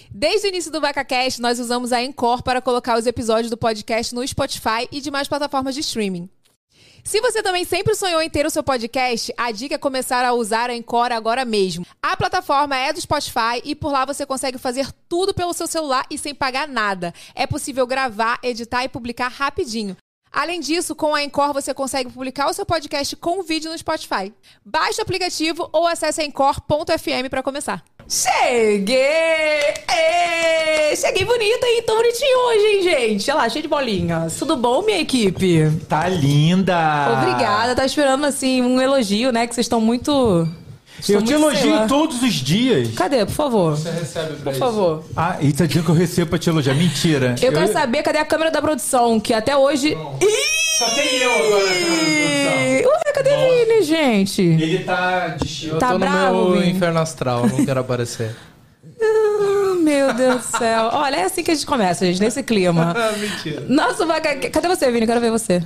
Desde o início do VacaCast, nós usamos a Anchor para colocar os episódios do podcast no Spotify e demais plataformas de streaming. Se você também sempre sonhou em ter o seu podcast, a dica é começar a usar a Anchor agora mesmo. A plataforma é do Spotify e por lá você consegue fazer tudo pelo seu celular e sem pagar nada. É possível gravar, editar e publicar rapidinho. Além disso, com a Anchor você consegue publicar o seu podcast com vídeo no Spotify. Baixe o aplicativo ou acesse anchor.fm para começar. Cheguei! Cheguei bonita e tão bonitinho hoje, hein, gente? Olha lá, cheio de bolinhas. Tudo bom, minha equipe? Tá linda! Obrigada, tá esperando, assim, um elogio, né? Que vocês estão muito... Eu te elogio todos os dias. Cadê, por favor? Você recebe pra Por favor. Ah, e tá dizendo que eu recebo pra te elogiar. Mentira. Eu quero saber cadê a câmera da produção, que até hoje... Só tem eu agora na produção. Ué, cadê ele, gente? Ele tá de chico. Eu Tá tô bravo, no meu Vini? inferno astral, não quero aparecer. Meu Deus do céu. Olha, é assim que a gente começa, gente, nesse clima. Mentira. Nossa, cadê você, Vini? Quero ver você.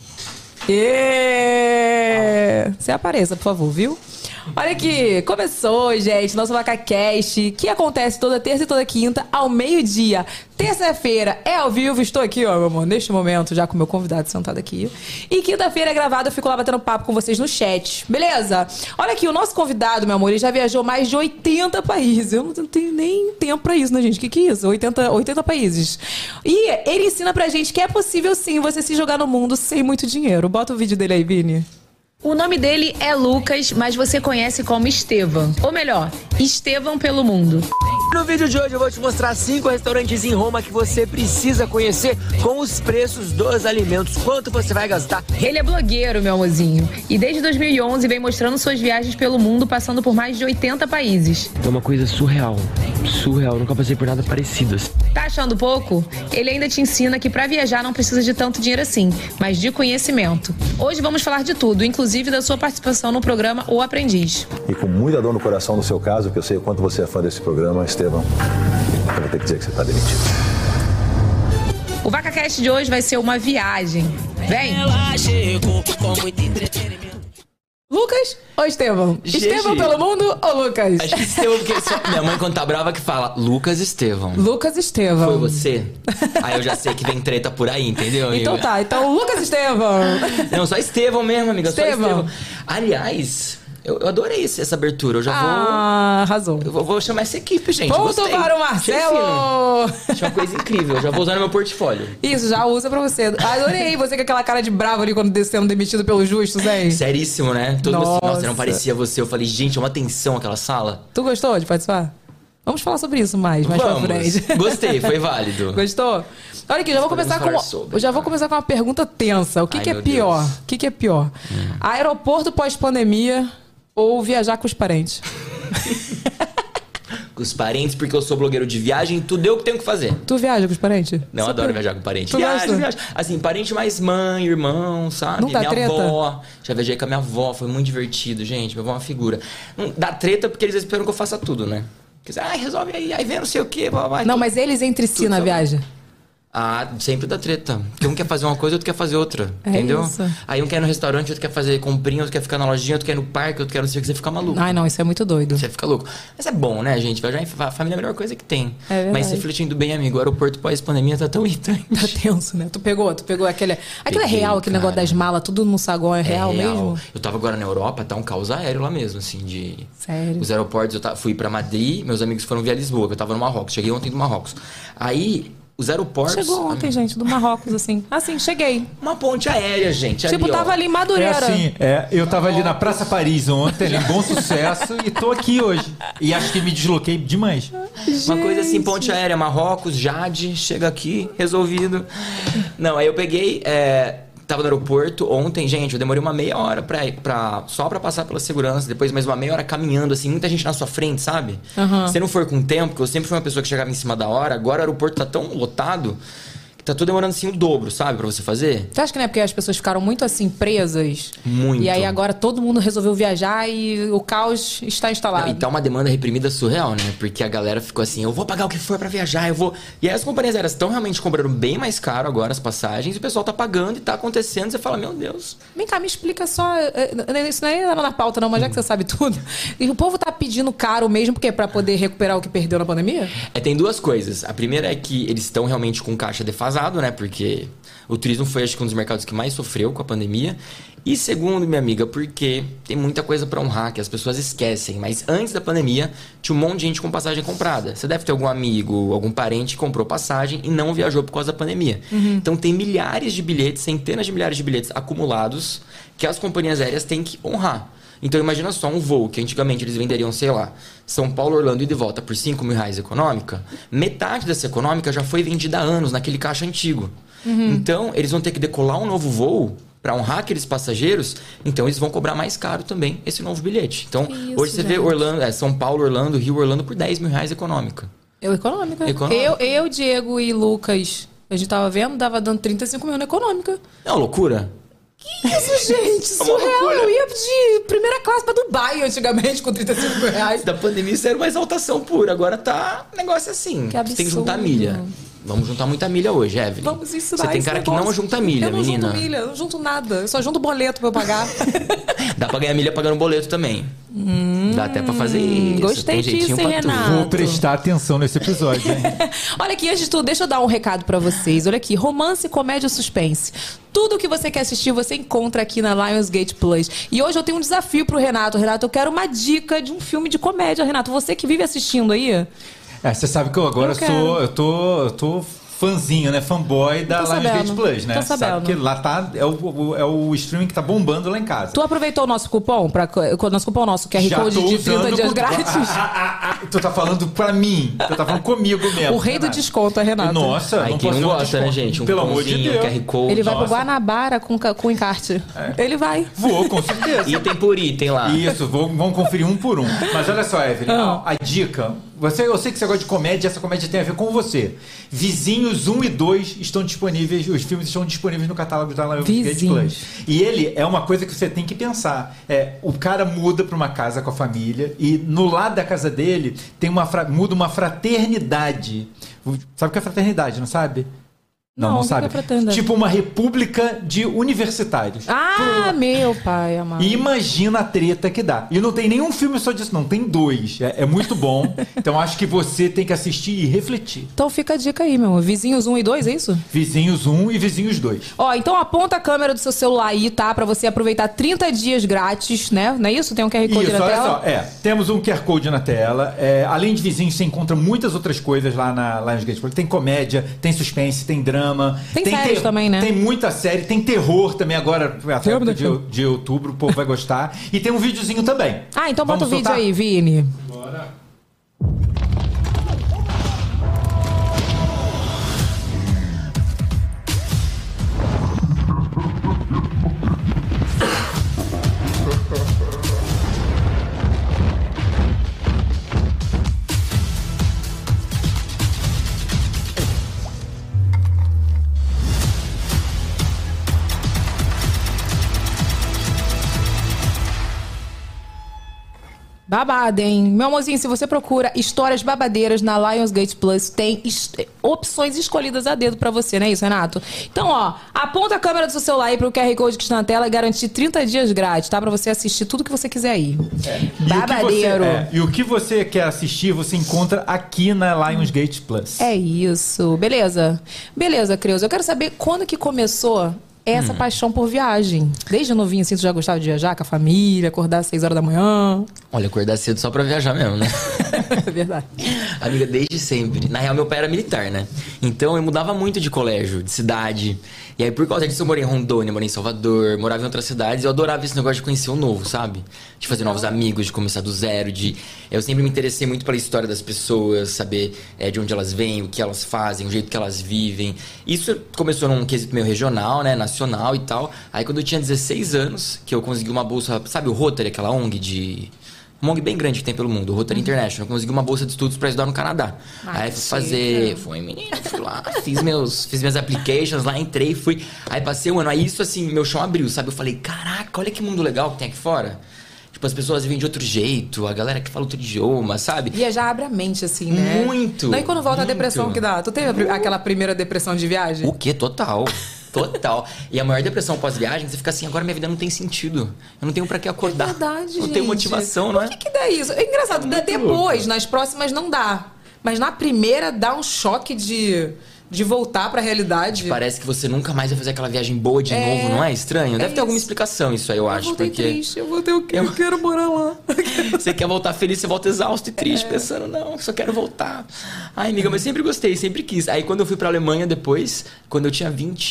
Você apareça, por favor, viu? Olha aqui, começou, gente, nosso VacaCast, que acontece toda terça e toda quinta, ao meio-dia. Terça-feira é ao vivo, estou aqui, ó, meu amor, neste momento, já com o meu convidado sentado aqui. E quinta-feira é gravado, eu fico lá batendo papo com vocês no chat, beleza? Olha aqui, o nosso convidado, meu amor, ele já viajou mais de 80 países. Eu não tenho nem tempo pra isso, né, gente? O que é isso? 80 países. E ele ensina pra gente que é possível, sim, você se jogar no mundo sem muito dinheiro. Bota o vídeo dele aí, Vini. O nome dele é Lucas, mas você conhece como Estevão. Ou melhor, Estevão pelo mundo. No vídeo de hoje eu vou te mostrar 5 restaurantes em Roma que você precisa conhecer com os preços dos alimentos. Quanto você vai gastar? Ele é blogueiro, meu amorzinho. E desde 2011 vem mostrando suas viagens pelo mundo, passando por mais de 80 países. É uma coisa surreal. Surreal, nunca passei por nada parecido. Tá achando pouco? Ele ainda te ensina que pra viajar não precisa de tanto dinheiro assim, mas de conhecimento. Hoje vamos falar de tudo, inclusive da sua participação no programa O Aprendiz. E com muita dor no coração no seu caso, que eu sei o quanto você é fã desse programa, Estevão, eu vou ter que dizer que você está demitido. O VacaCast de hoje vai ser uma viagem. Vem! Lucas ou Estevão? Gente. Estevão pelo mundo ou Lucas? Acho que Estevão, porque minha mãe, quando tá brava, que fala Lucas Estevão. Lucas Estevão. Foi você? Aí eu já sei que vem treta por aí, entendeu? Então tá, então Lucas Estevão. Não, só Estevão mesmo, amiga. Estevão. Só Estevão. Aliás, eu adorei essa abertura. Eu já Arrasou. vou chamar essa equipe, gente. Ponto Gostei. para o Marcelo! Achei uma coisa incrível. Eu já vou usar no meu portfólio. Isso, já usa pra você. Adorei você com aquela cara de bravo ali quando sendo demitido pelos justos, hein? Seríssimo, né? Todo Nossa. Assim, nossa, não parecia você. Eu falei, gente, é uma tensão aquela sala. Tu gostou de participar? Vamos falar sobre isso mais pra frente. Gostei, foi válido. Gostou? Olha aqui, já vou começar com uma pergunta tensa. O que, Ai, que é meu pior? Deus. O que, que é pior? Aeroporto pós-pandemia ou viajar com os parentes? Com os parentes, porque eu sou blogueiro de viagem, tudo eu que tenho que fazer. Tu viaja com os parentes? Não, adoro viajar com parente. Tu gosta? Viajo. Assim, parente mais mãe, irmão, sabe? Não dá minha treta? avó. Já viajei com a minha avó, foi muito divertido, gente. Minha avó é uma figura. Não dá treta porque eles esperam que eu faça tudo, né? Porque, resolve aí vem não sei o quê, vai. Não, tudo. mas eles entre si na viagem. Ah, sempre dá treta. Porque um quer fazer uma coisa, outro quer fazer outra. É entendeu? isso. Aí um quer ir no restaurante, outro quer fazer comprinha, outro quer ficar na lojinha, outro quer ir no parque, outro quer não sei o que, você fica maluco. Ai, não, isso é muito doido. Você fica louco. Mas é bom, né, gente? Viajar em família é a melhor coisa que tem. É verdade. Mas refletindo bem, amigo, o aeroporto pós-pandemia tá tão irritante. Tá tenso, né? Tu pegou aquele... Aquilo é Peguei, real, aquele cara. negócio das malas, tudo no saguão é real mesmo? Eu tava agora na Europa, tá um caos aéreo lá mesmo, assim, de... Sério? Os aeroportos, fui pra Madrid, meus amigos foram via Lisboa, que eu tava no Marrocos. Cheguei ontem do Marrocos. Aí, os aeroportos... Chegou ontem, gente, do Marrocos, assim. Assim, cheguei. Uma ponte aérea, gente. Tipo, ali, ó. tava ali em Madureira. Eu tava ali na Praça Paris ontem, em Bom Sucesso, e tô aqui hoje. E acho que me desloquei demais. Uma coisa assim, ponte aérea, Marrocos, Jade, chega aqui, resolvido. Não, aí eu peguei... Tava no aeroporto ontem, gente, eu demorei uma meia hora só pra passar pela segurança, depois mais uma meia hora caminhando, assim, muita gente na sua frente, sabe? Se não for com tempo, porque eu sempre fui uma pessoa que chegava em cima da hora, agora o aeroporto tá tão lotado, tá tudo demorando assim o dobro, sabe? Pra você fazer. Você acha que não é porque as pessoas ficaram muito assim presas? Muito. E aí agora todo mundo resolveu viajar e o caos está instalado. Não, e tá uma demanda reprimida surreal, né? Porque a galera ficou assim, eu vou pagar o que for pra viajar, eu vou... E aí as companhias aéreas estão realmente cobrando bem mais caro agora as passagens, e o pessoal tá pagando e tá acontecendo, você fala, meu Deus. Vem cá, me explica só. Isso não é na pauta, não, mas já que você sabe tudo. E o povo tá pedindo caro mesmo, porque pra poder recuperar o que perdeu na pandemia? Tem duas coisas. A primeira é que eles estão realmente com caixa defasado, né? Porque o turismo foi, acho que, um dos mercados que mais sofreu com a pandemia. E segundo, minha amiga, porque tem muita coisa pra honrar que as pessoas esquecem. Mas antes da pandemia, tinha um monte de gente com passagem comprada. Você deve ter algum amigo, algum parente que comprou passagem e não viajou por causa da pandemia. Então tem milhares de bilhetes, centenas de milhares de bilhetes acumulados que as companhias aéreas têm que honrar. Então imagina só um voo que antigamente eles venderiam, sei lá, São Paulo, Orlando e de volta por R$5.000 econômica. Metade dessa econômica já foi vendida há anos naquele caixa antigo. Então eles vão ter que decolar um novo voo para honrar aqueles passageiros, então eles vão cobrar mais caro também esse novo bilhete. Então hoje você vê Orlando, São Paulo, Orlando, Rio, Orlando por R$10.000 econômica. Econômica. Eu, Diego e Lucas, a gente tava vendo, dava dando 35 mil na econômica. É uma loucura. Que isso, gente? Surreal. Eu ia de primeira classe pra Dubai antigamente com R$35 mil. Da pandemia isso era uma exaltação pura. Agora tá um negócio assim. Que absurdo. Você tem que juntar milha. Vamos juntar muita milha hoje, Evelyn. Vamos ensinar. Você tem cara que não junta milha, menina. Eu não junto milha, eu não junto nada. Eu só junto boleto pra eu pagar. Dá pra ganhar milha pagando boleto também. Dá até pra fazer isso. Gostei disso, hein, Renato? Vou prestar atenção nesse episódio, hein? Olha aqui, antes de tudo, deixa eu dar um recado pra vocês. Olha aqui, romance, comédia, suspense. Tudo que você quer assistir, você encontra aqui na Lionsgate Plus. E hoje eu tenho um desafio pro Renato. Renato, eu quero uma dica de um filme de comédia. Renato, você que vive assistindo aí... Você sabe que eu agora eu tô fãzinho, né? Fanboy da Lionsgate Plus, né? Tô sabendo. Sabe que lá tá, é o streaming que tá bombando lá em casa. Tu aproveitou o nosso cupom? O nosso cupom nosso, QR Code de 30 dias grátis? Tu tá falando pra mim. Tu tá falando comigo mesmo. O rei do desconto é Renato. Nossa, aí não quem posso não dar um gosta, né, desconto. gente? Pelo amor de Deus. QR Code. Ele vai pro Guanabara com encarte. Ele vai. Vou, com certeza. Item por item lá. Isso, vamos conferir um por um. Mas olha só, Evelyn, a dica. Eu sei que você gosta de comédia, essa comédia tem a ver com você. Vizinhos 1 e 2 estão disponíveis, os filmes estão disponíveis no catálogo da Lionsgate Plus. E ele é uma coisa que você tem que pensar. O cara muda para uma casa com a família e no lado da casa dele tem muda uma fraternidade. Sabe o que é fraternidade, não sabe? Não sabe? Tipo uma república de universitários. Meu pai amado. E imagina a treta que dá. E não tem nenhum filme só disso, não. Tem 2. É muito bom. Então acho que você tem que assistir e refletir. Então fica a dica aí, meu amor. Vizinhos 1 e 2, é isso? Vizinhos 1 e Vizinhos 2. Então aponta a câmera do seu celular aí, tá? Pra você aproveitar 30 dias grátis, né? Não é isso? Tem um QR Code na tela? Olha só. Temos um QR Code na tela. Além de Vizinhos, você encontra muitas outras coisas lá na Lionsgate. Tem comédia, tem suspense, tem drama. Tem séries também, né? Tem muita série, tem terror também agora, até de outubro, o povo vai gostar. E tem um videozinho também. Então bota o vídeo aí, Vini. Bora. Babado, hein? Meu amorzinho, se você procura histórias babadeiras na Lionsgate Plus, tem opções escolhidas a dedo pra você, não é isso, Renato? Então, aponta a câmera do seu celular aí pro QR Code que está na tela e garantir 30 dias grátis, tá? Pra você assistir tudo que você quiser aí. Babadeiro. E o que você quer assistir, você encontra aqui na Lionsgate Plus. É isso. Beleza? Beleza, Creus. Eu quero saber quando que começou essa paixão por viagem. Desde novinho, assim, tu já gostava de viajar com a família, acordar às 6 horas da manhã? Olha, acordar cedo só pra viajar mesmo, né? É verdade. Amiga, desde sempre. Na real, meu pai era militar, né? Então eu mudava muito de colégio, de cidade. E aí, por causa disso, eu morei em Rondônia, morei em Salvador, morava em outras cidades. E eu adorava esse negócio de conhecer o novo, sabe? De fazer novos amigos, de começar do zero, Eu sempre me interessei muito pela história das pessoas, saber de onde elas vêm, o que elas fazem, o jeito que elas vivem. Isso começou num quesito meio regional, né? Nacional e tal. Aí, quando eu tinha 16 anos, que eu consegui uma bolsa... Sabe o Rotary, aquela ONG de uma ONG bem grande que tem pelo mundo, o Rotary International. Eu consegui uma bolsa de estudos pra estudar no Canadá. Aí fui fazer... Fui, menina, fui lá, fiz minhas applications lá, entrei, fui... Aí passei um ano, aí isso assim, meu chão abriu, sabe? Eu falei, caraca, olha que mundo legal que tem aqui fora. Tipo, as pessoas vivem de outro jeito, a galera que fala outro idioma, sabe? Viajar abre a mente, assim, né? Muito! Daí quando volta muito. a depressão que dá. Tu teve aquela primeira depressão de viagem? O quê? Total. Total. E a maior depressão pós-viagem, você fica assim, agora minha vida não tem sentido. Eu não tenho pra que acordar. É verdade, não tenho motivação, não é? Por que dá isso? É engraçado, depois, nas próximas não dá. Mas na primeira dá um choque de voltar pra realidade. Parece que você nunca mais vai fazer aquela viagem boa de novo, não é estranho? Deve ter alguma explicação isso aí, eu acho. Eu voltei porque triste, eu quero morar lá. Você quer voltar feliz, você volta exausto e triste, pensando, não, só quero voltar. Ai, amiga, mas sempre gostei, sempre quis. Aí quando eu fui pra Alemanha depois, quando eu tinha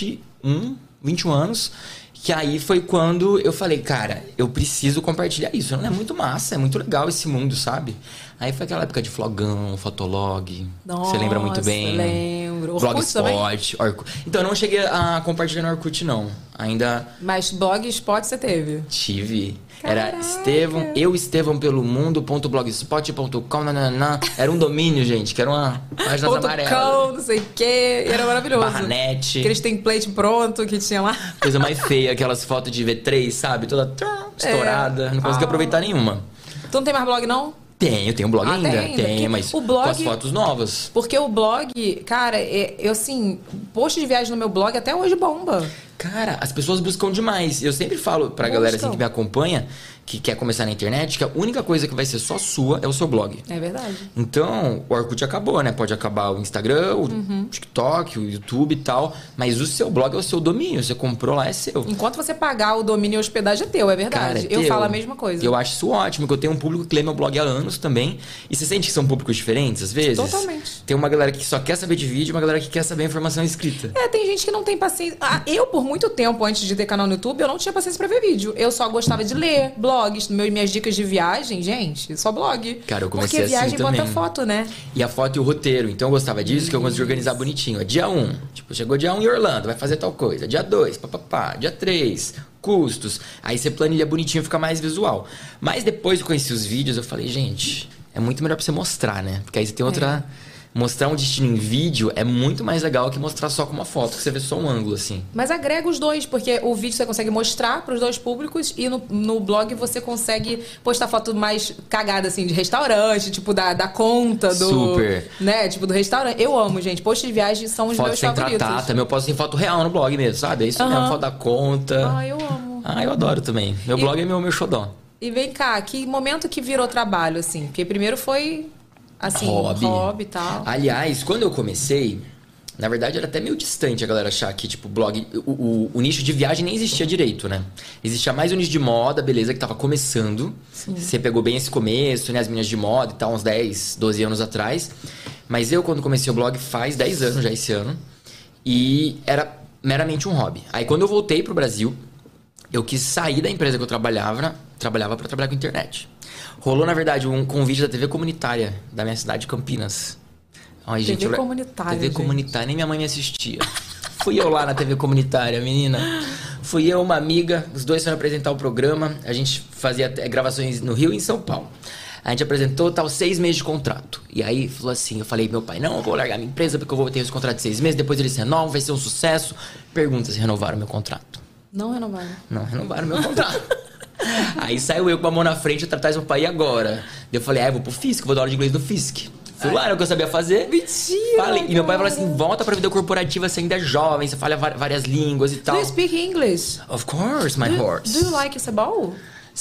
21 anos, que aí foi quando eu falei, cara, eu preciso compartilhar isso. Não é muito massa, é muito legal esse mundo, sabe? Aí foi aquela época de flogão, fotolog. Nossa, você lembra muito bem. Lembro. Blogspot, Orkut. Então eu não cheguei a compartilhar no Orkut, não. Ainda... Mas Blogspot você teve? Tive. Caraca. Era Estevão pelo mundo.blogspot.com. Era um domínio, gente, que era uma página amarela. .com, não sei o que. Era maravilhoso. Barnet. Aqueles template pronto que tinha lá. Coisa mais feia, aquelas fotos de V3, sabe? Toda estourada. Não consegui aproveitar nenhuma. Tu não tem mais blog, não? Tenho um blog ainda. Tem, mas o blog, com as fotos novas. Porque o blog, cara, eu assim, post de viagem no meu blog até hoje bomba. Cara, as pessoas buscam demais. Eu sempre falo pra galera assim que me acompanha, que quer começar na internet, que a única coisa que vai ser só sua é o seu blog. É verdade. Então, o Orkut acabou, né? Pode acabar o Instagram, o TikTok, o YouTube e tal. Mas o seu blog é o seu domínio. Você comprou lá, é seu. Enquanto você pagar o domínio e a hospedagem é teu, é verdade. Cara, eu falo a mesma coisa. Eu acho isso ótimo, porque eu tenho um público que lê meu blog há anos também. E você sente que são públicos diferentes, às vezes? Totalmente. Tem uma galera que só quer saber de vídeo e uma galera que quer saber a informação escrita. Tem gente que não tem paciência. Eu, por muito tempo, antes de ter canal no YouTube, eu não tinha paciência pra ver vídeo. Eu só gostava de ler blogs, minhas dicas de viagem, gente, só blog. Cara, eu comecei porque viagem assim também. bota foto, né? E a foto e o roteiro. Então eu gostava disso, que eu consegui organizar bonitinho. É dia 1, tipo, chegou dia 1 em Orlando, vai fazer tal coisa. Dia 2, papapá. Dia 3, custos. Aí você planilha bonitinho, fica mais visual. Mas depois que eu conheci os vídeos, eu falei, gente, é muito melhor pra você mostrar, né? Porque aí você tem outra... Mostrar um destino em vídeo é muito mais legal que mostrar só com uma foto, que você vê só um ângulo, assim. Mas agrega os dois, porque o vídeo você consegue mostrar pros dois públicos e no blog você consegue postar foto mais cagada, assim, de restaurante, tipo, da conta do... Super. Né, tipo, do restaurante. Eu amo, gente. Posts de viagem são os foto meus sem favoritos. tratar, também eu posto em foto real no blog mesmo, sabe? É isso mesmo, foto da conta. Eu amo. Eu adoro também. Meu blog é meu xodó. E vem cá, que momento que virou trabalho, assim? Porque primeiro foi... Assim, hobby e tal. Aliás, quando eu comecei, na verdade era até meio distante a galera achar que, tipo, blog... O nicho de viagem nem existia direito, né? Existia mais o nicho de moda, beleza, que tava começando. Sim. Você pegou bem esse começo, né? As meninas de moda e tal, uns 10, 12 anos atrás. Mas eu, quando comecei o blog, faz 10 anos já esse ano. E era meramente um hobby. Aí, quando eu voltei pro Brasil, eu quis sair da empresa que eu trabalhava pra trabalhar com internet. Rolou, na verdade, um convite da TV comunitária da minha cidade, Campinas. Ai, TV comunitária, TV comunitária, nem minha mãe me assistia. Fui eu lá na TV comunitária, menina. Fui eu, uma amiga, os dois foram apresentar o programa. A gente fazia gravações no Rio e em São Paulo. A gente apresentou, tal, 6 meses de contrato. E aí, falou assim, eu falei, meu pai, não, eu vou largar minha empresa porque eu vou ter esse contrato de 6 meses. Depois eles renovam, vai ser um sucesso. Pergunta se renovaram meu contrato. Não renovaram. Não renovaram meu contrato. Aí saiu eu com a mão na frente, atrás do meu pai, e agora? Eu falei, eu vou pro FISC, vou dar aula de inglês no FISC. Fui lá, era o que eu sabia fazer. Mentira! Falei. E meu pai falou assim, volta pra vida corporativa, você ainda é jovem, você fala várias línguas e tal. Do you speak English? Of course, my horse. Do you like cebol?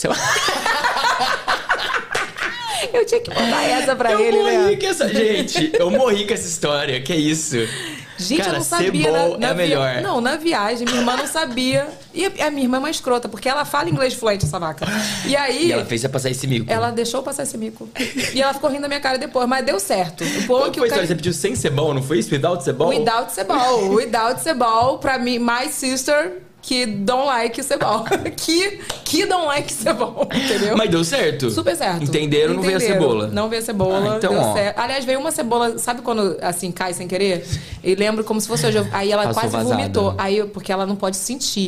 Eu tinha que botar essa pra ele, né? Eu morri com essa história, que é isso? Gente, cara, eu não sabia. Cebol é melhor. Não, na viagem, minha irmã não sabia. E a minha irmã é uma escrota, porque ela fala inglês fluente, essa vaca. E aí... E ela fez você passar esse mico. Ela deixou eu passar esse mico. E ela ficou rindo da minha cara depois, mas deu certo. Qual foi a história? Você pediu sem cebol, não foi isso? Without cebol? Without cebol. Without cebol, pra mim, my sister... Que don't like cebol. que don't like cebol, entendeu? Mas deu certo. Super certo. Entenderam, não veio a cebola. Não veio a cebola, então, deu certo. Aliás, veio uma cebola, sabe quando, assim, cai sem querer? Eu lembro como se fosse hoje. Aí ela passou quase vazada. vomitou. Aí, porque ela não pode sentir.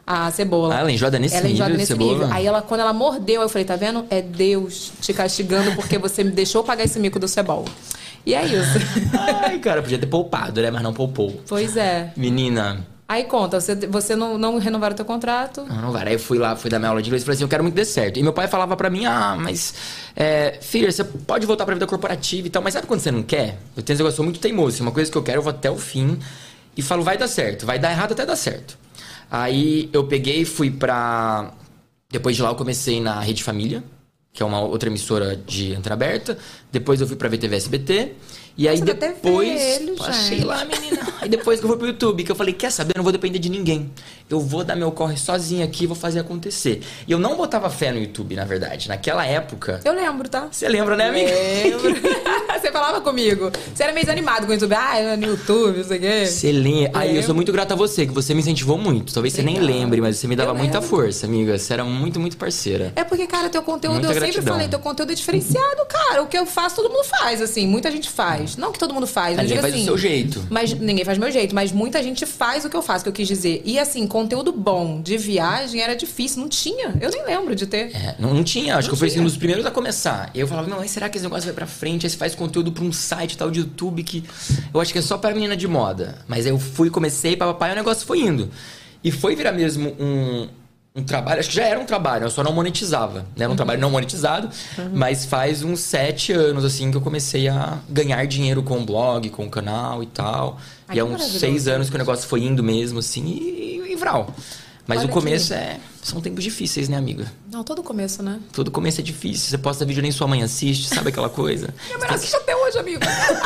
A cebola. Ah, ela enjoada nesse Ela enjoada nível de nesse cebola? nível. Aí quando ela mordeu, eu falei, tá vendo? É Deus te castigando porque você me deixou pagar esse mico do cebol. E é isso. Ai, cara, podia ter poupado, né? Mas não poupou. Pois é. Menina... Aí conta, você não renovaram o teu contrato? Não vai. Aí eu fui dar minha aula de inglês e falei assim, eu quero muito que dê certo. E meu pai falava pra mim, mas... filha, você pode voltar pra vida corporativa e tal, mas sabe quando você não quer? Eu tenho esse negócio, eu sou muito teimoso. Se é uma coisa que eu quero, eu vou até o fim. E falo, vai dar certo. Vai dar errado até dar certo. Aí eu peguei e fui pra... Depois de lá eu comecei na Rede Família, que é uma outra emissora de antena aberta. Depois eu fui pra VTV SBT. E aí depois... Passei lá, menina. Aí depois que eu fui pro YouTube, que eu falei, quer saber? Eu não vou depender de ninguém. Eu vou dar meu corre sozinho aqui e vou fazer acontecer. E eu não botava fé no YouTube, na verdade. Naquela época... Eu lembro, tá? Você lembra, né, amiga? Lembro. Você falava comigo. Você era meio desanimado com o YouTube. No YouTube, não sei o quê. Você lembra? Aí eu sou muito grato a você, que você me incentivou muito. Talvez você nem lembre, mas você me dava muita força, amiga. Você era muito, muito parceira. É porque, cara, teu conteúdo, Muita eu sempre gratidão. falei, teu conteúdo é diferenciado, cara. O que eu faço, todo mundo faz, assim. Muita gente faz. Não que todo mundo faz, mas Ninguém digo faz assim, do seu jeito. Mas ninguém faz do meu jeito, mas muita gente faz o que eu faço, que eu quis dizer. E assim, conteúdo bom de viagem era difícil, não tinha. Eu nem lembro de ter. Não tinha, acho que eu fui assim, um dos primeiros a começar. E eu falava, mas será que esse negócio vai pra frente? Aí você faz conteúdo pra um site tal de YouTube que eu acho que é só pra menina de moda. Mas aí eu fui, comecei, papai, e o negócio foi indo. E foi virar mesmo um trabalho, acho que já era um trabalho, eu só não monetizava, né? Era um trabalho não monetizado, mas faz uns 7 anos, assim, que eu comecei a ganhar dinheiro com o blog, com o canal e tal. Ai, e há que uns maravilhoso. 6 anos que o negócio foi indo mesmo, assim, e vral. Mas Olha o começo que- são tempos difíceis, né, amiga? Não, todo começo, né? Todo começo é difícil, você posta vídeo nem sua mãe assiste, sabe aquela coisa? Minha mãe não assiste até hoje, amigo.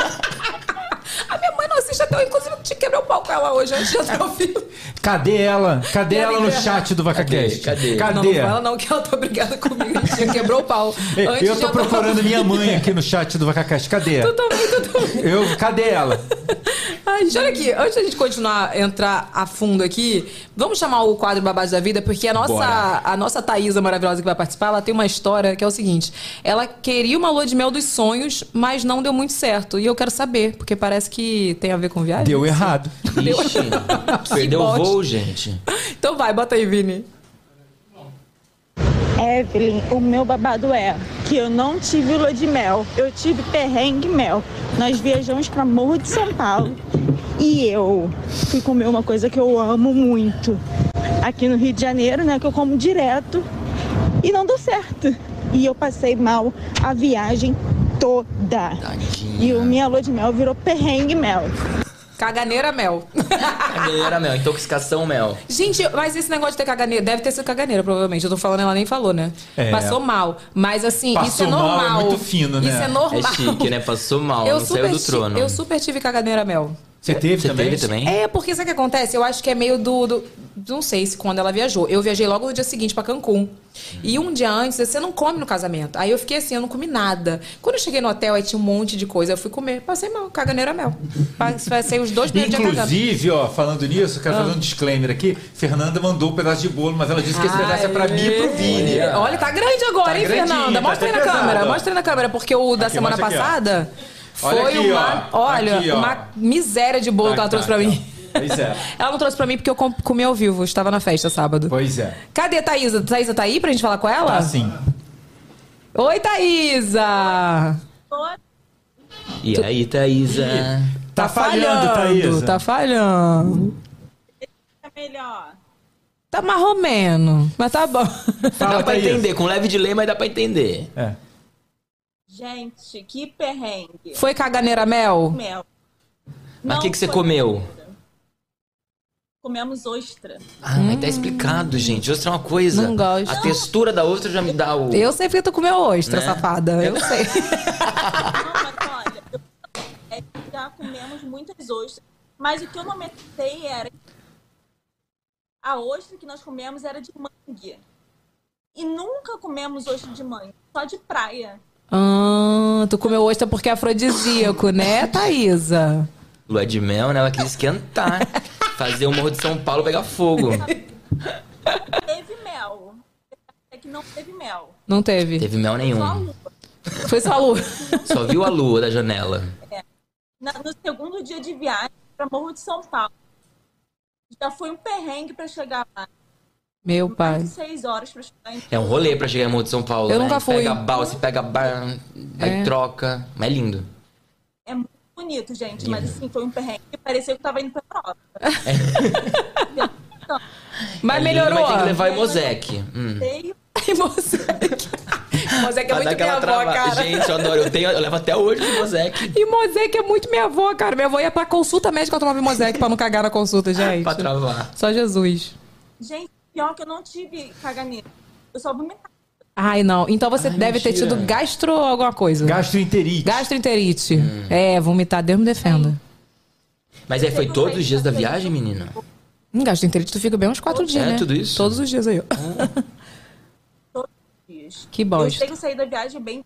A minha mãe não assiste até hoje. Inclusive, eu te quebrei o pau com ela hoje, antes de entrar ao filho. Cadê ela? Cadê E a ela no amiga? chat do VacaCast? Cadê? Não fala não, que ela tá brigada comigo. A gente quebrou o pau. Antes Eu de tô entrar- procurando minha mãe aqui no chat do VacaCast. Cadê? Tu também. Cadê ela? Ai, gente, olha aqui, antes da gente continuar, entrar a fundo aqui, vamos chamar o quadro Babados da Vida, porque Bora. a nossa Thaísa maravilhosa que vai participar, ela tem uma história que é o seguinte: ela queria uma lua de mel dos sonhos, mas não deu muito certo. E eu quero saber, porque parece que tem a ver com viagem. Deu errado. Ixi, perdeu o bote. voo, gente. Então vai, bota aí, Vini. Evelyn, o meu babado é que eu não tive lua de mel, eu tive perrengue mel. Nós viajamos para Morro de São Paulo e eu fui comer uma coisa que eu amo muito aqui no Rio de Janeiro, né, que eu como direto, e não deu certo. E eu passei mal a viagem toda. Tadinha. E o minha lua de mel virou perrengue mel. Caganeira mel. Caganeira, mel. Intoxicação, mel. Gente, mas esse negócio de ter caganeira, deve ter sido caganeira, provavelmente. Eu tô falando, ela nem falou, né? É. Passou mal. Mas assim, isso Passou é mal normal. é muito fino, né? Isso é normal. É chique, né? Passou mal, não saiu do trono. Eu super tive caganeira mel. Você teve Você também? teve também? É, porque sabe o que acontece? Eu acho que é meio não sei se quando ela viajou. Eu viajei logo no dia seguinte pra Cancún. E um dia antes, você não come no casamento. Aí eu fiquei assim, eu não comi nada. Quando eu cheguei no hotel, aí tinha um monte de coisa. Eu fui comer. Passei mal, caganeira mel. Passei os 2 primeiros dias cagando. Inclusive, ó, falando nisso, eu quero fazer um disclaimer aqui. Fernanda mandou um pedaço de bolo, mas ela disse que esse pedaço é pra mim e pro Vini. Olha, tá grande agora, Tá hein, grandinho, Fernanda? tá Mostra aí até na pesado, câmera. ó. Mostra aí na câmera, porque o da Aqui, semana mostra aqui, ó. passada Olha foi aqui, uma... ó. Olha, Aqui, ó. uma miséria de bolo que ela trouxe pra mim. Pois é. Ela não trouxe pra mim porque eu comi ao vivo. Estava na festa sábado. Pois é. Cadê a Thaísa? Thaísa tá aí pra gente falar com ela? Tá sim. Oi, Thaísa! E aí, Thaísa? Tá falhando, Thaísa. Tá falhando. É melhor. Tá marromeno, mas tá bom. Fala, Dá pra Thaísa. entender, com leve delay, mas dá pra entender. É. Gente, que perrengue. Foi caganeira mel? Mel. Mas o que você foi comeu? ostra. Comemos ostra. Ah, mas tá explicado, gente. Ostra é uma coisa. Não gosto. A textura da ostra já me dá o... Eu sei porque tu comeu ostra, Né? safada. Eu sei. Não, mas olha, já comemos muitas ostras, mas o que eu não metei era a ostra que nós comemos era de mangue. E nunca comemos ostra de mangue, só de praia. Tu comeu ostra porque é afrodisíaco, né, Thaísa? Lua de mel, né? Ela quis esquentar. Fazer o Morro de São Paulo pegar fogo. Teve mel. É que não teve mel. Não teve. Teve mel Só a nenhum. lua. Foi só a lua. Só viu a lua da janela. No segundo dia de viagem para Morro de São Paulo. Já foi um perrengue para chegar lá. Meu pai. Mais de 6 horas pra chegar em... É um rolê pra chegar em Morro de São Paulo. Eu né? nunca fui. Pega balsa, pega bar, aí troca. Mas é lindo. É muito bonito, gente, mas assim, foi um perrengue que parecia que eu tava indo pra Europa. Então, Mas É lindo, melhorou. Mas tem que levar Imosec. veio Imosec. Imosec é Pra muito dar aquela minha avó, travada. cara. Gente, eu adoro. Eu levo até hoje o Imosec. Imosec é muito minha avó, cara. Minha avó ia pra consulta médica, eu tomava Imosec pra não cagar na consulta, gente. Pra travar. Só Jesus. gente, pior que eu não tive caganeira. Eu só vomitava. Ai, não. Então você deve ter mentira. tido gastro alguma coisa. Gastroenterite. Gastroenterite. É, vomitar, Deus me defenda. Mas aí foi todos os dias da viagem, menina? Gastroenterite, tu fica bem uns 4 dias, É, né? tudo isso? Todos os dias aí, ó. Todos os dias. Que Eu bosta. sei que eu saí da viagem bem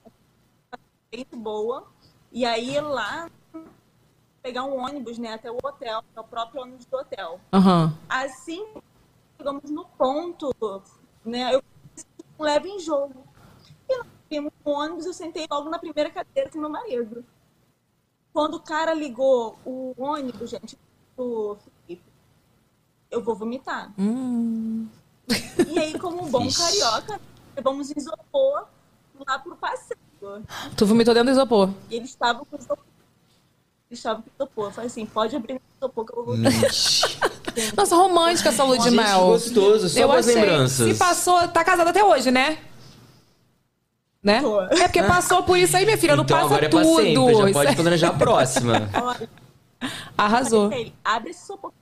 boa. E aí lá, pegar um ônibus, né, até o hotel, é o próprio ônibus do hotel. Aham. Assim, chegamos no ponto, né, eu um leve enjoo. E nós vimos no ônibus, eu sentei logo na primeira cadeira com meu marido. Quando o cara ligou o ônibus, gente, do Felipe, eu vou vomitar. E aí, como um bom Ixi. carioca, levamos isopor lá pro passeio. Tu vomitou dentro do isopor. E eles estavam com isopor. Eu falei assim, pode abrir o isopor que eu vou vomitar. Nossa, romântica essa lua de Gente, mel. gostoso. Só Eu boas achei. lembranças. Se passou, tá casada até hoje, né? Né? Tô. É porque passou por isso aí, minha filha. Não Então passa agora é pra tudo. sempre. Já Isso pode é- planejar a próxima. Olha, Arrasou. falei pra ele, abre esse isopor.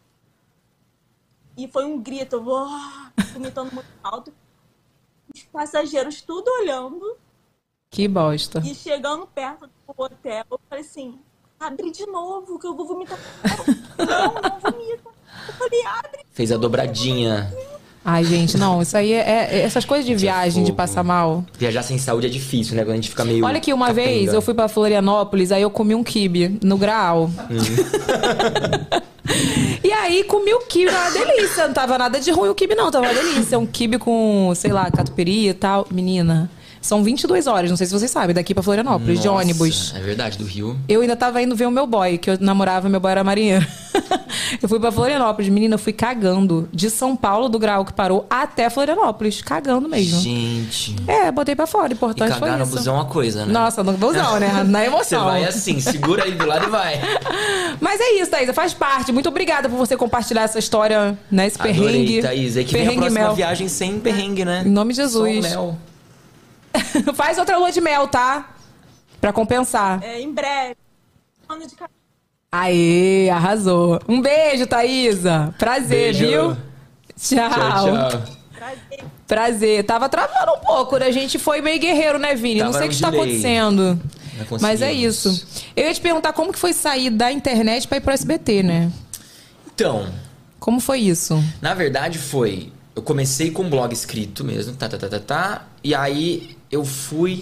E foi um grito, eu vou vomitando muito alto. Os passageiros tudo olhando. Que bosta. E chegando perto do hotel, eu falei assim, abre de novo, que eu vou vomitar. Não vomita. Eu falei, abre. Fez a dobradinha. Ai, gente, não. Isso aí essas coisas de viagem, de fogo. passar mal. Viajar sem saúde é difícil, né? Quando a gente fica meio... Olha que uma capenga. vez eu fui pra Florianópolis, aí eu comi um quibe no Graal. E aí comi o quibe, tava uma delícia. Não tava nada de ruim o quibe, não. Tava uma delícia. Um quibe com, sei lá, catupiry e tal. Menina, são 22 horas, não sei se vocês sabem, daqui pra Florianópolis, de Nossa, ônibus. É verdade, do Rio. Eu ainda tava indo ver o meu boy, que eu namorava, meu boy era marinheiro. Eu fui pra Florianópolis. Menina, eu fui cagando. De São Paulo, do Graal que parou, até Florianópolis. Cagando mesmo. Gente... É, botei pra fora. O E importante foi cagar no isso. busão é uma coisa, né? Nossa, no busão, né? Na Você emoção. vai assim, segura aí do lado e vai. Mas é isso, Thaísa, faz parte. Muito obrigada por você compartilhar essa história, né? Esse perrengue. Adorei, Thaís. É que vem a perrengue próxima mel. viagem sem perrengue, né? Em nome de Jesus. Só mel. Faz outra lua de mel, tá? Pra compensar. Em breve. Ano de carnaval. Aê, arrasou. Um beijo, Thaísa. Prazer, Beijo. viu? Tchau. Tchau. Prazer. Tava travando um pouco, né? A gente foi meio guerreiro, né, Vini? Tava Não sei o no que está delay. acontecendo. Não Mas é conseguimos. isso. Eu ia te perguntar como que foi sair da internet pra ir pro SBT, né? Então, Como foi isso? na verdade foi... Eu comecei com um blog escrito mesmo, e aí eu fui...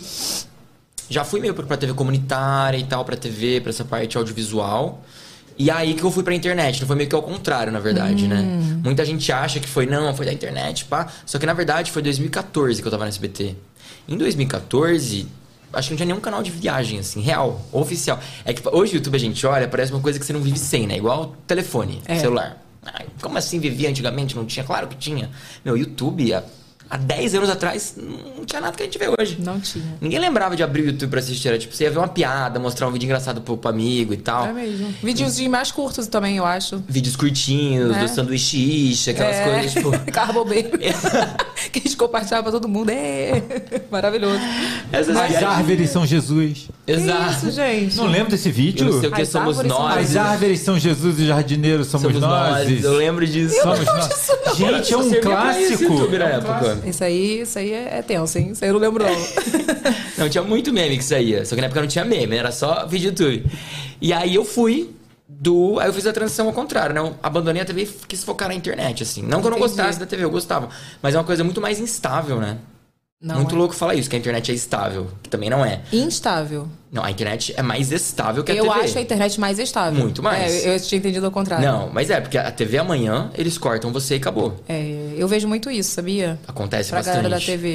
Já fui meio pra TV comunitária e tal, pra TV, pra essa parte audiovisual. E aí que eu fui pra internet. Não foi meio que ao contrário, na verdade, né? Muita gente acha que foi, não, foi da internet, pá. Só que na verdade foi 2014 que eu tava no SBT. Em 2014... Acho que não tinha nenhum canal de viagem, assim, real, oficial. É que hoje o YouTube a gente olha, parece uma coisa que você não vive sem, né? Igual telefone, celular. Ai, como assim vivia antigamente? Não tinha? Claro que tinha. Meu, YouTube, há 10 anos atrás, não tinha nada que a gente vê hoje. Não tinha. Ninguém lembrava de abrir o YouTube pra assistir. Era tipo, você ia ver uma piada, mostrar um vídeo engraçado pro amigo e tal. É mesmo. Vídeos mais curtos também, eu acho. Vídeos curtinhos, É. do sanduíche ish, aquelas coisas, tipo... Carbobeiro. Que a gente compartilhava pra todo mundo. É. Maravilhoso. Essas As viagens- árvores são Jesus. Exato. Isso, gente. Não lembro desse vídeo? Eu não sei o que As somos árvores são nós. As árvores são Jesus e os jardineiros somos nós. Eu lembro disso. Somos nós. Gente, é um Servia pra isso, clássico. YouTube na época. Isso aí é tenso, hein? Isso aí eu não lembro, não. Não, tinha muito meme que saía. Só que na época não tinha meme, era só vídeo YouTube. E aí eu fui Aí eu fiz a transição ao contrário, né? Eu abandonei a TV e quis focar na internet, assim. Não que eu não Entendi. gostasse da TV, eu gostava. Mas é uma coisa muito mais instável, né? Não, muito é. louco falar isso, que a internet é estável. Que também não é. Instável. Não, a internet é mais estável que a Eu TV. acho a internet mais estável. Muito mais. É, eu tinha entendido ao contrário. Não, mas é, porque a TV amanhã, eles cortam você e acabou. É, eu vejo muito isso, sabia? Acontece Pra bastante. galera da TV.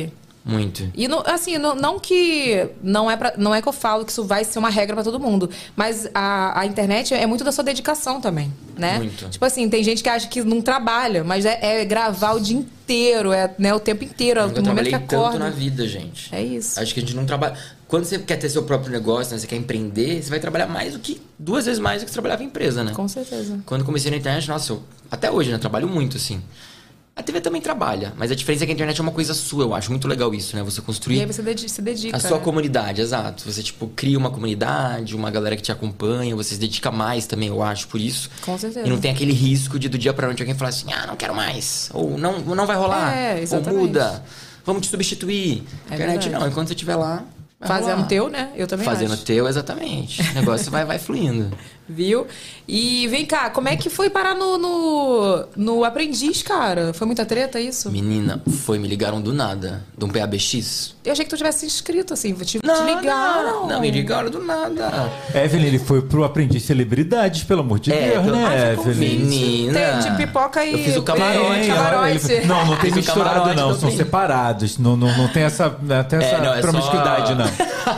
Muito. E assim, não que não é que eu falo que isso vai ser uma regra pra todo mundo, mas a internet é muito da sua dedicação também, né? Muito. Tipo assim, tem gente que acha que não trabalha, mas é gravar o dia inteiro, né, o tempo inteiro, Eu no nunca momento trabalhei que acorda. tanto na vida, gente. É isso. Acho que a gente não trabalha... Quando você quer ter seu próprio negócio, né, você quer empreender, você vai trabalhar mais do que... 2 vezes mais do que você trabalhava em empresa, né? Com certeza. Quando eu comecei na internet, nossa, até hoje, né? Trabalho muito, assim. A TV também trabalha, mas a diferença é que a internet é uma coisa sua, eu acho muito legal isso, né? Você construir... E aí você se dedica. A sua comunidade, exato. Você, tipo, cria uma comunidade, uma galera que te acompanha, você se dedica mais também, eu acho, por isso. Com certeza. E não tem aquele risco de do dia pra noite alguém falar assim, não quero mais. Ou não vai rolar. Ou muda. Vamos te substituir. Internet não, enquanto você estiver lá... Fazendo teu, né? Eu também Fazendo acho. teu, exatamente. O negócio vai fluindo. Viu? E vem cá, como é que foi parar no Aprendiz, cara? Foi muita treta isso? Menina, me ligaram do nada. De um PABX. Eu achei que tu tivesse inscrito, assim. Te ligaram. Não, me ligaram do nada. Evelyn, ele foi pro Aprendiz Celebridades, pelo amor de Deus, né, Evelyn? Menina. Tem de pipoca e... Eu fiz o camarote. Não tem Fiz o misturado, camarote não. do São Play. separados. Não tem essa promiscuidade, não.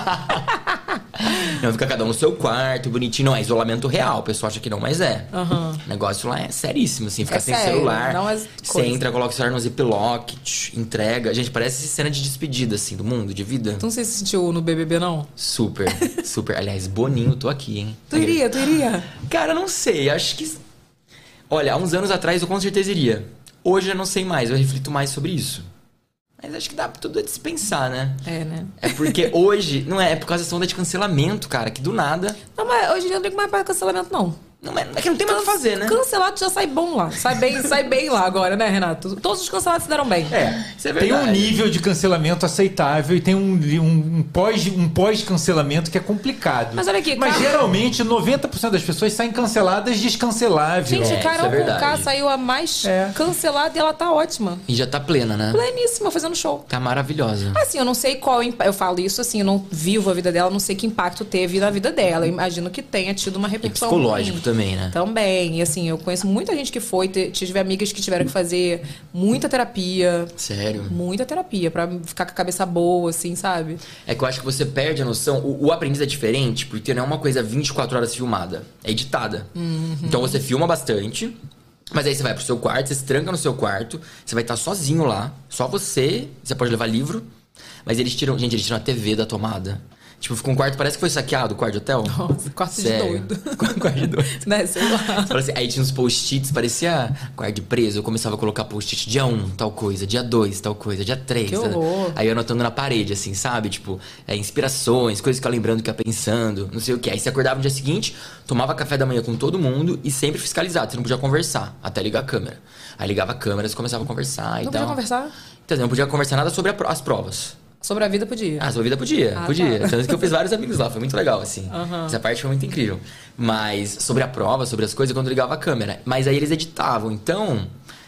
Não, fica cada um no seu quarto, bonitinho. Não, é isolamento real. O pessoal acha que não, mas é. O negócio lá é seríssimo, assim. Fica sem sério, celular. não é Você coisa. entra, coloca o celular no ziplock, entrega. Gente, parece cena de despedida, assim, do mundo, de vida. Tu não se sentiu no BBB, não? Super, super. Aliás, Boninho, tô aqui, hein? Tu iria? Cara, não sei. Acho que... Olha, há uns anos atrás eu com certeza iria. Hoje eu não sei mais. Eu reflito mais sobre isso. Mas acho que dá tudo a dispensar, né? É, né? É porque hoje... Não é por causa da onda de cancelamento, cara. Que do nada... Não, mas hoje em dia não tem mais para cancelamento, não. Não, é que não tem mais o que fazer, né? Cancelado já sai bom lá. Sai bem lá agora, né, Renato? Todos os cancelados se deram bem. Isso é Tem verdade. um nível de cancelamento aceitável e tem um pós-cancelamento que é complicado. Mas olha aqui, Mas cara... geralmente 90% das pessoas saem canceladas descanceláveis. Gente, isso é Carol verdade. Conká saiu a mais cancelada e ela tá ótima. E já tá plena, né? Pleníssima, fazendo show. Tá maravilhosa. Assim, eu não sei qual... Eu falo isso assim, eu não vivo a vida dela, não sei que impacto teve na vida dela. Eu imagino que tenha tido uma E repercussão psicológico ruim. também, né? Também. E assim, eu conheço muita gente que foi, tive amigas que tiveram que fazer muita terapia. Sério. Muita terapia, pra ficar com a cabeça boa, assim, sabe? É que eu acho que você perde a noção. O aprendiz é diferente porque não é uma coisa 24 horas filmada. É editada. Então você filma bastante. Mas aí você vai pro seu quarto, você se tranca no seu quarto. Você vai estar sozinho lá. Só você. Você pode levar livro. Mas eles tiram a TV da tomada. Tipo, fica um quarto, parece que foi saqueado, o quarto de hotel. Nossa, quarto Sério. de doido. Quarto de doido. Né, sei lá. Assim, aí tinha uns post-its, parecia quarto de preso. Eu começava a colocar post-it dia 1, tal coisa, dia 2, tal coisa, dia 3. Que horror. Aí eu anotando na parede, assim, sabe? Tipo, inspirações, coisas que eu ia lembrando, que eu ia pensando, não sei o que. Aí você acordava no dia seguinte, tomava café da manhã com todo mundo e sempre fiscalizado. Você não podia conversar, até ligar a câmera. Aí ligava a câmera, você começava a conversar e Não tal. podia conversar? Então, não podia conversar nada sobre as provas. Sobre a vida podia. Ah, sua vida podia, podia. Tá. Tanto que eu fiz vários amigos lá, foi muito legal, assim. Essa parte foi muito incrível. Mas sobre a prova, sobre as coisas, quando eu ligava a câmera. Mas aí eles editavam, então...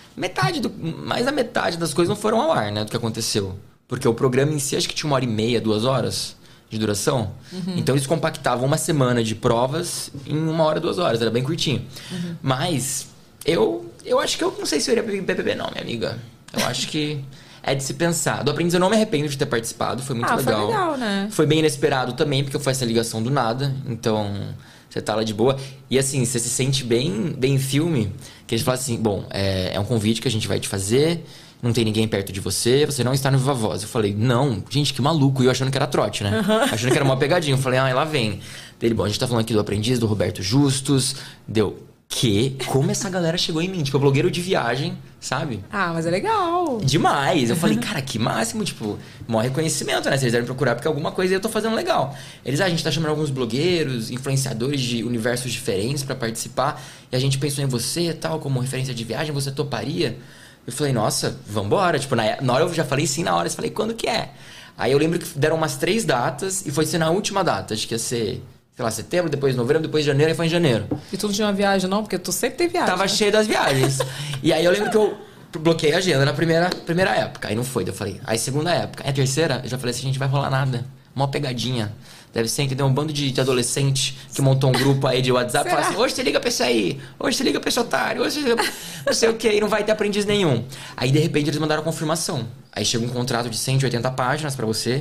mais da metade das coisas não foram ao ar, né, do que aconteceu. Porque o programa em si, acho que tinha 1h30, 2 horas de duração. Então eles compactavam uma semana de provas em 1 hora, 2 horas, era bem curtinho. Mas eu acho que eu não sei se eu iria pro BBB não, minha amiga. Eu acho que... É de se pensar. Do Aprendiz eu não me arrependo de ter participado, foi muito legal. Foi legal, né? Foi bem inesperado também, porque foi essa ligação do nada. Então, você tá lá de boa. E assim, você se sente bem em filme, que eles falam assim, bom, é um convite que a gente vai te fazer, não tem ninguém perto de você não está no Viva Voz. Eu falei, não, gente, que maluco. E eu achando que era trote, né? Achando que era uma pegadinha. Eu falei, lá vem. Dele, bom, a gente tá falando aqui do Aprendiz, do Roberto Justus. Como essa galera chegou em mim? Tipo, blogueiro de viagem, sabe? Ah, mas é legal. Demais. Eu falei, cara, que máximo, tipo, maior reconhecimento, né? Se eles devem procurar, porque alguma coisa eu tô fazendo legal. Eles, a gente tá chamando alguns blogueiros, influenciadores de universos diferentes pra participar, e a gente pensou em você e tal, como referência de viagem, você toparia? Eu falei, nossa, vambora. Tipo, na hora eu já falei sim, na hora eu falei, quando que é? Aí eu lembro que deram umas 3 datas, e foi ser na última data, acho que ia ser... sei lá, setembro, depois novembro, depois janeiro, aí foi em janeiro. E tu não tinha uma viagem, não? Porque tu sempre tem viagem. Tava cheio das viagens. E aí eu lembro que eu bloqueei a agenda na primeira época. Aí não foi, daí eu falei. Aí segunda época. Aí a terceira, eu já falei assim, gente, vai rolar nada. Mó pegadinha. Deve ser, entendeu? Um bando de adolescente que montou um grupo aí de WhatsApp e fala assim, hoje você liga pra esse aí, hoje você liga pra esse otário, hoje você liga pra... não sei o que, e não vai ter aprendiz nenhum. Aí, de repente, eles mandaram a confirmação. Aí chega um contrato de 180 páginas pra você.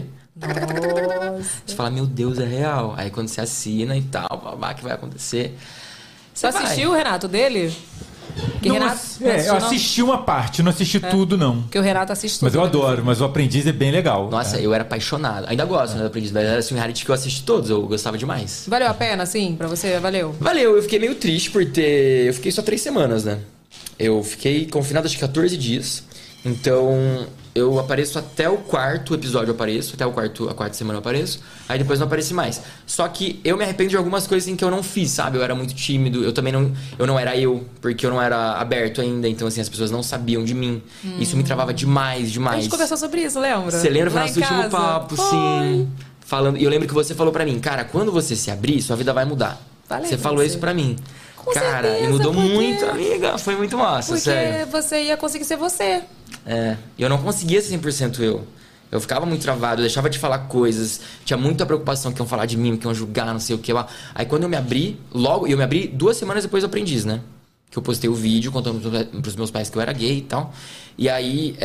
Você fala, meu Deus, é real. Aí quando você assina e tal, babá, que vai acontecer. Você assistiu, Renato, dele? Que Não, Renato, eu assisti uma parte, não assisti tudo, não. Porque o Renato assiste tudo. Mas eu adoro, mas o Aprendiz é bem legal. Nossa, eu era apaixonado. Ainda gosto, né, do Aprendiz. Mas era assim, um reality que eu assisti todos, eu gostava demais. Valeu a pena, assim, pra você? Valeu? Valeu, eu fiquei meio triste por ter... Eu fiquei só 3 semanas, né? Eu fiquei confinado acho que 14 dias. Então, eu apareço até o 4º episódio, até a 4ª semana eu apareço. Aí depois não apareci mais. Só que eu me arrependo de algumas coisas assim, que eu não fiz, sabe? Eu era muito tímido, eu não era eu, porque eu não era aberto ainda. Então, assim, as pessoas não sabiam de mim. Isso me travava demais. A gente conversou sobre isso, lembra? Você lembra? Foi Lá nosso em último casa. papo, sim. Falando, e eu lembro que você falou pra mim, cara, quando você se abrir, sua vida vai mudar. Falei Você pra falou você. isso pra mim. Com cara, certeza, e mudou porque- muito, amiga. Foi muito massa, Porque sério. você ia conseguir ser você. É, e eu não conseguia ser 100% eu. Eu ficava muito travado, eu deixava de falar coisas, tinha muita preocupação que iam falar de mim, que iam julgar, não sei o que lá. Aí quando eu me abri, e eu me abri 2 semanas depois do Aprendiz, né? Que eu postei o vídeo contando pros meus pais que eu era gay e tal. E aí,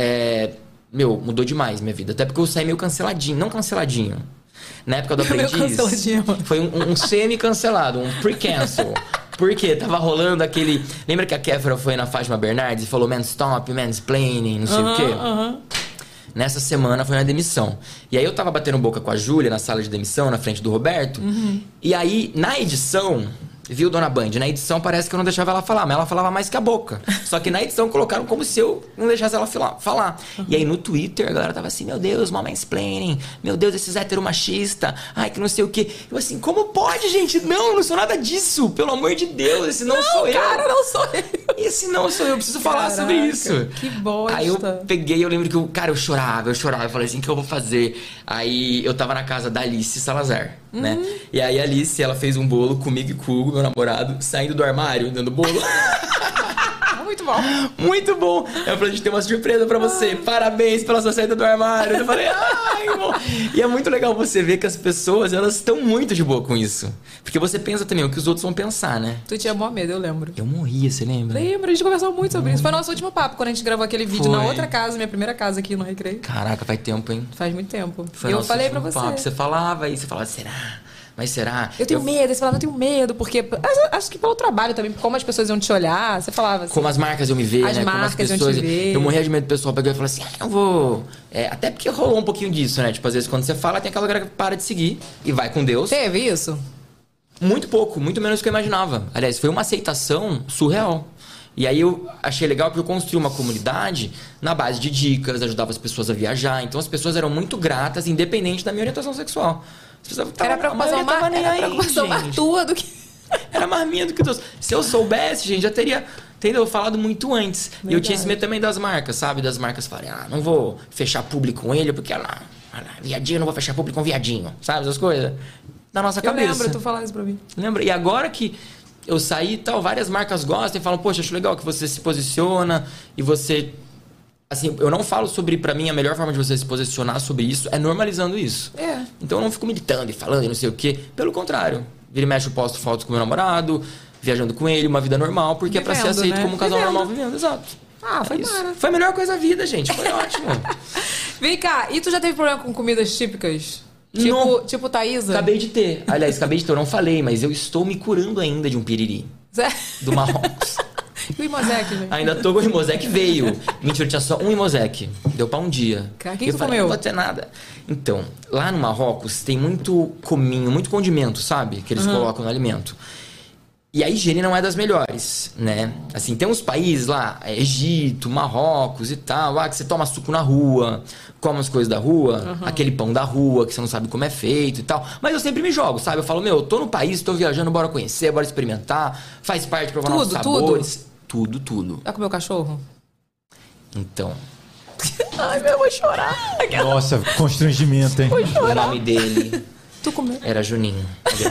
mudou demais minha vida. Até porque eu saí meio canceladinho, não canceladinho. Na época do Meio Aprendiz, canceladinho. foi um semi-cancelado, um pre-cancel. Porque tava rolando aquele... Lembra que a Kéfera foi na Fátima Bernardes e falou man stop, mansplaining, não sei o quê? Nessa semana foi na demissão. E aí eu tava batendo boca com a Júlia na sala de demissão, na frente do Roberto. E aí, na edição... Viu, dona Band? Na edição parece que eu não deixava ela falar, mas ela falava mais que a boca. Só que na edição colocaram como se eu não deixasse ela falar. E aí no Twitter a galera tava assim, meu Deus, mansplaining, meu Deus, esses heteromachista, ai que não sei o quê. Eu assim, como pode, gente? Não, eu não sou nada disso, pelo amor de Deus, esse não sou eu. Cara, não sou eu. Esse não sou eu, preciso falar sobre isso. Que bosta. Aí eu peguei, eu lembro que eu chorava, eu falei assim, o que eu vou fazer? Aí eu tava na casa da Alice Salazar, né? E aí a Alice, ela fez um bolo comigo e com o Hugo, meu namorado, saindo do armário, dando bolo. Muito bom. Muito bom. Eu falei, a gente tem uma surpresa pra você. Parabéns pela sua saída do armário. Eu falei, ai, irmão. E é muito legal você ver que as pessoas, elas estão muito de boa com isso. Porque você pensa também o que os outros vão pensar, né? Tu tinha mó medo, eu lembro. Eu morria, você lembra? Lembro, a gente conversou muito sobre isso. Foi nosso último papo, quando a gente gravou aquele vídeo Foi. na outra casa, minha primeira casa aqui no Recreio. Caraca, faz tempo, hein? Faz muito tempo. Foi E eu nosso falei pra último você. papo. Você falava e você falava, será? Mas será? Eu tenho medo, aí você falava, eu tenho medo, porque... Acho que pelo trabalho também, como as pessoas iam te olhar, você falava assim... Como as marcas iam me ver, As né? marcas Como as iam pessoas... te ver. Eu morria de medo do pessoal pegar e falar assim, eu vou... até porque rolou um pouquinho disso, né? Tipo, às vezes quando você fala, tem aquela galera que para de seguir e vai com Deus. Teve isso? Muito pouco, muito menos do que eu imaginava. Aliás, foi uma aceitação surreal. E aí eu achei legal porque eu construí uma comunidade na base de dicas, ajudava as pessoas a viajar. Então as pessoas eram muito gratas, independente da minha orientação sexual. As pessoas Era preocupação mais gente. tua do que... Era mais minha do que Deus. Se eu soubesse, gente, já teria, entendeu? Falado muito antes. E eu tinha esse medo também das marcas, sabe? Das marcas falarem, não vou fechar público com ele, porque viadinho, não vou fechar público com viadinho. Sabe essas coisas? Na nossa cabeça. Eu lembro, tu falar isso pra mim. Lembra? E agora que eu saí e tal, várias marcas gostam e falam, poxa, acho legal que você se posiciona e você... Assim, eu não falo sobre, pra mim, a melhor forma de você se posicionar sobre isso é normalizando isso. Então eu não fico militando e falando e não sei o quê. Pelo contrário. Vira e mexe, eu posto fotos com meu namorado, viajando com ele, uma vida normal, porque é pra ser aceito, né? Como um casal normal vivendo, exato. Foi isso. mara. Foi a melhor coisa da vida, gente. Foi ótimo. Vem cá, e tu já teve problema com comidas típicas? Tipo Thaísa? Acabei de ter. Aliás, eu não falei, mas eu estou me curando ainda de um piriri. Zé? Do Marrocos. E o Imosec, gente? Ainda tô com o Imosec, veio. Mentira, tinha só um Imosec. Deu pra um dia. O que eu tu falei, comeu? não vou ter nada. Então, lá no Marrocos tem muito cominho, muito condimento, sabe? Que eles colocam no alimento. E a higiene não é das melhores, né? Assim, tem uns países lá, Egito, Marrocos e tal, lá que você toma suco na rua, come as coisas da rua, aquele pão da rua que você não sabe como é feito e tal. Mas eu sempre me jogo, sabe? Eu falo, eu tô no país, tô viajando, bora conhecer, bora experimentar, faz parte, provar novos sabores. Tudo. Vai comer o cachorro? Então... Ai, eu vou chorar. Nossa, constrangimento, hein? O nome dele Tu comeu? era Juninho.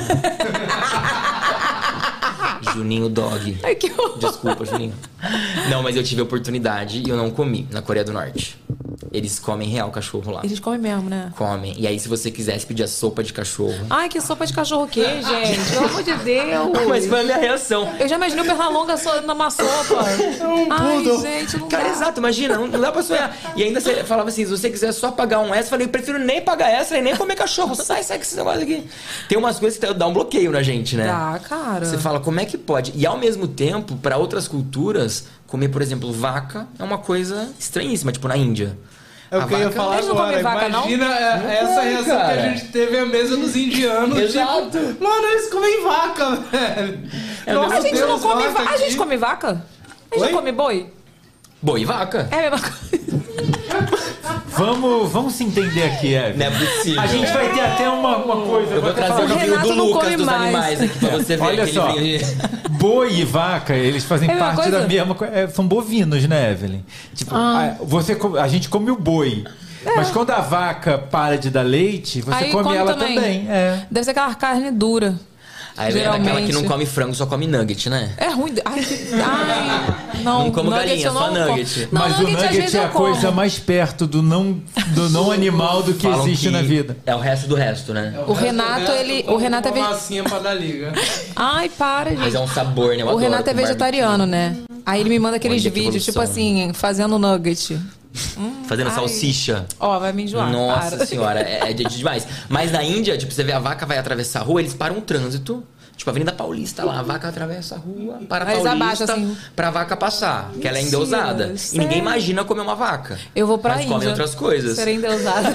Juninho Dog. Ai, que horror. Desculpa, Juninho. Não, mas eu tive a oportunidade e eu não comi na Coreia do Norte. Eles comem real cachorro lá. Eles comem mesmo, né? Comem. E aí, se você quisesse pedir a sopa de cachorro... Ai, que sopa de cachorro o quê, gente? Pelo amor de Deus. Mas foi a minha reação. Eu já imaginei o Pernalonga numa sopa. Ai, gente, não Cara, dá. exato, imagina, não dá pra sonhar. E ainda você falava assim, se você quiser só pagar um extra, eu falei, eu prefiro nem pagar extra e nem comer cachorro. Sai com esse negócio aqui. Tem umas coisas que dá um bloqueio na gente, né? Dá, cara. Você fala, como é que pode? E ao mesmo tempo, pra outras culturas, comer, por exemplo, vaca é uma coisa estranhíssima, tipo na Índia. É o que eu ia falar Eles não agora. comem vaca, não? Imagina essa reação cara. que a gente teve à mesa dos indianos. Exato. Tipo, mano, eles comem vaca, velho. A gente Deus, não come vaca vaca. A gente aqui. come vaca? A gente Oi? não come boi? Boi e vaca. É a mesma coisa. Vamos se entender aqui, Eve. Não é possível. A gente vai ter até uma coisa. Eu vou trazer o O livrinho Renato do não Lucas come dos mais. animais aqui pra você ver Olha aquele só, livrinho de... boi e vaca, eles fazem É a mesma parte da coisa? mesma coisa. São bovinos, né, Evelyn? Tipo, a gente come o boi. Mas quando a vaca para de dar leite, você Aí come ela também. É. Deve ser aquela carne dura. Aí vem aquela que Geralmente. não come frango, só come nugget, né? É ruim. Ai, não. Não como nugget galinha, eu só não como. nugget. Não, Mas o às nugget vezes é eu a coisa como. mais perto do não animal do que Falam existe que na vida. É o resto do resto, né? O Renato, o Renato é uma ve... massinha pra dar liga. Ai, para, Mas gente. é um sabor, né? Eu O adoro Renato é com vegetariano, né? Aí ele me manda aqueles Olha que vídeos, tipo evolução. assim, fazendo nugget. Fazendo ai. salsicha. Ó, vai me enjoar. Nossa para. senhora, é demais. Mas na Índia, tipo, você vê a vaca vai atravessar a rua, eles param o trânsito. Tipo, a Avenida Paulista lá, a vaca atravessa a rua para a Aí eles Paulista abaixam, assim. pra vaca passar. Que ela é Mentira, endeusada. E sério? ninguém imagina comer uma vaca. Eu vou pra Mas Índia. comem outras coisas. Serei endeusada.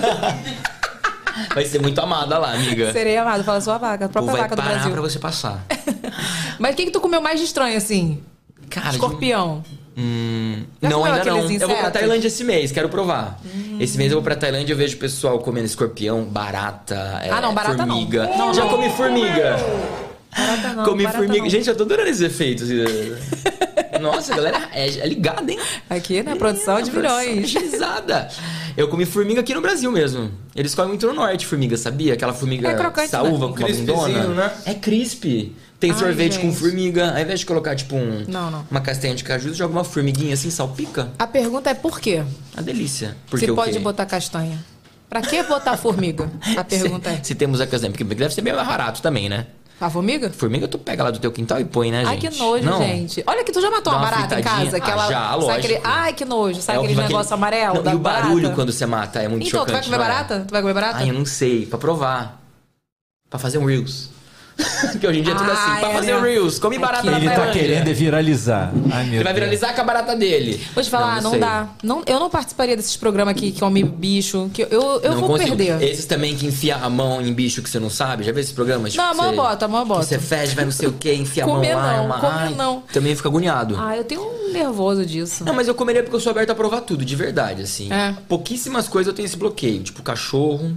Vai ser muito amada lá, amiga. Serei amado. Fala sua vaca, a O povo própria vai vaca do parar Brasil. pra você passar. Mas o que tu comeu mais de estranho, assim? Cara, Escorpião. Já não, comeu ainda não. aqueles Eu vou pra insetos? Tailândia esse mês, quero provar. Esse mês eu vou pra Tailândia e eu vejo o pessoal comendo escorpião, barata, não, barata não. formiga. Não, Já não. comi formiga. Barata não, Comi barata formiga. não. Gente, eu tô adorando esses efeitos. Nossa, a galera é ligada, hein? Aqui, né? Produção de milhões. Agilizada. Eu comi formiga aqui no Brasil mesmo. Eles comem muito no norte formiga, sabia? Aquela formiga É crocante, saúva né? com uma Crispzinho, bundona. né? É crisp. Tem Ai, sorvete com gente. formiga. Ao invés de colocar, tipo, Não. uma castanha de caju, joga uma formiguinha assim, salpica. A pergunta é por quê? Uma delícia. Porque Se o pode quê? botar castanha. Pra que botar formiga? A pergunta é. Se temos a castanha, porque deve ser meio barato também, né? A formiga? Formiga tu pega lá do teu quintal e põe, né, Ai, gente? que nojo, Não. gente. Olha que tu já matou Dá uma uma barata em fritadinha. casa? Aquela, Já, sabe lógico. aquele, ai, que nojo. Sabe aquele horrível, negócio amarelo Não, da e o barulho barata? quando você mata é muito Então, tu vai chocante, comer não é? barata? Tu vai comer barata? Ai, eu não sei. Pra provar. Pra fazer um Reels. Que hoje em dia é tudo assim. Pra é, fazer né? um Reels. Come Aqui. barata na Ele tá Tailândia. querendo viralizar. Ai, meu Ele vai Deus. viralizar com a barata dele. Vou te falar, não sei. dá. Não, eu não participaria desses programas aqui que come bicho. Que eu Não vou consigo. perder. Esses também que enfia a mão em bicho que você não sabe. Já viu esses programas? Não, a mão eu boto, a mão eu boto. Que você fede, vai não sei o que, enfia Comer a mão lá. não, uma... comer Ai, não. Também fica agoniado. Ah, eu tenho um nervoso disso. Não, mas eu comeria porque eu sou aberto a provar tudo, de verdade, assim. É. Pouquíssimas coisas eu tenho esse bloqueio, tipo cachorro.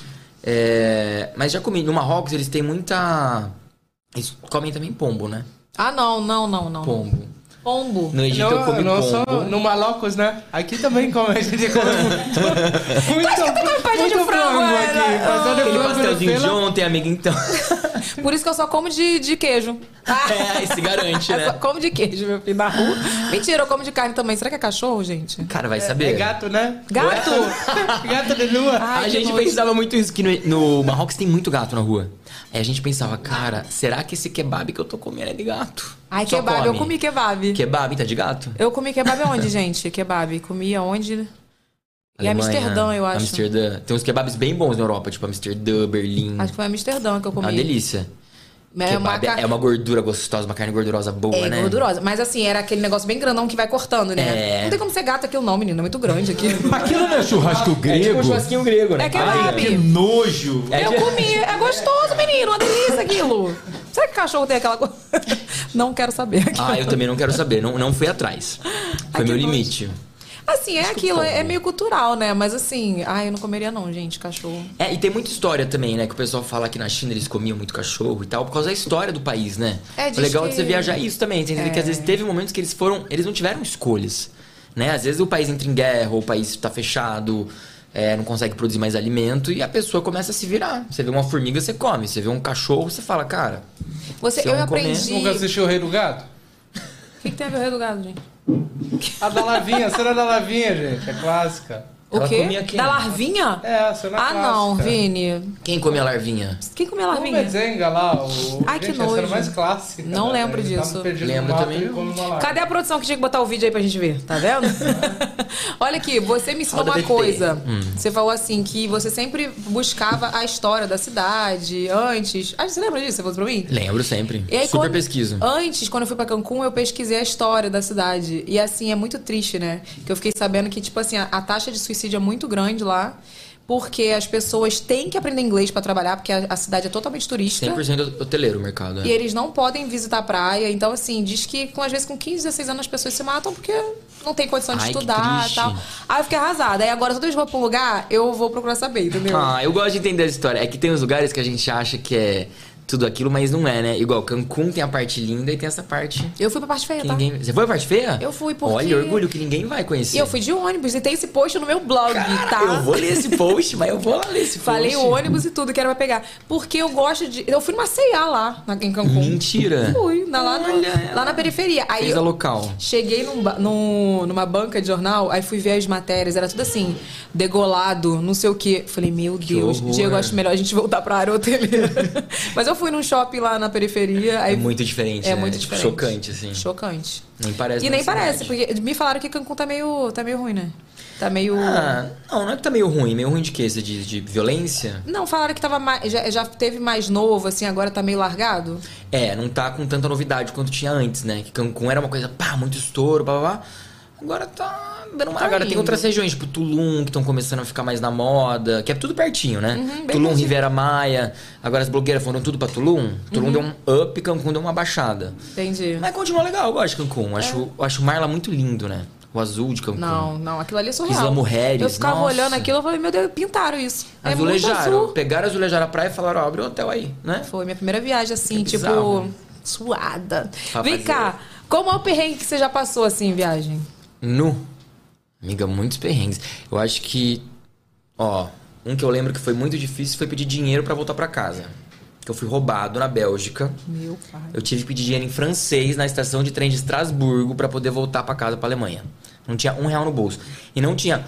Mas já comi. No Marrocos eles têm muita... Eles comem também pombo, né? Ah, não. Pombo. Pombo. No Egito eu comi não pombo. só no Marrocos, né? Aqui também come, a gente come muito. Acho que tu come patinho de frango, né? aqui. Passando Aquele frango pastelzinho de pela- ontem, amiga, então. Por isso que eu só como de queijo. Se garante, Eu né? só como de queijo, meu filho, na rua. Mentira, eu como de carne também. Será que é cachorro, gente? Cara, vai É saber. gato, né? Gato? Gato de lua. Ai, A que gente nojo. pensava muito isso, que no Marrocos tem muito gato na rua. Aí a gente pensava, cara, será que esse kebab que eu tô comendo é de gato? Ai, Só kebab. Eu come. comi kebab. Kebab, tá de gato? Eu comi kebab onde, gente? Kebab. Comi aonde? Em Alemanha, Amsterdã, eu acho. Amsterdã. Tem uns kebabs bem bons na Europa, tipo Amsterdã, Berlim. Acho que foi em Amsterdã que eu É comi. uma delícia. É uma Kebab é uma gordura gostosa, uma carne gordurosa boa, É né? gordurosa. Mas assim, era aquele negócio bem grandão que vai cortando, né? É. Não tem como ser gato aquilo não, menino. É muito grande aqui. Aquilo não é churrasco É tipo grego? um churrasquinho grego, né? É kebab. Que nojo. É Eu de- comi. É gostoso, menino. Uma delícia aquilo. Será que cachorro tem aquela coisa? Não quero saber. Ah, eu também não quero saber. Não fui atrás. Foi Ai, meu que nojo. limite. Assim, é aquilo. pombo. É meio cultural, né? Mas assim... Ai, eu não comeria não, gente, cachorro. E tem muita história também, né? Que o pessoal fala que na China eles comiam muito cachorro e tal, por causa da história do país, né? É, diz o legal que- de você viajar é isso também. Você entender que às vezes teve momentos que eles não tiveram escolhas, né? Às vezes o país entra em guerra, ou o país tá fechado, não consegue produzir mais alimento e a pessoa começa a se virar. Você vê uma formiga, você come. Você vê um cachorro, você fala, cara... Você, Se eu eu não comer, aprendi... Nunca assistiu o Rei do Gado? O que tem a ver com o rei do gado, gente? A da Lavinha, a cena da Lavinha, gente. É clássica. O Ela quê? comia quem? Da larvinha? É, a cena clássica. Não, Vini. Quem come a larvinha? Quem comeu a O larvinha? Mezenga lá, o... Ai, que gente, a cena nojo. mais clássica. Não né? lembro Ele disso. tava perdido no Lembro mato, também. ele come uma larva. Cadê a produção que tinha que botar o vídeo aí pra gente ver? Tá vendo? Olha aqui, você me ensinou Roda uma VT. coisa. Você falou assim, que você sempre buscava a história da cidade antes. Ah, você lembra disso? Você falou pra mim? Lembro sempre. E aí, Super pesquiso. Antes, quando eu fui pra Cancún, eu pesquisei a história da cidade. E assim, é muito triste, né? Que eu fiquei sabendo que, tipo assim, a taxa de suicídio é muito grande lá. Porque as pessoas têm que aprender inglês pra trabalhar, porque a cidade é totalmente turística. 100% hoteleiro o mercado. E eles não podem visitar a praia. Então, assim, diz que às vezes com 15, 16 anos as pessoas se matam porque não tem condição de Ai, que estudar e triste. tal. Aí eu fiquei arrasada. Aí agora, toda vez que eu vou pra um lugar, eu vou procurar saber, entendeu? Ah, eu gosto de entender a história. É que tem uns lugares que a gente acha que é tudo aquilo, mas não é, né? Igual Cancún tem a parte linda e tem essa parte Eu fui pra parte feia, que tá? ninguém... Você foi pra parte feia? Eu fui porque... Olha, orgulho que ninguém vai conhecer. E eu fui de ônibus. E tem esse post no meu blog, tá? Eu vou ler esse post, mas eu vou lá ler esse post. Falei o ônibus e tudo que era pra pegar. Porque eu gosto de... Eu fui numa C&A lá, em Cancún. Mentira. Fui, Olha, lá na periferia. Aí Fez a local. cheguei numa banca de jornal, aí fui ver as matérias, era tudo assim, degolado, não sei o quê. Falei, meu Deus, horror. Diego, acho melhor a gente voltar pra área hoteleira. Mas eu fui num shopping lá na periferia. Aí É muito diferente, É né? muito Tipo, diferente. chocante, assim. Chocante. Nem parece. E uma nem parece, cidade. porque me falaram que Cancún tá meio ruim, né? Tá meio... Não é que tá meio ruim. Meio ruim de quê? Você diz de violência? Não, falaram que tava mais, já teve mais novo, assim, agora tá meio largado. É, não tá com tanta novidade quanto tinha antes, né? Que Cancún era uma coisa, pá, muito estouro, blá, blá, blá. Agora tá dando uma... Tá Agora indo. tem outras regiões, tipo Tulum, que estão começando a ficar mais na moda, que é tudo pertinho, né? bem Tulum, pertinho. Riviera Maia. Agora as blogueiras foram tudo pra Tulum. Tulum deu um up, Cancún deu uma baixada. Entendi. Mas continua legal, eu gosto de Cancún. Acho o mar lá muito lindo, né? O azul de Cancún. Não, aquilo ali é surreal. Isla Mujeres, Eu ficava nossa. olhando aquilo e falei, meu Deus, pintaram isso. É muito Azulejaram. azul. Pegaram, azulejaram a praia e falaram, ó, abre um hotel aí, né? Foi minha primeira viagem, assim, Que tipo, bizarro. suada. Pra Vem fazer. cá, como é o perrengue que você já passou, assim, em viagem? Amiga, muitos perrengues. Eu acho que, um que eu lembro que foi muito difícil foi pedir dinheiro pra voltar pra casa. Que eu fui roubado na Bélgica. Meu pai. Eu tive que pedir dinheiro em francês na estação de trem de Estrasburgo pra poder voltar pra casa, pra Alemanha. Não tinha R$1 no bolso. E não tinha...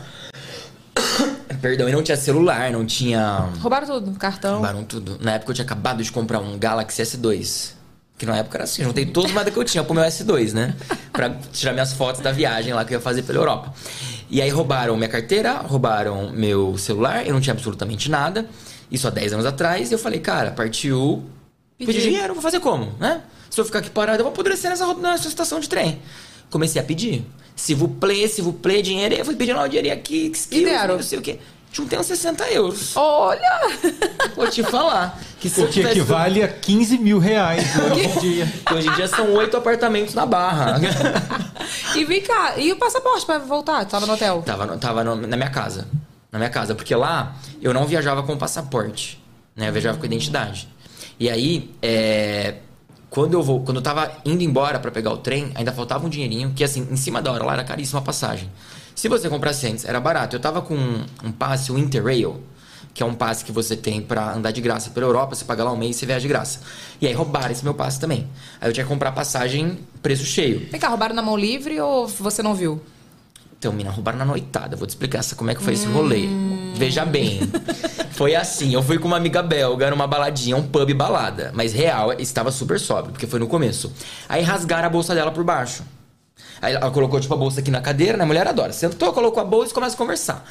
Perdão, e não tinha celular, não tinha... Roubaram tudo, cartão. Roubaram tudo. Na época eu tinha acabado de comprar um Galaxy S2. Que na época era assim, eu juntei todos os nada que eu tinha pro meu S2, né? Pra tirar minhas fotos da viagem lá que eu ia fazer pela Europa. E aí roubaram minha carteira, roubaram meu celular, eu não tinha absolutamente nada. Isso há 10 anos atrás. E eu falei, cara, partiu... Pedir dinheiro, vou fazer como, né? Se eu ficar aqui parado, eu vou apodrecer nessa estação de trem. Comecei a pedir. Se vous plaît, dinheiro. Eu fui pedindo lá o dinheiro aqui, E deram? não sei o quê. Juntei uns 60 euros. Olha! Vou te falar. Que se eu O que tivesse- equivale a 15 mil reais hoje em dia. que hoje em dia são 8 apartamentos na Barra. E vem cá, e o passaporte pra voltar? Tava no hotel? Na minha casa. Na minha casa. Porque lá eu não viajava com passaporte. Né? Eu viajava com identidade. E aí, quando eu tava indo embora pra pegar o trem, ainda faltava um dinheirinho, que assim, em cima da hora lá era caríssima a passagem. Se você comprasse antes, era barato. Eu tava com um passe, o Interrail, que é um passe que você tem pra andar de graça pela Europa, você paga lá um mês e você viaja de graça. E aí roubaram esse meu passe também. Aí eu tinha que comprar passagem preço cheio. Vem cá, roubaram na mão livre ou você não viu? Então, mina, roubaram na noitada. Vou te explicar como é que foi esse rolê. Veja bem. Foi assim, eu fui com uma amiga belga numa baladinha, um pub balada. Mas real, estava super sóbrio, porque foi no começo. Aí rasgaram a bolsa dela por baixo. Aí ela colocou, tipo, a bolsa aqui na cadeira, né? A mulher adora. Sentou, colocou a bolsa e começa a conversar.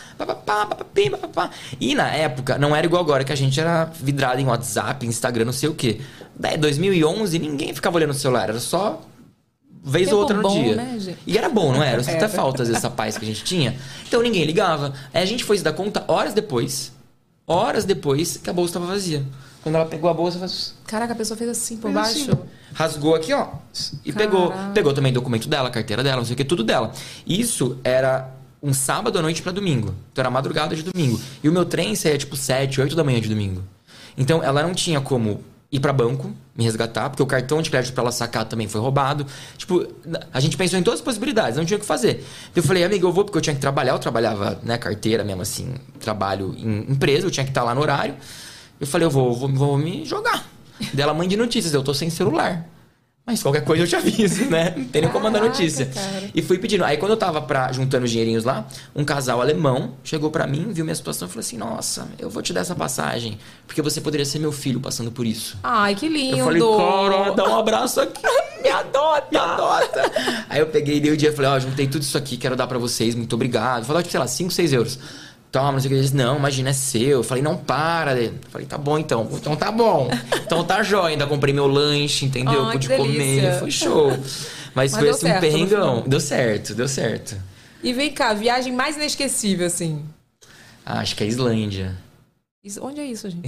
E na época, não era igual agora, que a gente era vidrado em WhatsApp, Instagram, não sei o quê. Daí, 2011, ninguém ficava olhando o celular. Era só vez Tempo ou outra no bom, dia. né, gente? E era bom, não era? Eu sinto até falta, às vezes, essa paz que a gente tinha. Então, ninguém ligava. Aí a gente foi se dar conta horas depois que a bolsa estava vazia. Quando ela pegou a bolsa, faz... Caraca, a pessoa fez assim por Fez baixo. assim. Rasgou aqui, ó. E pegou também documento dela, carteira dela, não sei o que, tudo dela. Isso era um sábado à noite pra domingo. Então era madrugada de domingo. E o meu trem saía tipo 7, 8 da manhã de domingo. Então ela não tinha como ir pra banco, me resgatar, porque o cartão de crédito pra ela sacar também foi roubado. Tipo, a gente pensou em todas as possibilidades, não tinha o que fazer. Eu falei, amiga, eu vou porque eu tinha que trabalhar. Eu trabalhava, né, carteira mesmo assim, trabalho em empresa, eu tinha que estar lá no horário. Eu falei, eu vou me jogar. Dela, mãe de notícias, eu tô sem celular. Mas qualquer coisa eu te aviso, né? Não tem nem como mandar notícia. Cara. E fui pedindo. Aí quando eu tava juntando os dinheirinhos lá, um casal alemão chegou pra mim, viu minha situação e falou assim: nossa, eu vou te dar essa passagem, porque você poderia ser meu filho passando por isso. Ai, que lindo. Eu falei, cara, dá um abraço aqui. Me adota, me adota. Aí eu peguei e dei o dia e falei, ó, juntei tudo isso aqui, quero dar pra vocês, muito obrigado. Falou, tipo, sei lá, 5, 6 euros. Toma, não sei o que. Ele disse, não, imagina, é seu. Eu falei, não, para. Eu falei, tá bom então. Então tá bom. Então tá jóia. Ainda comprei meu lanche, entendeu? Ai, Pude que delícia. comer. Foi show. Mas foi deu assim um certo, no perrengão. final. Deu certo, deu certo. E vem cá, viagem mais inesquecível, assim. Acho que é a Islândia. Onde é isso, gente?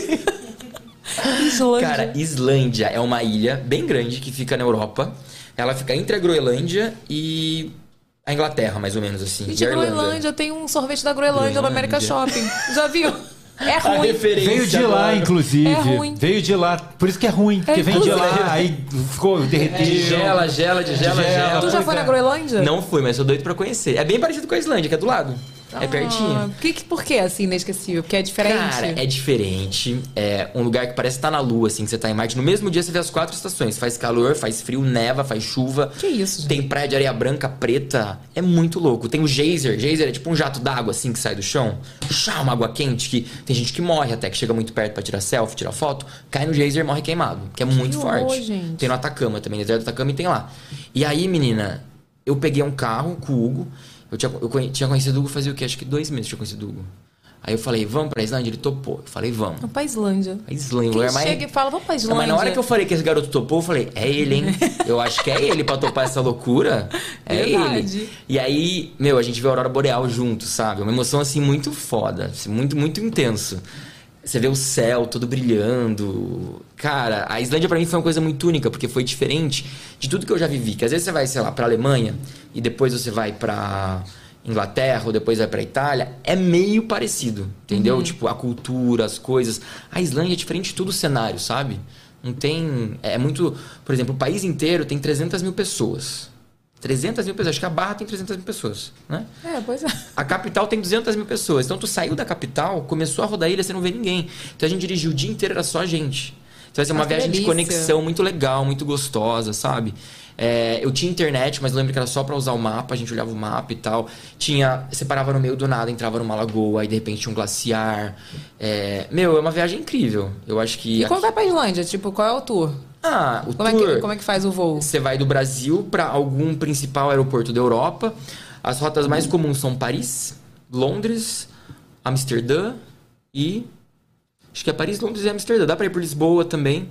Islândia. Cara, Islândia é uma ilha bem grande que fica na Europa. Ela fica entre a Groenlândia e a Inglaterra, mais ou menos assim. Gente, e a a Irlanda. Groenlândia tem um sorvete da Groenlândia no America Shopping. Já viu? É A ruim. referência Veio de lá, agora. inclusive. É ruim. Veio de lá. Por isso que é ruim, porque vem de lá, aí ficou derreteu. Gela. Tu já foi na Groenlândia? Não fui, mas sou doido pra conhecer. É bem parecido com a Islândia, que é do lado. É pertinho. Por que assim inesquecível? Porque é diferente? Cara, é diferente. É um lugar que parece estar na lua, assim, que você tá em Marte. No mesmo dia você vê as 4 estações. Faz calor, faz frio, neva, faz chuva. Que isso, gente? Tem praia de areia branca, preta. É muito louco. Tem o geyser. Geyser é tipo um jato d'água, assim, que sai do chão. Chá, uma água quente, que tem gente que morre até, que chega muito perto pra tirar selfie, tirar foto. Cai no geyser e morre queimado. Que é muito horror, forte. gente. Tem no Atacama também. No deserto do Atacama e tem lá. E aí, menina, eu peguei um carro com o Hugo. Eu tinha conhecido o Hugo fazia o quê? Acho que 2 meses que eu tinha conhecido o Hugo. Aí eu falei, vamos pra Islândia? Ele topou. Eu falei, vamos. Vamos pra Islândia. A Islândia, Quem lugar mais... chega e fala, vamos pra Islândia. Não, mas na hora que eu falei que esse garoto topou, eu falei, é ele, hein? Eu acho que é ele pra topar essa loucura. É Verdade. ele. E aí, a gente vê a Aurora Boreal junto, sabe? Uma emoção, assim, muito foda. Assim, muito, muito intenso. Você vê o céu todo brilhando. Cara, a Islândia pra mim foi uma coisa muito única, porque foi diferente de tudo que eu já vivi. Que às vezes você vai, sei lá, pra Alemanha, e depois você vai pra Inglaterra, ou depois vai pra Itália, é meio parecido, entendeu? Tipo, a cultura, as coisas. A Islândia é diferente de tudo o cenário, sabe? Não tem... É muito... Por exemplo, o país inteiro tem 300 mil pessoas. 300 mil pessoas. Acho que a Barra tem 300 mil pessoas, né? É, pois é. A capital tem 200 mil pessoas. Então, tu saiu da capital, começou a rodar a ilha, você não vê ninguém. Então, a gente dirigiu o dia inteiro, era só a gente. Então, vai ser uma Nossa, que viagem de delícia. conexão muito legal, muito gostosa, sabe? Eu tinha internet, mas eu lembro que era só pra usar o mapa. A gente olhava o mapa e tal. Você parava no meio do nada, entrava numa lagoa, aí de repente tinha um glaciar. É uma viagem incrível. Eu acho que... E quando vai pra Islândia? Tipo, qual é o tour? O Como tour... como é que faz o voo? Você vai do Brasil para algum principal aeroporto da Europa. As rotas mais comuns são Paris, Londres, Amsterdã e... Acho que é Paris, Londres e Amsterdã. Dá para ir por Lisboa também.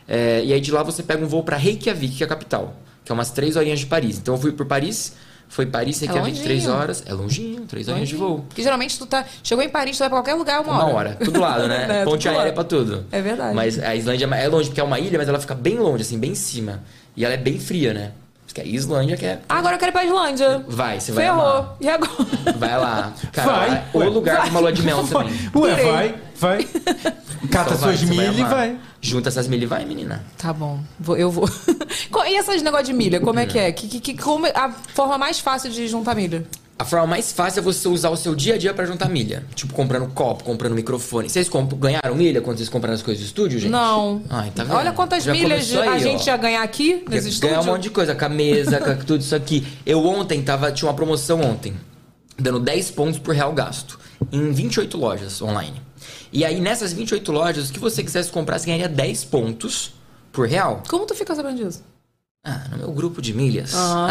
E aí de lá você pega um voo para Reykjavik, que é a capital. Que é umas 3 horinhas de Paris. Então eu fui por Paris... Foi Paris, Reykjavik, 3 horas. É longinho, 3 horinhas de voo. Porque geralmente chegou em Paris, tu vai pra qualquer lugar uma hora. Tudo lado, né? Ponte tudo aérea lá. pra tudo. É verdade. Mas a Islândia é longe, porque é uma ilha, mas ela fica bem longe, assim, bem em cima. E ela é bem fria, né? Porque a Islândia que é... Agora eu quero ir pra Islândia. Vai, você vai amar. Ferrou. E agora? Vai lá. Cara, Vai. o lugar de uma lua de mel também. Ué, vai. Cata Então vai, suas você vai milhas e amar. vai. Junta essas milhas e vai, menina. Tá bom, eu vou. E esses negócios de milha, como é que é? Como é a forma mais fácil de juntar milha? A forma mais fácil é você usar o seu dia a dia pra juntar milha. Tipo, comprando copo, comprando microfone. Vocês ganharam milha quando vocês compraram as coisas do estúdio, gente? Não. Ai, tá vendo? Olha quantas Já milhas começou a aí, gente ó. ia ganhar aqui nesse estúdio. Ganhar um monte de coisa, com a mesa, com tudo isso aqui. Eu ontem tinha uma promoção ontem, dando 10 pontos por real gasto, em 28 lojas online. E aí, nessas 28 lojas, o que você quisesse comprar, você ganharia 10 pontos por real. Como tu fica sabendo disso? No meu grupo de milhas.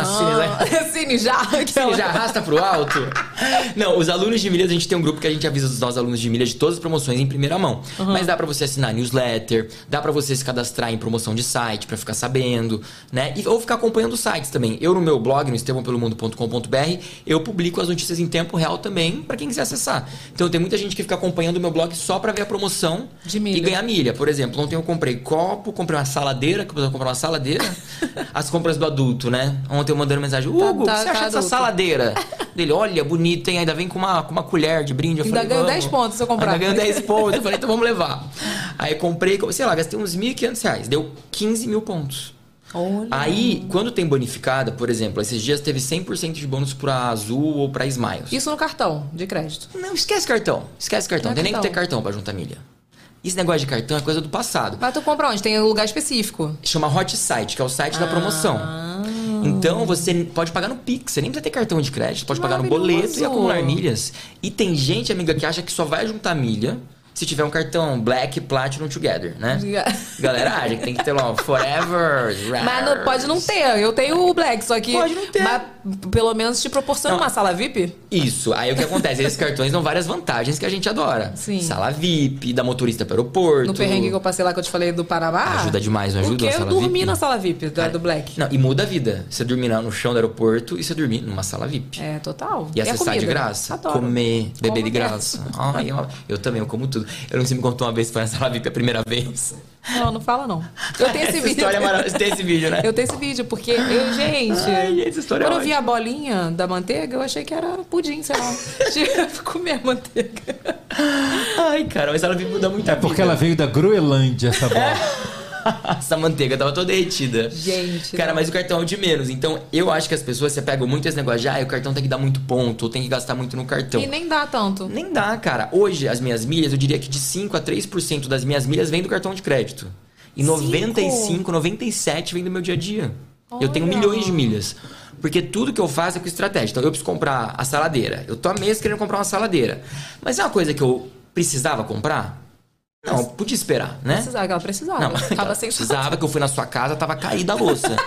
Cine já. Cine já arrasta pro alto. Não, os alunos de milhas, a gente tem um grupo que a gente avisa os nossos alunos de milhas de todas as promoções em primeira mão. Mas dá pra você assinar newsletter, dá pra você se cadastrar em promoção de site pra ficar sabendo, né? Ou ficar acompanhando os sites também. Eu no meu blog, no estevãopelomundo.com.br, eu publico as notícias em tempo real também pra quem quiser acessar. Então tem muita gente que fica acompanhando o meu blog só pra ver a promoção de milha. E ganhar milha. Por exemplo, ontem eu comprei copo, comprei uma saladeira, que eu vou comprar uma saladeira. As compras do adulto, né? Ontem eu mandando mensagem, Hugo, o que você acha dessa saladeira? Dele, olha, bonita, hein? Ainda vem com uma colher de brinde. Eu Ainda falei, ganho vamos. 10 pontos se eu comprar. Ainda ganho 10 pontos. Eu falei, então vamos levar. Aí comprei, sei lá, gastei uns R$1.500. Deu 15 mil pontos. Olha. Aí, quando tem bonificada, por exemplo, esses dias teve 100% de bônus pra Azul ou pra Smiles. Isso no cartão de crédito. Não, esquece cartão. Esquece cartão. Não é Tem nem que ter cartão. cartão pra juntar milha. Esse negócio de cartão é coisa do passado. Mas tu compra onde? Tem um lugar específico. Chama Hot Site, que é o site da promoção. Então você pode pagar no Pix, você nem precisa ter cartão de crédito, pode pagar no boleto e acumular milhas. E tem gente, amiga, que acha que só vai juntar milha se tiver um cartão Black Platinum Together, né? Galera acha que tem que ter lá Forever. Mas não, pode não ter. Eu tenho o Black, só que. Pode não ter. Mas pelo menos te proporciona uma sala VIP? Isso. Aí o que acontece? Esses cartões dão várias vantagens que a gente adora. Sim. Sala VIP, da motorista para o aeroporto. No perrengue que eu passei lá, que eu te falei do Panamá. Ajuda demais, não ajuda? Porque eu dormi na sala VIP do Black. Não, e muda a vida. Você dormir no chão do aeroporto e você dormir numa sala VIP. É, total. E acessar de graça. Adoro. Comer, beber de graça. Ai, eu também, eu como tudo. Eu não sei me contou uma vez que foi na sala VIP a primeira vez. Não fala não. Eu tenho esse vídeo. História é maravilhosa. Você tem esse vídeo, né? Eu tenho esse vídeo, porque eu, gente... Ai, essa história quando é eu vi a bolinha da manteiga, eu achei que era pudim, sei lá. Tipo, comer a manteiga. Ai, cara, mas ela muda muito a vida. É porque ela veio da Groenlândia, essa bola. Essa manteiga tava toda derretida. Gente. Cara, não. mas o cartão é o de menos. Então, eu acho que as pessoas se pegam muito esse negócio de o cartão tem que dar muito ponto, ou tem que gastar muito no cartão. E nem dá tanto. Nem dá, cara. Hoje, as minhas milhas, eu diria que de 5 a 3% das minhas milhas vem do cartão de crédito. E 95, 97 vem do meu dia a dia. Eu tenho milhões de milhas. Porque tudo que eu faço é com estratégia. Então, eu preciso comprar a saladeira. Eu tô há meses querendo comprar uma saladeira. Mas é uma coisa que eu precisava comprar? Não, podia esperar, né? Ela precisava. Não, tava sem precisava, que eu fui na sua casa, tava caída a louça.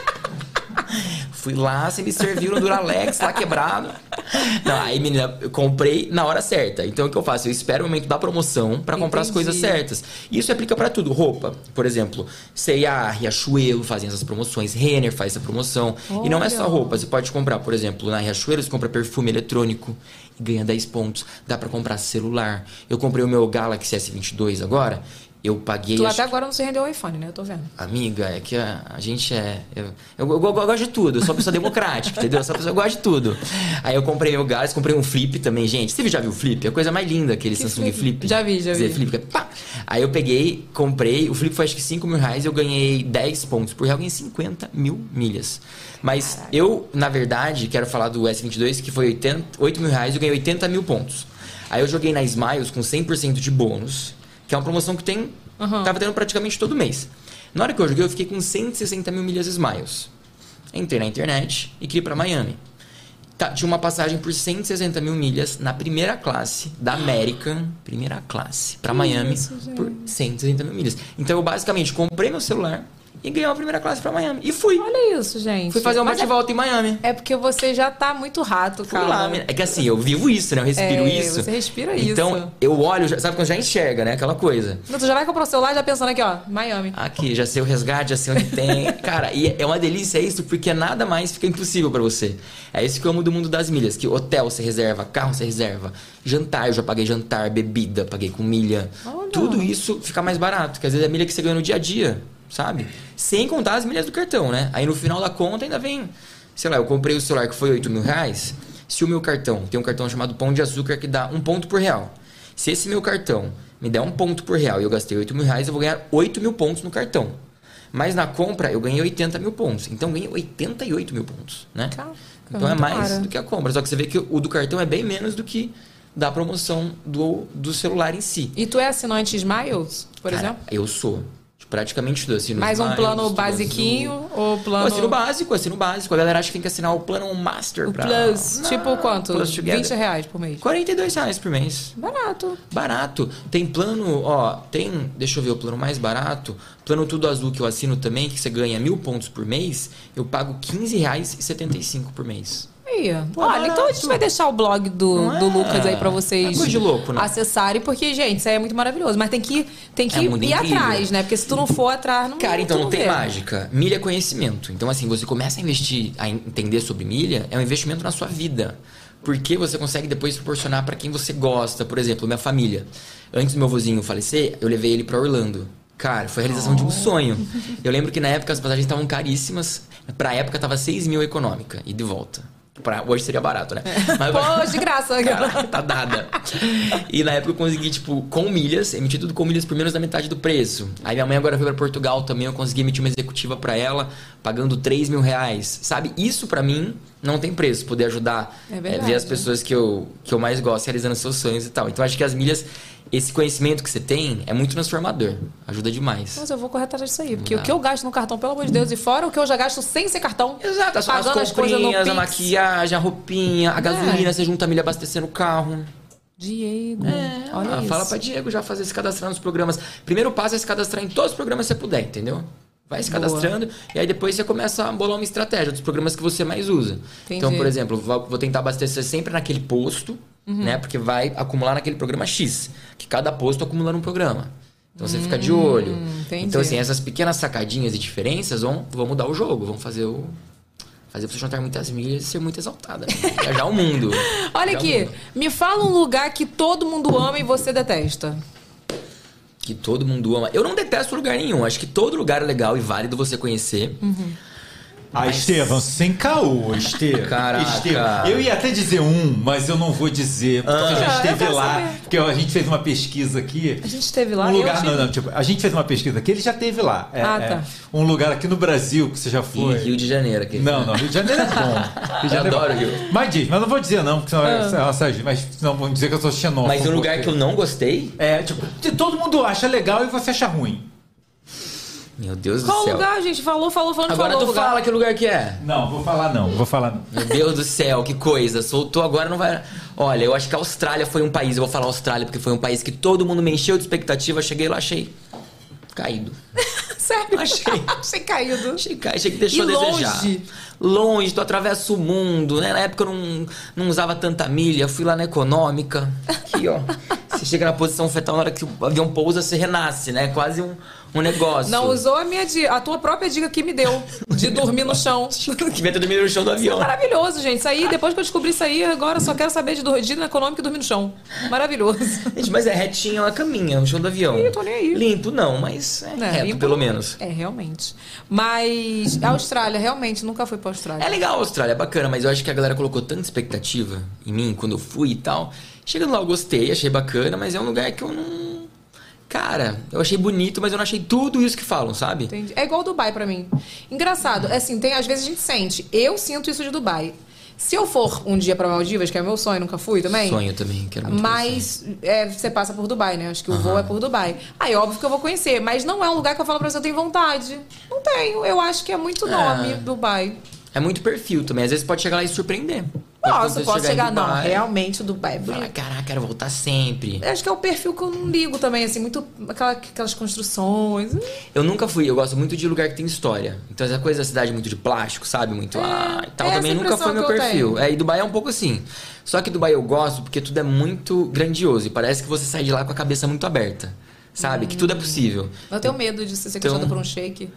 Fui lá, você me serviu no Duralex, lá quebrado. Não, aí, menina, eu comprei na hora certa. Então, o que eu faço? Eu espero o momento da promoção pra comprar as coisas certas. E isso aplica pra tudo. Roupa, por exemplo, C&A, Riachuelo fazem essas promoções. Renner faz essa promoção. Olha. E não é só roupa. Você pode comprar, por exemplo, na Riachuelo, você compra perfume eletrônico e ganha 10 pontos. Dá pra comprar celular. Eu comprei o meu Galaxy S22 agora. Eu paguei... Tu até agora não se rendeu ao iPhone, né? Eu tô vendo. Amiga, é que a gente é... Eu gosto de tudo. Eu sou uma pessoa democrática, entendeu? Eu sou uma pessoa que gosta de tudo. Aí eu comprei meu Galaxy, comprei um Flip também. Gente, você já viu o Flip? É a coisa mais linda, aquele Samsung Flip. Já vi. Flip, pá. Aí eu peguei, comprei. O Flip foi acho que R$5.000. Eu ganhei 10 pontos por real. Eu ganhei 50 mil milhas. Mas caraca. Eu, na verdade, quero falar do S22, que foi R$8.000. Eu ganhei 80 mil pontos. Aí eu joguei na Smiles com 100% de bônus. Que é uma promoção que tem... Tava tendo praticamente todo mês. Na hora que eu joguei, eu fiquei com 160 mil milhas Smiles. Entrei na internet e cliquei pra Miami. Tinha uma passagem por 160 mil milhas na primeira classe da American. Primeira classe. Pra Miami por 160 mil milhas. Então eu basicamente comprei meu celular... E ganhei uma primeira classe pra Miami. E fui. Olha isso, gente. Fui fazer uma bate-volta em Miami. É porque você já tá muito rato, cara. É que assim, eu vivo isso, né? Eu respiro isso. Você respira isso. Então, eu olho, sabe quando já enxerga, né? Aquela coisa. Não, tu já vai comprar o celular já pensando aqui, ó, Miami. Aqui, já sei o resgate, já sei onde tem. Cara, e é uma delícia isso, porque nada mais fica impossível pra você. É isso que eu amo do mundo das milhas. Que hotel você reserva, carro você reserva, jantar, eu já paguei jantar, bebida, paguei com milha. Olha. Tudo isso fica mais barato, que às vezes é milha que você ganha no dia a dia. Sabe? Sem contar as milhas do cartão, né? Aí no final da conta ainda vem... Sei lá, eu comprei o celular que foi R$8.000. Se o meu cartão... Tem um cartão chamado Pão de Açúcar que dá 1 ponto por real. Se esse meu cartão me der 1 ponto por real e eu gastei R$8.000, eu vou ganhar 8 mil pontos no cartão. Mas na compra eu ganhei 80 mil pontos. Então eu ganhei 88 mil pontos, né? Caraca, então é mais do que a compra. Só que você vê que o do cartão é bem menos do que da promoção do celular em si. E tu é assinante Smiles, por exemplo? Eu sou. Praticamente tudo, assino mais um plano basiquinho ou plano... Assino básico. A galera acha que tem que assinar o plano Master. O Plus, tipo quanto? Plus R$20 por mês? R$42 por mês. Barato. Tem plano, deixa eu ver o plano mais barato. Plano Tudo Azul que eu assino também, que você ganha 1.000 pontos por mês. Eu pago R$15,75 por mês. Olha, então a gente vai deixar o blog do Lucas aí pra vocês coisa de louco, né? acessarem, porque, gente, isso aí é muito maravilhoso. Mas tem que ir atrás, né? Porque se tu não for atrás, não... Cara, então não tem mágica. Milha é conhecimento. Então, assim, você começa a investir, a entender sobre milha, é um investimento na sua vida. Porque você consegue depois proporcionar pra quem você gosta. Por exemplo, minha família. Antes do meu vozinho falecer, eu levei ele pra Orlando. Cara, foi a realização de um sonho. Eu lembro que na época as passagens estavam caríssimas. Pra época tava 6 mil econômica. E de volta. Hoje seria barato, né? Mas, pô, de graça. Caraca, tá dada. E na época eu consegui, com milhas, emitir tudo com milhas por menos da metade do preço. Aí minha mãe agora foi pra Portugal também, eu consegui emitir uma executiva pra ela, pagando R$3.000. Sabe? Isso pra mim não tem preço, poder ajudar, ver as pessoas que eu mais gosto realizando seus sonhos e tal. Então acho que as milhas esse conhecimento que você tem é muito transformador. Ajuda demais. Mas eu vou correr atrás disso aí. Porque o que eu gasto no cartão, pelo amor de Deus, e fora o que eu já gasto sem ser cartão. Exato, as pagando as coisas no comprinhas, a Pix. maquiagem, a roupinha, a gasolina, você junta a milha abastecendo o carro. Diego, olha isso. Fala pra Diego já fazer se cadastrar nos programas. Primeiro passo é se cadastrar em todos os programas que você puder, entendeu? Vai se cadastrando e aí depois você começa a bolar uma estratégia dos programas que você mais usa. Entendi. Então, por exemplo, vou tentar abastecer sempre naquele posto, né? Porque vai acumular naquele programa X. Que cada posto acumula num programa. Então você fica de olho. Entendi. Então, assim, essas pequenas sacadinhas e diferenças vão mudar o jogo. Vão fazer você juntar muitas milhas e ser muito exaltada. Né? Viajar o mundo. Olha aqui, me fala um lugar que todo mundo ama e você detesta. Que todo mundo ama. Eu não detesto lugar nenhum. Acho que todo lugar é legal e válido você conhecer. Estevão, sem caô, Estevão. Caraca. Estevão. Eu ia até dizer mas eu não vou dizer, porque a gente esteve lá. saber. Porque a gente fez uma pesquisa aqui. A gente esteve lá? Um Eu lugar, achei- não, tipo, a gente fez uma pesquisa aqui, ele já esteve lá. Tá. Um lugar aqui no Brasil que você já Em foi. Rio de Janeiro. Aqui. Não, Rio de Janeiro é bom. Rio de Eu Janeiro adoro é bom. Rio. Mas não vou dizer não, porque senão vão dizer que eu sou xenófobo. Mas um lugar que eu não gostei... todo mundo acha legal e você acha ruim. Meu Deus Qual do céu. lugar, gente? Falou, Agora tu lugar. fala que lugar que é. Não, vou falar não. Meu Deus do céu, que coisa. Soltou agora, não vai... Olha, eu acho que a Austrália foi um país... Eu vou falar Austrália porque foi um país que todo mundo me encheu de expectativa. Cheguei lá, achei... caído. Sério? Achei. Achei caído. Achei que deixou E a desejar. longe? Longe, tu atravessa o mundo, né? Na época eu não usava tanta milha, fui lá na econômica. Aqui, ó. Você chega na posição fetal, na hora que o avião pousa, você renasce, né? Quase um negócio. Não usou a tua própria dica que me deu, de dormir no chão. Devia ter dormido no chão do avião. Maravilhoso, gente. Isso aí, depois que eu descobri isso aí, agora eu só quero saber de dormir na econômica e dormir no chão. Maravilhoso. Gente, mas é retinho a caminha, no chão do avião. Ih, tô nem aí. Limpo não, mas reto, limpo pelo não. menos. É, realmente. Mas a Austrália, realmente, nunca fui pra Austrália. É legal a Austrália, é bacana, mas eu acho que a galera colocou tanta expectativa em mim quando eu fui e tal. Chegando lá eu gostei, achei bacana, mas é um lugar que eu não... Cara, eu achei bonito, mas eu não achei tudo isso que falam, sabe? Entendi. É igual Dubai pra mim. Engraçado, assim, às vezes a gente sente. Eu sinto isso de Dubai. Se eu for um dia pra Maldivas, que é meu sonho, nunca fui também. Sonho também, quero muito Mas você passa por Dubai, né? Acho que o voo é por Dubai. Aí, óbvio que eu vou conhecer. Mas não é um lugar que eu falo pra você, eu tenho vontade. Não tenho. Eu acho que é muito nome, Dubai. É muito perfil também. Às vezes pode chegar lá e surpreender. Nossa, posso chegar... em Não, Dubai, realmente Dubai é bonito. Fala, caraca, quero voltar sempre. Acho que é o perfil que eu não ligo também, assim, muito aquelas construções. Eu nunca fui, eu gosto muito de lugar que tem história. Então essa coisa da cidade muito de plástico, sabe? Muito e tal, também essa nunca foi meu impressão que eu perfil. E Dubai é um pouco assim. Só que Dubai eu gosto porque tudo é muito grandioso e parece que você sai de lá com a cabeça muito aberta. Sabe? Que tudo é possível. Eu tenho medo de ser sequestrada por um shake.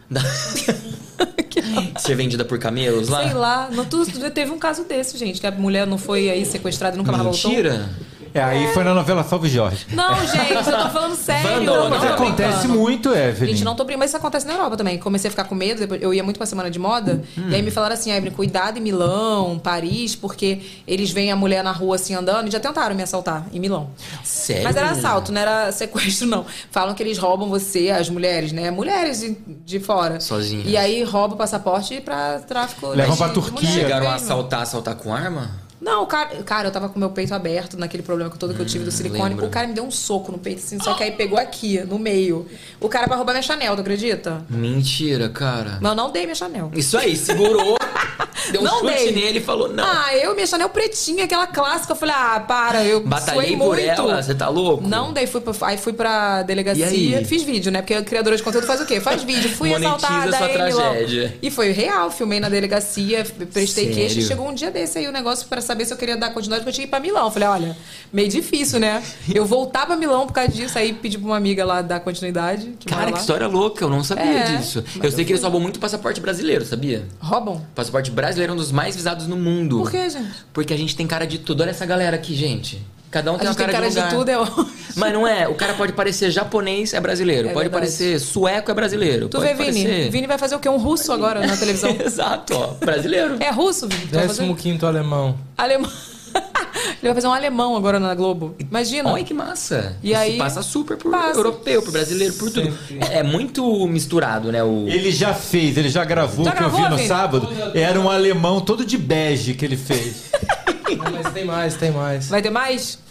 Ser vendida por camelos lá? Sei lá. Teve um caso desse, gente, que a mulher não foi aí sequestrada e nunca mais voltou. Mentira! Aí foi na novela Salve Jorge. Não, gente, eu tô falando sério. Vandal, não Mas tô acontece brincando. muito, Evelyn. Gente, não tô brincando, mas isso acontece na Europa também. Comecei a ficar com medo, depois eu ia muito pra semana de moda, e aí me falaram assim, Evelyn, cuidado em Milão, Paris, porque eles veem a mulher na rua assim andando e já tentaram me assaltar em Milão. Sério? Mas era assalto, não era sequestro, não. Falam que eles roubam você, as mulheres, né? Mulheres de fora. Sozinhas. E aí roubam o passaporte pra tráfico. Levam de pra mulher Turquia. Chegaram a mesmo. assaltar com arma? Não, cara, eu tava com meu peito aberto naquele problema todo que eu tive do silicone. lembro. O cara me deu um soco no peito, assim, só que aí pegou aqui, no meio. O cara pra roubar minha Chanel, tu acredita? Mentira, cara. Mas eu não dei minha Chanel. Isso aí, segurou, deu um Não chute dei. nele e falou não. Minha Chanel pretinha, aquela clássica. Eu falei, para, eu Batalhei suei por muito. ela, você tá louco? Não dei, aí fui pra E delegacia, aí? fiz vídeo, né? Porque a criadora de conteúdo faz o quê? Faz vídeo, fui Monetiza assaltada sua em Milão. tragédia. E foi real, filmei na delegacia, prestei Sério? queixa e chegou um dia desse aí o negócio pra saber se eu queria dar continuidade, porque eu tinha que ir pra Milão. Eu falei, olha, meio difícil, né? Eu voltar pra Milão por causa disso, aí pedi pra uma amiga lá dar continuidade. Que mora Cara, lá. que história louca, eu não sabia É, disso. mas Eu sei que eles roubam muito passaporte brasileiro, sabia? Roubam? Passaporte brasileiro é um dos mais visados no mundo. Por quê, gente? Porque a gente tem cara de tudo. Olha essa galera aqui, gente. Cada um A tem uma gente tem cara, cara de de lugar. tudo, é ótimo. Mas não é. O cara pode parecer japonês, é brasileiro. É pode verdade. parecer sueco, é brasileiro. Tu pode vê, Vini? parecer... Vini vai fazer o quê? Um russo agora na televisão. Exato, ó. Brasileiro. É russo, Vini? Tu vai fazer? 15º alemão. Alemão. Ele vai fazer um alemão agora na Globo. Imagina. Olha que massa. E Isso aí- passa super por Passa. europeu, por brasileiro, por tudo. É muito misturado, né? Ele já gravou, Já que eu vi gravou, no Vini? sábado. Era um alemão todo de bege que ele fez. Não, mas tem mais. Vai ter mais?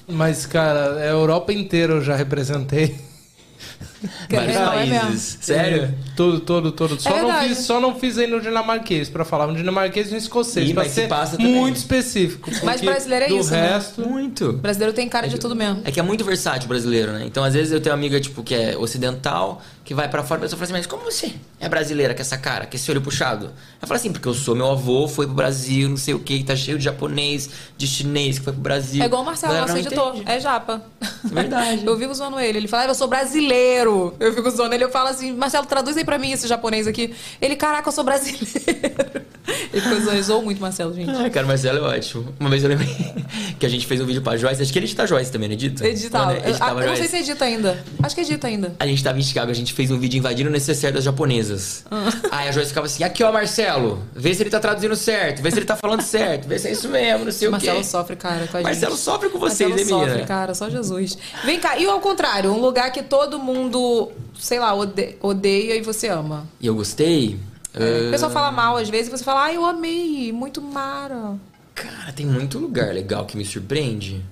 Mas, cara, a Europa inteira eu já representei. Vários países. mesmo. Sério? Todo. verdade. Só não fiz aí no dinamarquês, pra falar. No dinamarquês e no escocês. Ih, Pra mas se ser passa também. muito específico. Mas porque brasileiro é do isso, né? resto, Muito. O brasileiro tem cara de tudo mesmo. É que é muito versátil o brasileiro, né? Então, às vezes, eu tenho uma amiga, tipo, que é ocidental, que vai pra fora e a pessoa fala assim, mas como você é brasileira com essa cara, com esse olho puxado? Eu falo assim, porque eu sou, meu avô foi pro Brasil, não sei o que, tá cheio de japonês, de chinês que foi pro Brasil. É igual o Marcelo, Galera, nosso não editor. entende. É japa. Verdade. Eu vivo zoando ele. Ele fala, eu sou brasileiro. Eu fico zoando ele. Eu falo assim, Marcelo, traduz aí pra mim esse japonês aqui. Ele, caraca, eu sou brasileiro. Ele ficou zoou muito, Marcelo, gente. Ah, cara, o Marcelo é ótimo. Uma vez eu lembrei que a gente fez um vídeo pra Joyce. Acho que ele edita a Joyce também, não edita? Editava. Mano, editava Eu não sei Joyce. se edita ainda. Acho que edita ainda. A gente tava em Chicago, a gente fez um vídeo invadindo o necessaire das japonesas. Aí a Joyce ficava assim, aqui ó, Marcelo, vê se ele tá traduzindo certo, vê se ele tá falando certo, vê se é isso mesmo, não sei o Marcelo quê. sofre, cara, com a Marcelo gente. sofre com vocês, Marcelo hein, menina? sofre, cara, só Jesus. Vem cá, e ao contrário, um lugar que todo mundo, sei lá, odeia e você ama. E eu gostei. O pessoal fala mal às vezes e você fala, eu amei, muito mara. Cara, tem muito lugar legal que me surpreende.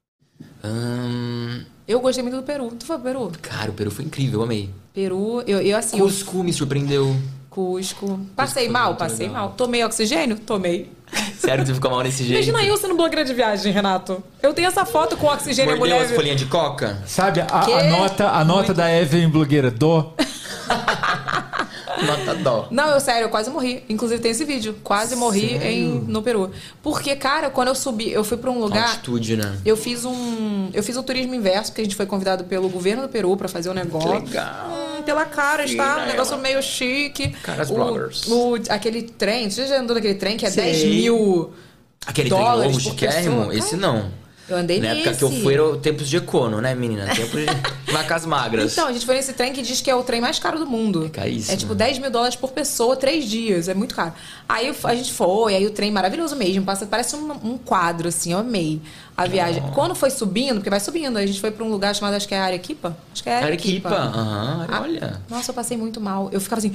Eu gostei muito do Peru. Tu foi pro Peru? Cara, o Peru foi incrível, eu amei. Peru, eu assim... Cusco me surpreendeu. Cusco. Passei foi mal? muito Passei legal. mal. Tomei oxigênio? Tomei. Sério que você ficou mal desse jeito? Imagina eu sendo blogueira de viagem, Renato. Eu tenho essa foto com oxigênio e a Mordeu mulher... as folhinhas de coca? Sabe, Quê? a nota da Evelyn blogueira do... Nota dó. Não, eu sério, eu quase morri. Inclusive tem esse vídeo. Quase morri no Peru. Porque, cara, quando eu subi, eu fui pra um lugar... Altitude, né? Eu fiz um turismo inverso, porque a gente foi convidado pelo governo do Peru pra fazer um negócio. Que legal. Pela cara, está Fina um negócio ela. meio chique. Caras bloggers. Aquele trem, você já andou naquele trem que é Sei. 10 mil Aquele trem dólares novo, por chiquérrimo? pessoa? Esse não. Eu andei Na nesse. época que eu fui, era tempos de econo, né, menina? Tempos de vacas magras. Então, a gente foi nesse trem que diz que é o trem mais caro do mundo. É caríssimo. É tipo 10 mil dólares por pessoa, 3 dias. É muito caro. Aí a gente foi, aí o trem maravilhoso mesmo. Parece um quadro, assim, eu amei a viagem. Quando foi subindo, porque vai subindo, a gente foi pra um lugar chamado, acho que é Arequipa. Acho que é Arequipa. Aham, Ah, olha. Nossa, eu passei muito mal. Eu ficava assim...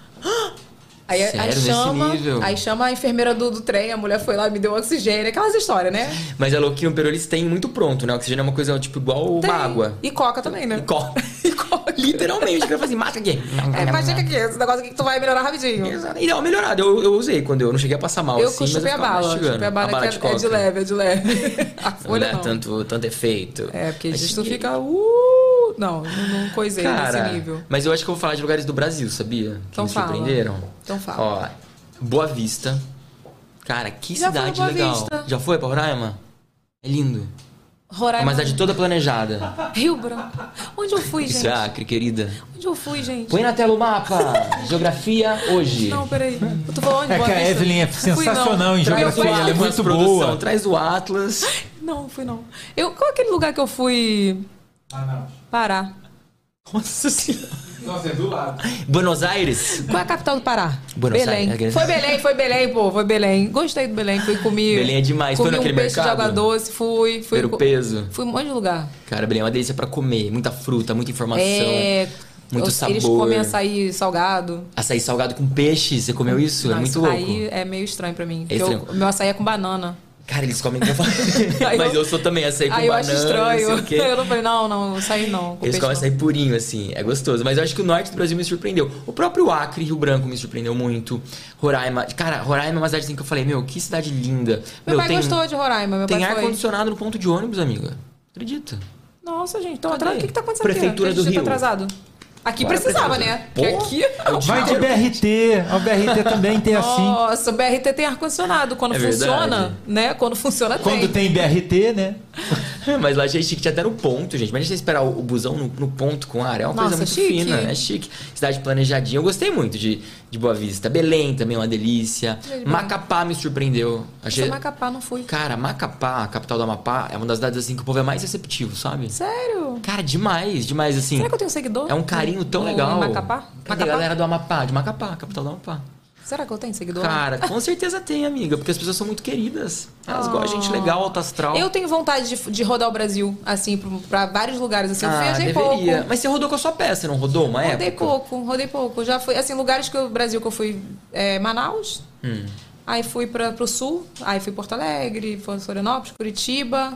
Aí, Sério, aí nesse chama a enfermeira do trem, a mulher foi lá e me deu oxigênio. Aquelas histórias, né? Mas é louco que no Peru eles têm muito pronto, né? O oxigênio é uma coisa, tipo, igual Tem. uma água. E coca também, né? E coca. Literalmente. Eu falei assim, mata aqui. É, mas chega aqui, esse negócio aqui que tu vai melhorar rapidinho. Exato. E deu uma melhorada. Eu usei quando eu não cheguei a passar mal Eu assim, mas chupei a ficava bala. mastigando. Chupei a bala que coca. é de leve, é de leve. A Não folha dá não. tanto efeito. É, porque Mas diz que tu que- fica... Não coisei nesse Cara, nível. mas eu acho que eu vou falar de lugares do Brasil, sabia? Que Então me fala. surpreenderam. Então fala. Ó, Boa Vista. Cara, que Já fui cidade pra Boa legal. Vista. Já foi pra Roraima? É lindo. É Roraima. uma cidade toda planejada. Rio Branco. Onde eu fui, Isso gente? é Acre, querida. Onde eu fui, gente? Põe na tela o mapa. Geografia hoje. Não, peraí. Eu tô falando de É Boa que a Vista. Evelyn é Não fui, não. sensacional em Traz o geografia, ela é Atlas, muito produção, boa. Traz o Atlas. Não, fui não. Qual é aquele lugar que eu fui? Pará. Nossa senhora. Nossa, é do lado. Buenos Aires. Qual é a capital do Pará? Buenos Belém. Aires. Foi Belém, pô. Foi Belém. Gostei do Belém. Fui comer. Belém é demais. Comi Foi naquele um peixe mercado? de água doce. Fui. Pelo peso. Fui um monte de lugar. Cara, Belém é uma delícia pra comer. Muita fruta, muita informação. Muito sabor. Eles comem açaí salgado. Açaí salgado com peixe. Você comeu isso? É Não, muito isso louco. aí é meio estranho pra mim. É porque estranho. o meu açaí é com banana. Cara, eles comem com Aí Mas eu- eu sou também açaí com Aí eu banana, acho estranho. não sei o quê. Eu não falei, não, açaí não. Com Eles peixe comem não. açaí purinho, assim. É gostoso. Mas eu acho que o norte do Brasil me surpreendeu. O próprio Acre, Rio Branco, me surpreendeu muito. Roraima. Cara, Roraima é uma cidade assim que eu falei, meu, que cidade linda. Meu pai tem, gostou de Roraima. Meu Tem pai foi. ar-condicionado no ponto de ônibus, amiga. Acredita? Nossa, gente, então Cadê? atrasado. O que tá acontecendo Prefeitura aqui? do A gente Rio. tá atrasado. Aqui Bora, precisava, prefeitura. né? Pô, Porque aqui... Vai de BRT. O BRT também tem assim. Nossa, o BRT tem ar-condicionado. Quando É funciona, verdade. né? Quando funciona, Quando tem BRT, né? Mas lá achei chique, tinha até no ponto, gente. Imagina você esperar o busão no ponto com ar. É uma Nossa, coisa muito chique. fina, é chique. Cidade planejadinha. Eu gostei muito de Boa Vista. Belém também é uma delícia. Macapá me surpreendeu. Achei... Essa Macapá não fui. Cara, Macapá, a capital do Amapá, é uma das cidades assim que o povo é mais receptivo, sabe? Sério? Cara, demais, assim. Será que eu tenho seguidor? É um carinho tão No legal. Macapá? Cadê a galera do Amapá? De Macapá, capital do Amapá. Será que eu tenho seguidor? Cara, com certeza tem, amiga, porque as pessoas são muito queridas. Elas gostam de gente legal, alto astral. Eu tenho vontade de rodar o Brasil, assim, pra vários lugares. Assim, eu viajei deveria. pouco. Mas você rodou com a sua peça, não rodou uma Rodei época? rodei pouco. Já fui, assim, lugares que o Brasil que eu fui, Manaus. Aí fui pro sul, aí fui Porto Alegre, Florianópolis, Curitiba.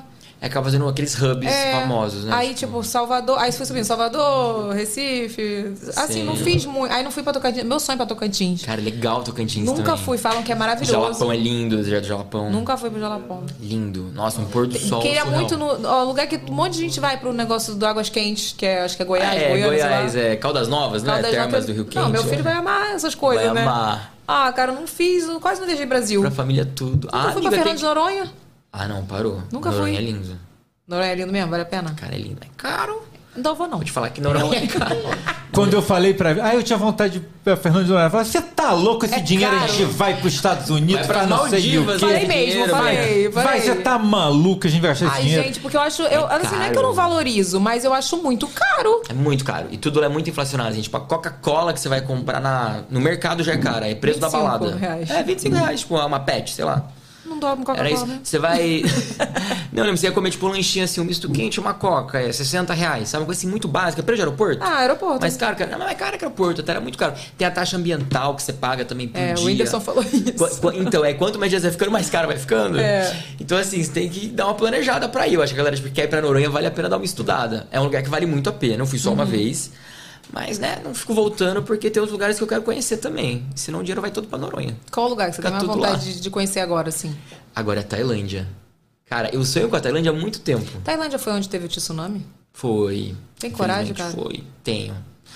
acaba fazendo aqueles hubs famosos, né? Aí, tipo, Salvador... Aí fui subindo Salvador, Recife... Assim, Sim. não fiz muito. Aí não fui pra Tocantins. Meu sonho é pra Tocantins. Cara, legal Tocantins Nunca também. fui. Falam que é maravilhoso. Jalapão é lindo, o deserto do Jalapão. Nunca fui pro Jalapão. Lindo. Nossa, um pôr do sol. Queria surreal. muito no lugar que um monte de gente vai pro negócio do Águas Quentes, que acho que é Goiás. Goiás, sei lá. Caldas Novas, né? Caldas Termas Novas. do Rio Quente. Não, meu filho vai amar essas coisas, vai né? amar. Ah, cara, eu não fiz, eu quase não viajei Brasil. Pra família tudo. Nunca fui pra Fernando de Noronha? Ah, não, parou. Nunca Noronha fui. é lindo. Noronha é lindo mesmo, vale a pena? Cara, é lindo. É caro. Então eu vou não. Vou te falar que Noronha é caro. Quando eu falei eu tinha vontade de ir pra Fernando de Noronha. Eu falei, você tá louco? Esse dinheiro caro. a gente vai pros Estados Unidos, Vai pra não sei o Maldivas, quê. Falei mesmo, falei. Vai, você tá maluco? A gente vai gastar esse Ai, dinheiro. gente, porque eu acho... assim, não é que eu não valorizo, mas eu acho muito caro. É muito caro. E tudo é muito inflacionado, gente. Tipo, a Coca-Cola que você vai comprar no mercado já é cara. É preço da 25 balada. reais. É, 25 reais. Tipo, uma pet, sei lá. Não dou com Era isso. Coca-Cola, né? Você vai... Não, lembra, você ia comer tipo um lanchinho assim, um misto quente, uma coca, é 60 reais. Sabe uma coisa assim muito básica. Preço de aeroporto? Ah, aeroporto. Mais caro, cara. Não, mas é caro que aeroporto, até era muito caro. Tem a taxa ambiental que você paga também por dia. O Whindersson falou isso. Então, quanto mais dias vai ficando, mais caro vai ficando. É. Então, assim, você tem que dar uma planejada pra ir. Eu acho que a galera tipo, que quer ir pra Noronha vale a pena dar uma estudada. É um lugar que vale muito a pena. Eu fui só uma vez. Mas, né, não fico voltando porque tem outros lugares que eu quero conhecer também. Senão o dinheiro vai todo pra Noronha. Qual lugar que você Fica tem mais tudo vontade de conhecer agora, assim? Agora é Tailândia. Cara, eu sonho com a Tailândia há muito tempo. Tailândia foi onde teve o tsunami? Foi. Tem coragem, cara? Foi. Tenho.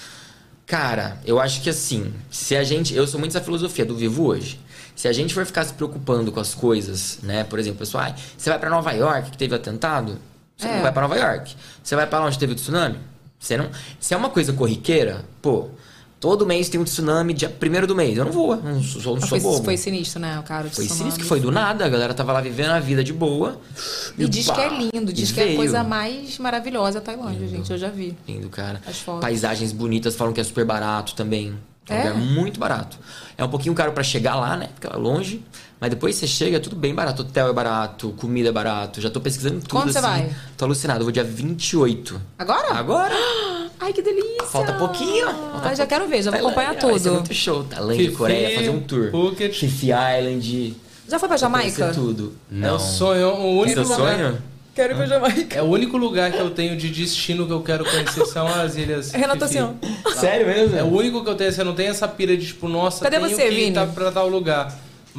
Cara, eu acho que assim, se a gente... Eu sou muito dessa filosofia do vivo hoje. Se a gente for ficar se preocupando com as coisas, né? Por exemplo, pessoal, você vai pra Nova York que teve atentado? Você não vai pra Nova York. Você vai pra lá onde teve o tsunami? Você não... Se é uma coisa corriqueira, pô... Todo mês tem um tsunami dia 1º do mês. Eu não vou, não sou bobo. Foi sinistro, né, o cara? Foi sinistro, que foi do nada. A galera tava lá vivendo a vida de boa. E diz que é lindo, diz que é a coisa mais maravilhosa a Tailândia, gente. Eu já vi. Lindo, cara. As fotos. Paisagens bonitas, falam que é super barato também. É um É? lugar muito barato. É um pouquinho caro pra chegar lá, né? Porque é longe. Mas depois você chega, é tudo bem barato. Hotel é barato, comida é barato. Já tô pesquisando tudo. Quando você assim. vai? Tô alucinado. Eu vou dia 28. Agora? Agora? Ai, que delícia! Falta pouquinho. Falta Já quero ver, já vou Tailândia, acompanhar vai ser tudo. muito show. Tailândia, Coreia, fazer um tour. Phuket. Fifi Island. Já foi pra Jamaica? Conhecer tudo. É Não. o sonho, o único Seu lugar. sonho? Quero ir pra Jamaica. É o único lugar que eu tenho de destino que eu quero conhecer são as ilhas. Renato, Fifi. assim, ó. Sério mesmo? É o único que eu tenho, assim, eu não tenho essa pira de tipo, nossa, Cadê tenho você, que Vini? ir pra tal lugar.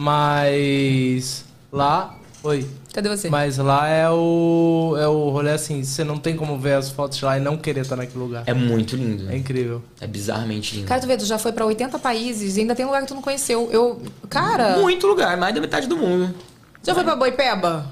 Mas lá, oi. Cadê você? Mas lá é o rolê assim, você não tem como ver as fotos de lá e não querer estar naquele lugar. É muito lindo. É incrível. É bizarramente lindo. Cara, tu vê, tu já foi pra 80 países e ainda tem lugar que tu não conheceu. Cara... Muito lugar, mais da metade do mundo. Já foi pra Boipeba?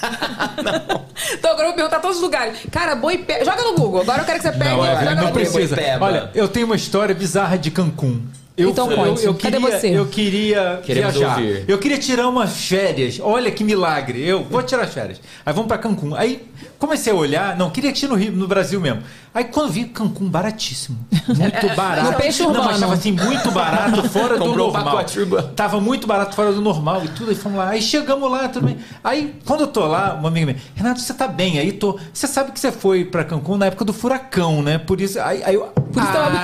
Não. Então agora eu vou perguntar todos os lugares. Cara, Boipeba... Joga no Google. Agora eu quero que você pegue... Não, joga Evelyn, no não Google. precisa. Boipeba. Olha, eu tenho uma história bizarra de Cancún. Então conte. Cadê você? Eu queria Queremos viajar. ouvir. Eu queria tirar umas férias. Olha que milagre. Eu vou tirar as férias. Aí vamos pra Cancún. Aí comecei a olhar. Não, queria ir no Rio, no Brasil mesmo. Aí quando vi Cancún, baratíssimo. Muito barato. No peixe Não, urbano. mas tava assim, muito barato, fora do Comprou um normal. pacote urbano. Tava muito barato, fora do normal e tudo. Aí fomos lá. Aí chegamos lá, tudo bem. Aí quando eu tô lá, uma amiga minha, Renato, você tá bem? Aí tô. Você sabe que você foi pra Cancún na época do furacão, né? Por isso. Aí eu. Por isso tava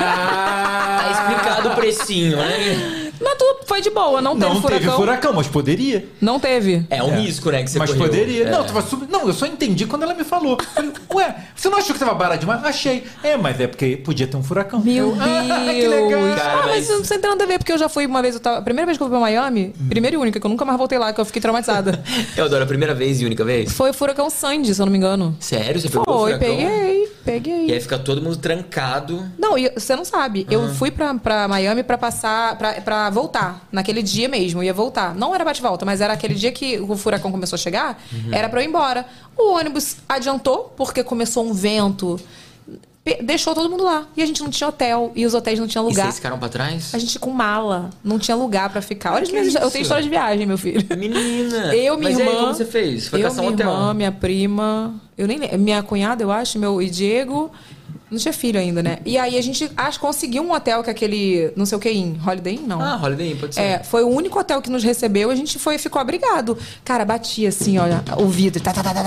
Tá explicado o precinho, né? Mas tu foi de boa, não teve Não furacão. teve furacão, mas poderia. Não teve. É um risco, né? Que você Mas correu. poderia. É. Não, tava super... Não, eu só entendi quando ela me falou. Falei, ué, você não achou que tava barato demais? Achei. É, mas é porque podia ter um furacão. Meu Eu, Deus. que legal. Cara, mas mas- não tem nada a ver, porque eu já fui uma vez, a primeira vez que eu fui pra Miami, primeira e única, que eu nunca mais voltei lá, que eu fiquei traumatizada. Eu adoro a primeira vez e única vez. Foi o furacão Sandy, se eu não me engano. Sério? Você pegou o Foi, furacão? peguei. E aí fica todo mundo trancado. Não, e você não sabe. Eu fui pra Miami pra passar, pra voltar. Naquele dia mesmo, eu ia voltar. Não era bate-volta, mas era aquele dia que o furacão começou a chegar, era pra eu ir embora. O ônibus adiantou, porque começou um vento, deixou todo mundo lá. E a gente não tinha hotel, e os hotéis não tinham E lugar. vocês ficaram pra trás? A gente com mala, não tinha lugar pra ficar. Olha, que eu isso? tenho história de viagem, meu filho. Menina! Eu, minha Mas irmã. E aí, como você fez? Foi eu, caçar um minha hotel? irmã, minha prima. Eu nem lembro. Minha cunhada, eu acho, e Diego. Não tinha filho ainda, né? E aí a gente conseguiu um hotel que é aquele. Não sei o que, Holiday Inn? Não. Ah, Holiday Inn, pode ser. É, foi o único hotel que nos recebeu, a gente ficou abrigado. Cara, batia assim, olha, o vidro,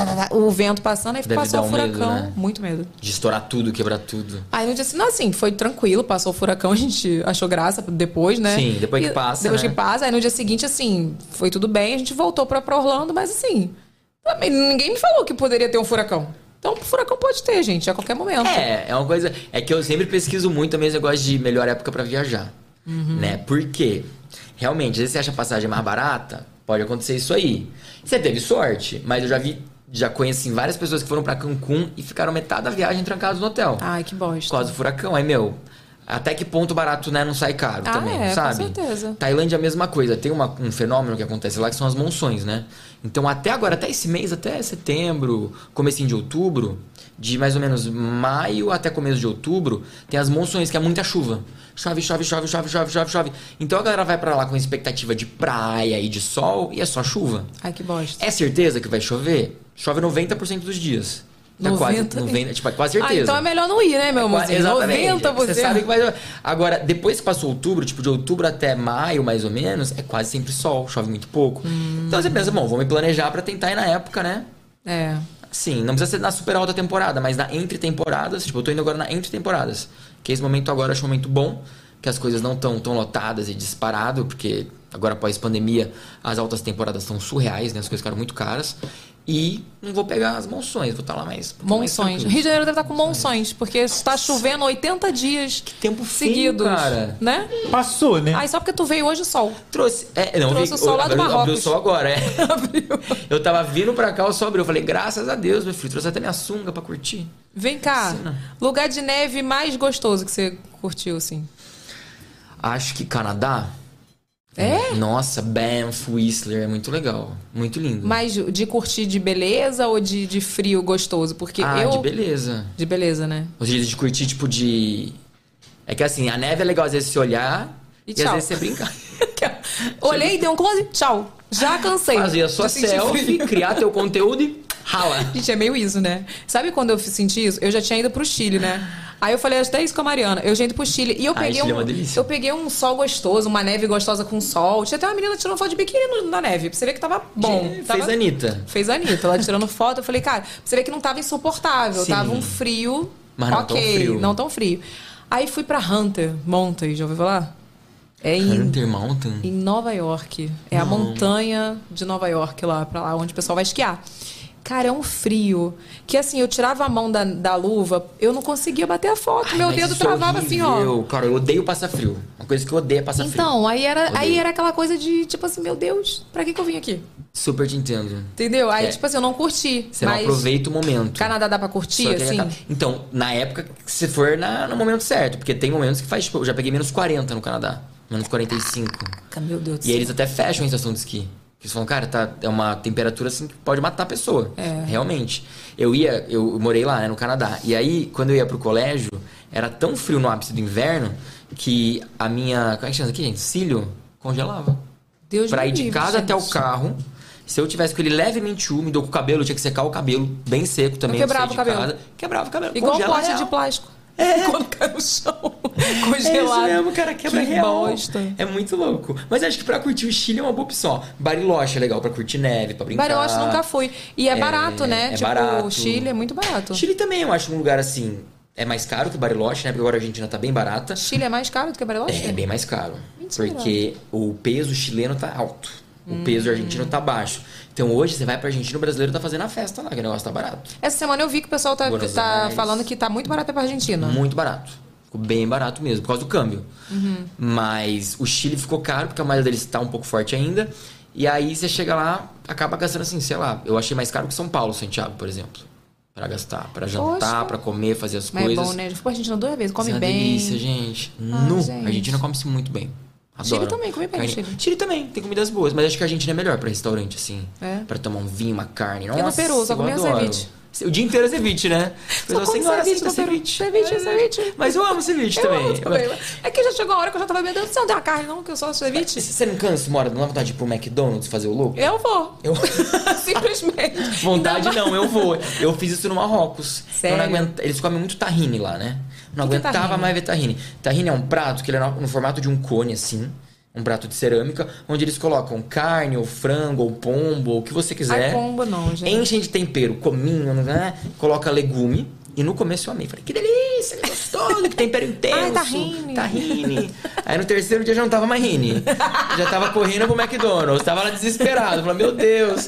o vento passando, aí Deve passou dar o um furacão. medo, né? Muito medo. De estourar tudo, quebrar tudo. Aí no dia assim, não, assim, foi tranquilo, passou o furacão, a gente achou graça depois, né? Sim, depois que passa, Depois né? que passa, aí no dia seguinte, assim, foi tudo bem, a gente voltou pra Orlando, mas assim, Também ninguém me falou que poderia ter um furacão. Então, o furacão pode ter, gente, a qualquer momento. É uma coisa... É que eu sempre pesquiso muito também esse negócio de melhor época pra viajar. Né? Por quê? Realmente, às vezes você acha a passagem mais barata, pode acontecer isso aí. Você teve sorte, mas eu já conheci várias pessoas que foram pra Cancún e ficaram metade da viagem trancados no hotel. Ai, que bosta. Por causa do furacão. Aí, até que ponto barato, né, não sai caro também, sabe? Com certeza. Tailândia é a mesma coisa. Tem um fenômeno que acontece lá que são as monções, né? Então, até agora, até esse mês, até setembro, comecinho de outubro, de mais ou menos maio até começo de outubro, tem as monções, que é muita chuva. Chove. Então a galera vai pra lá com expectativa de praia e de sol e é só chuva. Ai, que bosta. É certeza que vai chover? Chove 90% dos dias. É 90? Tipo, é quase certeza. Então é melhor não ir, né, meu amorzinho? Exatamente. 90 você... sabe que vai... Agora, depois que passou outubro, tipo, de outubro até maio, mais ou menos, é quase sempre sol, chove muito pouco. Então você pensa, bom, vou me planejar pra tentar ir na época, né? É. Sim, não precisa ser na super alta temporada, mas na entre temporadas. Tipo, eu tô indo agora na entre temporadas. Que esse momento agora eu acho um momento bom, que as coisas não estão tão lotadas e disparado, porque agora após pandemia as altas temporadas estão surreais, né? As coisas ficaram muito caras. E não vou pegar as monções, vou estar lá mais... Monções. Rio de Janeiro deve estar com monções, porque está chovendo 80 dias que tempo seguidos, feio, cara. Né? Passou, né? Só porque tu veio hoje o sol. Trouxe o sol lá do Marrocos. Abriu o sol agora, Eu tava vindo pra cá, o sol abriu. Eu falei, graças a Deus, meu filho, trouxe até minha sunga pra curtir. Vem cá, lugar de neve mais gostoso que você curtiu, assim? Acho que Canadá. É? Nossa, Banff, Whistler, é muito legal. Muito lindo. Mas de curtir de beleza ou de frio gostoso? Porque de beleza. De beleza, né? Ou seja, de curtir, tipo, de... É que assim, a neve é legal às vezes você olhar e às vezes você brincar. Olhei, dei um close, tchau. Já cansei. Fazer a sua selfie, criar teu conteúdo e rala. Gente, é meio isso, né? Sabe quando eu senti isso? Eu já tinha ido pro Chile, né? Aí eu falei até isso com a Mariana. Eu já indo pro Chile. E eu peguei um sol gostoso, uma neve gostosa com sol. Tinha até uma menina tirando foto de biquíni na neve. Pra você ver que tava bom. Fez a Anitta. Fez a Anitta. Ela tirando foto. Eu falei, cara, pra você ver que não tava insuportável. Sim. Tava um frio. Mas não tão frio. Não tão frio. Aí fui pra Hunter Mountain. Já ouviu falar? Hunter Mountain? Em Nova York. É a montanha de Nova York lá, pra lá onde o pessoal vai esquiar. Cara, é um frio. Que assim, eu tirava a mão da luva, eu não conseguia bater a foto. Meu dedo travava assim, ó. Cara, eu odeio passar frio. Uma coisa que eu odeio é passar frio. Então, aí era aquela coisa de, tipo assim, meu Deus, pra que eu vim aqui? Super te entendo. Entendeu? Aí, tipo assim, eu não curti. Você não aproveita o momento. Canadá dá pra curtir, assim? Então, na época, se for no momento certo. Porque tem momentos que faz, tipo, eu já peguei menos 40 no Canadá. Menos 45. Caraca, meu Deus do céu. E eles até fecham a estação de esqui. Eles falam, cara, é uma temperatura assim que pode matar a pessoa. Realmente. Eu morei lá, né, no Canadá. E aí, quando eu ia pro colégio, era tão frio no ápice do inverno que a minha... Como é que chama isso aqui, gente? Cílio congelava. Deus pra ir de livre, casa gente. até o carro. Se eu tivesse com ele levemente úmido, com o cabelo, eu tinha que secar o cabelo bem seco também. Quebrava o cabelo. Casa. Quebrava o cabelo. Igual Congela pote real. de plástico. Quando cai no chão. É isso Congelado. mesmo, cara, quebra que real. bosta. É muito louco. Mas acho que pra curtir o Chile é uma boa opção. Bariloche é legal pra curtir neve, pra brincar. Bariloche nunca fui. E é barato, né? É tipo, barato. O Chile é muito barato. Chile também eu acho um lugar assim... É mais caro que Bariloche, né? Porque agora a Argentina tá bem barata. Chile é mais caro do que Bariloche? É bem mais caro. Mentira. Porque o peso chileno tá alto. O peso argentino tá baixo. Então hoje você vai pra Argentina, o brasileiro tá fazendo a festa lá, que o negócio tá barato. Essa semana eu vi que o pessoal tá falando que tá muito barato pra Argentina. Muito barato. Ficou bem barato mesmo, por causa do câmbio. Mas o Chile ficou caro, porque a moeda deles tá um pouco forte ainda. E aí você chega lá, acaba gastando assim, sei lá. Eu achei mais caro que São Paulo, Santiago, por exemplo. Pra gastar, pra jantar, pra comer, fazer as coisas. Mas é bom, né? Já fui pra Argentina 2 vezes, come Isso é bem. uma delícia, gente. A Argentina come-se muito bem. Adoro. Chile também, come bem, Chile. Chile também, tem comidas boas. Mas acho que a Argentina é melhor pra restaurante, assim. Pra tomar um vinho, uma carne. Nossa, no Peru, só comia ceviche. O dia inteiro é ceviche, né? Só come ceviche. Ceviche. Mas eu amo ceviche também. É que já chegou a hora que eu já tava bebendo. Você não tem uma carne, não? Que eu só ceviche? Você não cansa, uma hora, não dá vontade de ir pro McDonald's fazer o louco? Eu vou. Simplesmente. Vontade não, eu vou. Eu fiz isso no Marrocos. Sério? Eu não aguento... Eles comem muito tahine lá, né? Não aguentava mais ver tahine. Tahine é um prato que ele é no formato de um cone, assim. Um prato de cerâmica, onde eles colocam carne, ou frango, ou pombo, ou o que você quiser. Ai, pombo não, gente. Enchem de tempero, cominho, né? Coloca legume. E no começo eu amei. Falei, que delícia, que gostoso, que tempero intenso. Ai, tahine. Aí no terceiro dia já não tava mais rine. Já tava correndo pro McDonald's. Tava lá desesperado. Falei, meu Deus.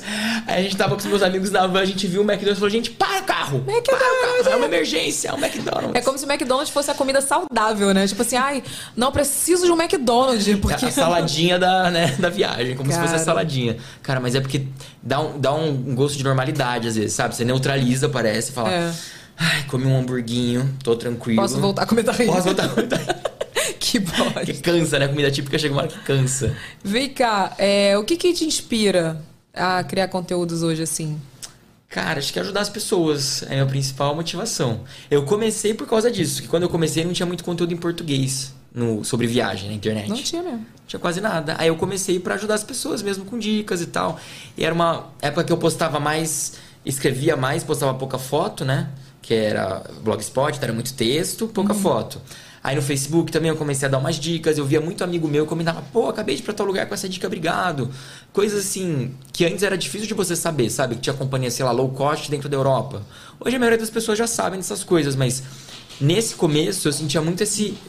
Aí a gente tava com os meus amigos na van, a gente viu o McDonald's e falou, gente, para o carro! Para o carro! É uma emergência, é um McDonald's. É como se o McDonald's fosse a comida saudável, né? Tipo assim, ai, não preciso de um McDonald's. Porque... A saladinha da viagem, como se fosse a saladinha. Cara, mas é porque dá um gosto de normalidade, às vezes, sabe? Você neutraliza, parece, e fala, ai, comi um hamburguinho, tô tranquilo. Posso voltar a comer tainha. Posso voltar a comer tainha. Que bosta. Que cansa, né? Comida típica chega uma hora que cansa. Vem cá, o que te inspira a criar conteúdos hoje, assim? Cara, acho que ajudar as pessoas é a minha principal motivação. Eu comecei por causa disso, que quando eu comecei não tinha muito conteúdo em português sobre viagem na internet. Não tinha mesmo. Não tinha quase nada. Aí eu comecei pra ajudar as pessoas mesmo com dicas e tal. E era uma época que eu postava mais, escrevia mais, postava pouca foto, né? Que era Blogspot, então era muito texto, pouca foto. Aí no Facebook também eu comecei a dar umas dicas. Eu via muito amigo meu que comentava, pô, acabei de ir pra tal lugar com essa dica, obrigado. Coisas assim, que antes era difícil de você saber, sabe? Que tinha companhia, sei lá, low cost dentro da Europa. Hoje a maioria das pessoas já sabem dessas coisas, mas nesse começo eu sentia muito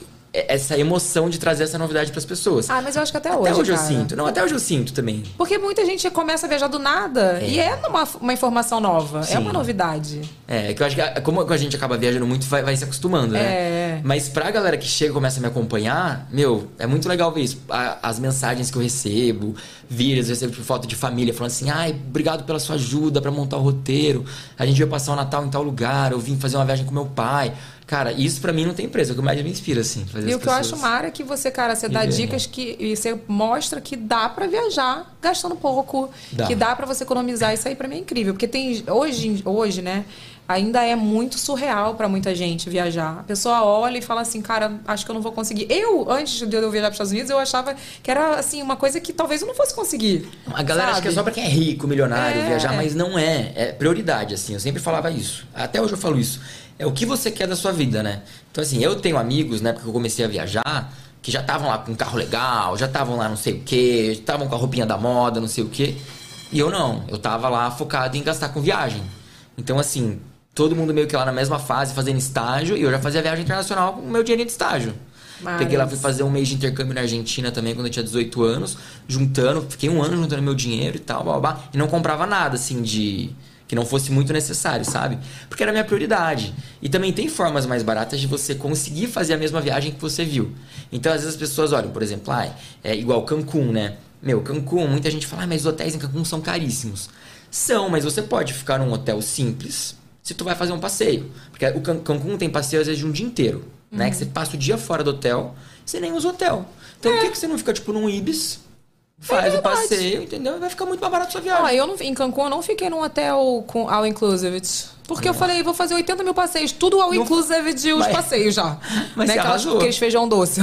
essa emoção de trazer essa novidade pras pessoas. Ah, mas eu acho que até hoje, cara. eu sinto. Não, até hoje eu sinto também. Porque muita gente começa a viajar do nada e é uma informação nova. Sim. É uma novidade. Que eu acho que como a gente acaba viajando muito, vai se acostumando, né? Mas pra galera que chega e começa a me acompanhar, é muito legal ver isso. As mensagens que eu recebo, vídeos, eu recebo foto de família falando assim, ai, obrigado pela sua ajuda pra montar o roteiro. A gente veio passar o Natal em tal lugar, eu vim fazer uma viagem com meu pai. Cara, isso pra mim não tem preço, é o que mais me inspira, assim. E o que eu acho mara é que você, cara, você dá dicas e você mostra que dá pra viajar gastando pouco, que dá pra você economizar. Isso aí pra mim é incrível, porque tem hoje, né, ainda é muito surreal pra muita gente viajar. A pessoa olha e fala assim, cara, acho que eu não vou conseguir. Antes de eu viajar pros Estados Unidos, eu achava que era, assim, uma coisa que talvez eu não fosse conseguir. A galera acha que é só pra quem é rico, milionário, viajar, mas não é. É prioridade, assim. Eu sempre falava isso. Até hoje eu falo isso. É o que você quer da sua vida, né? Então, assim, eu tenho amigos, né, porque eu comecei a viajar, que já estavam lá com um carro legal, já estavam lá não sei o quê, estavam com a roupinha da moda, não sei o quê. E eu não. Eu tava lá focado em gastar com viagem. Então, assim, todo mundo meio que lá na mesma fase, fazendo estágio, e eu já fazia viagem internacional com o meu dinheirinho de estágio. Peguei lá, fui fazer um mês de intercâmbio na Argentina também, quando eu tinha 18 anos, fiquei um ano juntando meu dinheiro e tal, blá, e não comprava nada, assim, que não fosse muito necessário, sabe? Porque era a minha prioridade. E também tem formas mais baratas de você conseguir fazer a mesma viagem que você viu. Então, às vezes as pessoas olham, por exemplo, é igual Cancún, né? Cancún, muita gente fala, mas os hotéis em Cancún são caríssimos. São, mas você pode ficar num hotel simples se tu vai fazer um passeio. Porque o Cancún tem passeio, às vezes, de um dia inteiro, né? Que você passa o dia fora do hotel, você nem usa o hotel. Então, por que você não fica, tipo, num Ibis... Faz o passeio, entendeu? E vai ficar muito mais barato a sua viagem. Em Cancún eu não fiquei num hotel com all inclusive. Porque eu falei, vou fazer 80 mil passeios, tudo all inclusive de os passeios já. Mas né? Aqueles feijão doce.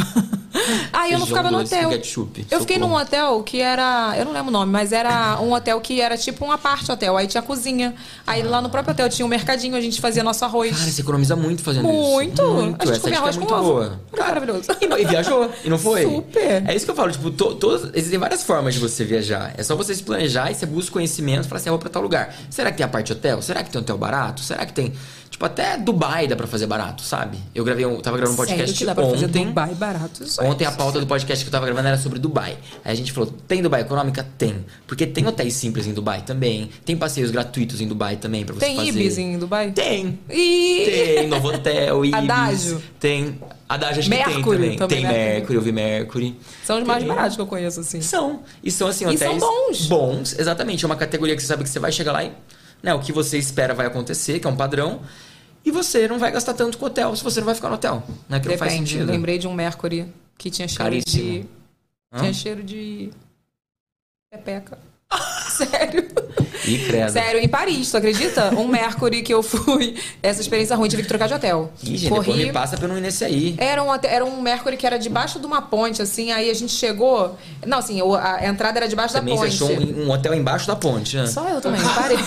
Eu não ficava no hotel. Eu fiquei num hotel que era, eu não lembro o nome, mas era um hotel que era tipo um apart hotel. Aí tinha cozinha. Aí lá no próprio hotel tinha um mercadinho, a gente fazia nosso arroz. Cara, você economiza muito fazendo isso. Muito. A gente comia arroz com ovo. Boa. Maravilhoso. E viajou, e não foi? Super. É isso que eu falo, tipo, existem várias formas de você viajar. É só você se planejar e você busca conhecimento e fala assim, eu vou pra tal lugar. Será que tem a parte hotel? Será que tem hotel barato? Será que tem... Tipo, até Dubai dá pra fazer barato, sabe? Tava gravando um podcast que dá pra fazer Dubai barato? Ontem a pauta do podcast que eu tava gravando era sobre Dubai. Aí a gente falou, tem Dubai econômica? Tem. Porque tem hotéis simples em Dubai também. Tem passeios gratuitos em Dubai também pra você fazer. Tem Ibis em Dubai? Tem. Tem, Novotel, Ibis. Adágio? Tem. Adágio acho Mercury, que tem também. Tem Mercury, eu vi Mercury. São os mais baratos que eu conheço, assim. São. E são, assim, hotéis... E são bons. Bons, exatamente. É uma categoria que você sabe que você vai chegar lá e... Né, o que você espera vai acontecer, que é um padrão. E você não vai gastar tanto com hotel se você não vai ficar no hotel. Né? Que não faz sentido. Eu lembrei de um Mercury que tinha cheiro caríssimo. Tinha cheiro de... pepeca. Sério. Ih, credo. Sério, em Paris, tu acredita? Um Mercury que eu fui, essa experiência ruim, tive que trocar de hotel. Ih, gente, depois me passa pra eu não ir nesse aí. Era um Mercury que era debaixo de uma ponte, assim, aí a gente chegou... Não, assim, a entrada era debaixo também da ponte. Também você achou um hotel embaixo da ponte, né? Só eu também, parei.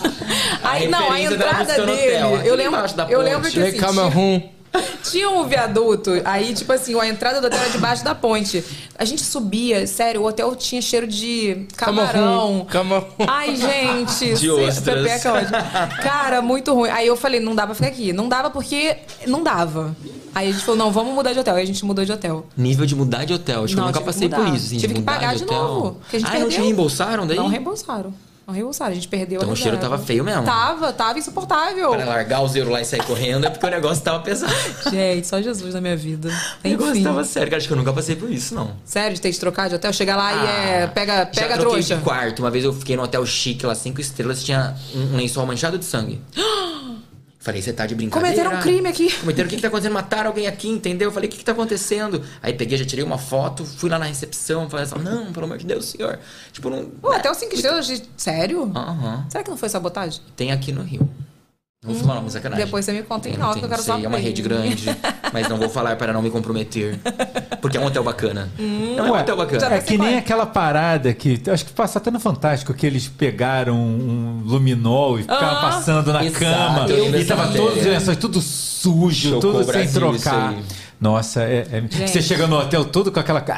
Aí, não, a entrada dele... Hotel, eu lembro que assim... Camarão. Tinha um viaduto, aí, tipo assim, a entrada do hotel era debaixo da ponte. A gente subia, sério, o hotel tinha cheiro de camarão. Ai, gente. De ostras. Pepeca, cara, muito ruim. Aí eu falei, não dá pra ficar aqui. Não dava porque não dava. Aí a gente falou, não, vamos mudar de hotel. Aí a gente mudou de hotel. Nível de mudar de hotel. Acho que eu nunca passei por isso. Assim, tive que pagar de novo. Não te reembolsaram daí? Não reembolsaram. Rio Sara, a gente perdeu Então a o cheiro reserva. tava feio mesmo. Tava insuportável. Pra largar o zero lá e sair correndo é porque o negócio tava pesado. Gente, só Jesus na minha vida. O negócio Enfim. tava sério, cara. Acho que eu nunca passei por isso, não. Sério, de ter que trocar de hotel? Chegar lá e pega já a troquei trouxa. de quarto. Uma vez eu fiquei num hotel chique lá, 5 estrelas, tinha um lençol manchado de sangue. Falei, você tá de brincadeira? Cometeram um crime aqui. Cometeram, o que tá acontecendo? Mataram alguém aqui, entendeu? Eu falei, o que tá acontecendo? Aí peguei, já tirei uma foto, fui lá na recepção, falei assim, não, pelo amor de Deus, senhor. Tipo, não... Pô, até os 5 estrelas, sério? Aham. Será que não foi sabotagem? Tem aqui no Rio. Não vou falar, não, sacanagem. Depois você me conta em Tem, nota, que eu quero sei, saber. é uma rede grande, mas não vou falar para não me comprometer. Porque é um hotel bacana. É um hotel bacana. É que nem aquela parada que, acho que passa até no Fantástico, que eles pegaram um luminol e ficavam passando na Exato, cama. eu lembro E tava dessa todos os matéria. lençóis tudo sujo, Chocou tudo o sem Brasil, isso trocar. aí. Nossa, você chega no hotel todo com aquela...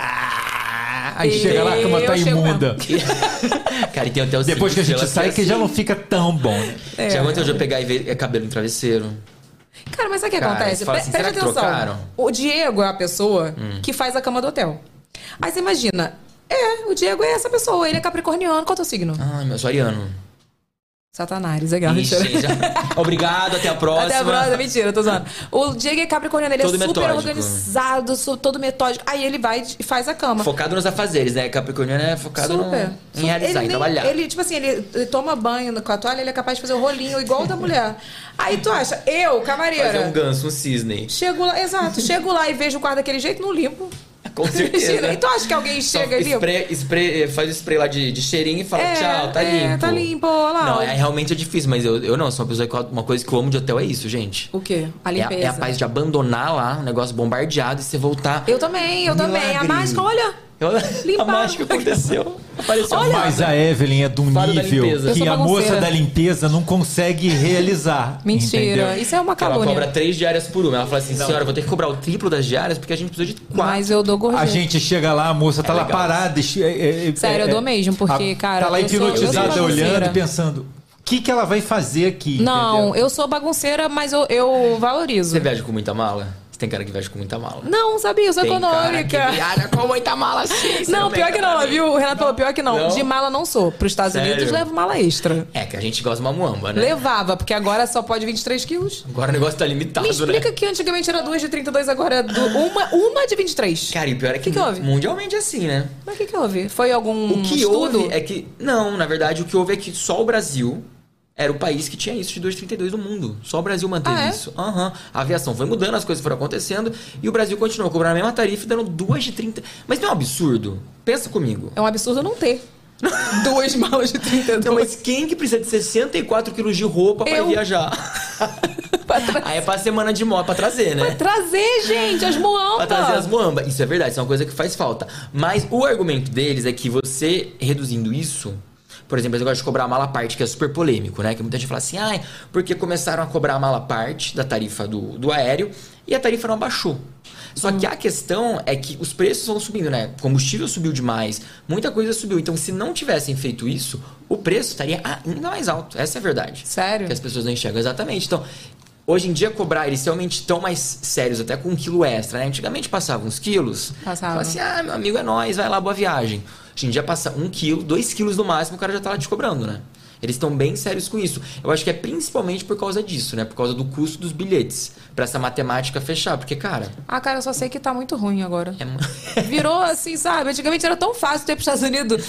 Aí chega lá, a cama tá Eu chego imunda. Cara, e tem hotel Depois que a gente sai, que já não fica tão bom. Né? Já aconteceu de eu pegar e ver cabelo em travesseiro. Cara, mas sabe o que Cara, acontece? você fala assim, Presta será que atenção. trocaram? O Diego é a pessoa que faz a cama do hotel. Aí você imagina, o Diego é essa pessoa, ele é capricorniano. Qual é o teu signo? Ai, meu, sou ariano. Satanás, legal. Ixi, Obrigado, até a próxima. Até a próxima, mentira, tô zoando. O Diego é capricorniano, ele Todo é super metódico. organizado, todo metódico. Aí ele vai e faz a cama. Focado nos afazeres, né? Capricorniano é focado em realizar, em trabalhar. Ele, tipo assim, ele toma banho com a toalha, ele é capaz de fazer o rolinho igual o da mulher. Aí tu acha, eu, camareira... Fazer um ganso, um cisne. Chego lá, exato, chego lá e vejo o quarto daquele jeito, não limpo. Com certeza. E tu acha que alguém chega ali? Faz o spray lá de cheirinho e fala, tchau, tá limpo. Tá limpo, olha lá. Não, realmente é difícil, mas eu não, sou uma pessoa que uma coisa que eu amo de hotel é isso, gente. O quê? A limpeza. É a paz de abandonar lá, um negócio bombardeado e você voltar. Eu também. A Milagre. mágica, olha. A Limparam. mágica aconteceu. Apareceu Olha. Mas a Evelyn é de um Faro da nível limpeza. Eu que sou a moça bagunceira. da limpeza não consegue realizar. Mentira. Entendeu? Isso é uma Ela calúnia. cobra 3 diárias por uma. Ela fala assim, senhora, eu vou ter que cobrar o triplo das diárias porque a gente precisa de 4. Mas eu dou gorjeta. A gente chega lá, a moça tá lá legal. parada. Sério, eu dou mesmo, porque, cara, Tá lá eu sou hipnotizada bagunceira. olhando e pensando, o que ela vai fazer aqui? Não, entendeu? eu sou bagunceira, mas eu valorizo. Você viaja com muita mala? Você tem cara que viaja com muita mala. Não, sabia, eu sou Tem cara econômica. que viaja com muita mala, sim. você Não, vem pior que pra não, mim. viu? O Renato falou, pior que não. Não? De mala não sou. Pros Estados Sério? Unidos levo mala extra. É que a gente gosta de uma muamba, né? Levava, porque agora só pode 23 quilos. Agora o negócio tá limitado, Me explica né? que antigamente era 2 de 32, agora é uma de 23. Cara, e o pior é que Que houve? mundialmente é assim, né? Mas o que houve? Foi algum O que estudo? houve é que... Não, na verdade, o que houve é que só o Brasil era o país que tinha isso de 2,32 no mundo. Só o Brasil manteve Ah, é? isso. Aham. A aviação foi mudando, as coisas foram acontecendo e o Brasil continuou cobrando a mesma tarifa e dando 2 de 30. Mas não é um absurdo? Pensa comigo. É um absurdo não ter 2 malas de 32. Não, mas quem que precisa de 64 quilos de roupa pra ir Eu. viajar? Pra tra- Aí é pra semana de moto, pra trazer, né? Pra trazer, gente, as muambas. Pra trazer as muambas. Isso é verdade, isso é uma coisa que faz falta. Mas o argumento deles é que você reduzindo isso... Por exemplo, eles gostam de cobrar a mala à parte, que é super polêmico, né? Que muita gente fala assim, porque começaram a cobrar a mala à parte da tarifa do aéreo e a tarifa não abaixou. Só que a questão é que os preços vão subindo, né? O combustível subiu demais, muita coisa subiu. Então, se não tivessem feito isso, o preço estaria ainda mais alto. Essa é a verdade. Sério? Que as pessoas não enxergam. Exatamente. Então, hoje em dia, cobrar, eles realmente estão mais sérios, até com 1 quilo extra, né? Antigamente passava uns quilos. Passava. Falava assim, meu amigo é nóis, vai lá, boa viagem. Hoje em dia passa 1 quilo, 2 quilos no máximo, o cara já tá lá te cobrando, né? Eles estão bem sérios com isso. Eu acho que é principalmente por causa disso, né? Por causa do custo dos bilhetes. Pra essa matemática fechar. Porque, cara... Cara, eu só sei que tá muito ruim agora. É... Virou assim, sabe? Antigamente era tão fácil ter pros Estados Unidos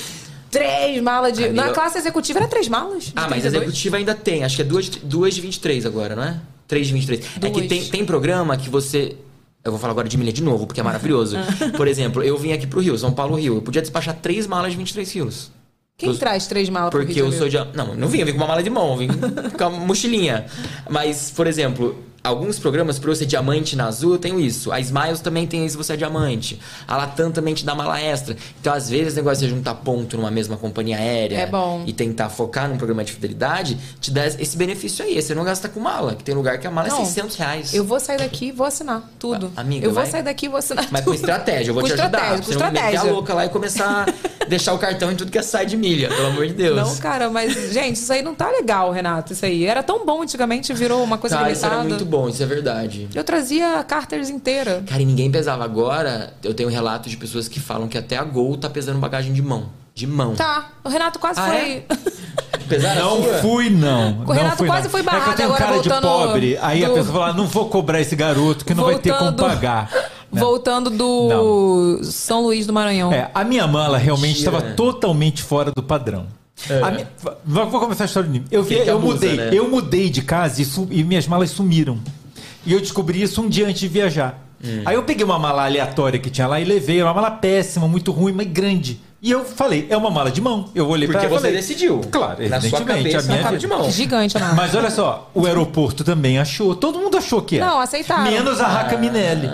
3 malas de... Amiga... Na classe executiva era 3 malas de mas 32? executiva ainda tem. Acho que é 2 de 23 agora, não é? 3 de 23. É que tem programa que você... Eu vou falar agora de milha de novo, porque é maravilhoso. Por exemplo, eu vim aqui pro Rio, São Paulo, Rio. Eu podia despachar 3 malas de 23 quilos. Quem traz 3 malas pro Rio Porque eu sou de... Não vim com uma mala de mão, eu vim com a mochilinha. Mas, por exemplo, alguns programas, por eu ser diamante na Azul, eu tenho isso. A Smiles também tem isso, você é diamante. A Latam também te dá mala extra. Então, às vezes, o negócio de juntar ponto numa mesma companhia aérea É bom. e tentar focar num programa de fidelidade, te dá esse benefício aí. Você não gasta com mala, que tem lugar que a mala é R$600. Eu vou sair daqui e vou assinar tudo. Amiga, eu vou vai? sair daqui e vou assinar Mas tudo. com estratégia, eu vou Com te ajudar. estratégia, Pra você não meter a louca lá e começar a deixar o cartão em tudo que é sai de milha, pelo amor de Deus. Não, cara, mas, gente, isso aí não tá legal, Renato. Isso aí era tão bom antigamente, virou uma coisa Cara, isso limitada. era muito bom, isso é verdade. Eu trazia carters inteira. Cara, e ninguém pesava. Agora, eu tenho relatos de pessoas que falam que até a Gol tá pesando bagagem de mão. De mão. Tá, o Renato quase Ah, foi. Pesaram Não a sua? fui, não. O Renato Não fui, quase não. foi É que eu barrado tenho agora, cara de voltando pobre. Aí a do- pessoa fala, não vou cobrar esse garoto que não vai ter como Voltando- pagar. Né? Voltando do São Luís do Maranhão. A minha mala realmente Mentira. estava totalmente fora do padrão. Vou começar a história de mim. Eu Quem que abusa, mudei, né? eu mudei de casa e minhas malas sumiram. E eu descobri isso um dia antes de viajar. Aí eu peguei uma mala aleatória que tinha lá e levei. Uma mala péssima, muito ruim, mas grande. E eu falei, é uma mala de mão. Eu olhei pra Porque ela e você falei, decidiu. Claro, Na sua evidentemente. cabeça, a minha mala de mão. Gigante, não. Mas olha só, o aeroporto também achou. Todo mundo achou que é. Não, aceitaram. Menos a Raca Minelli.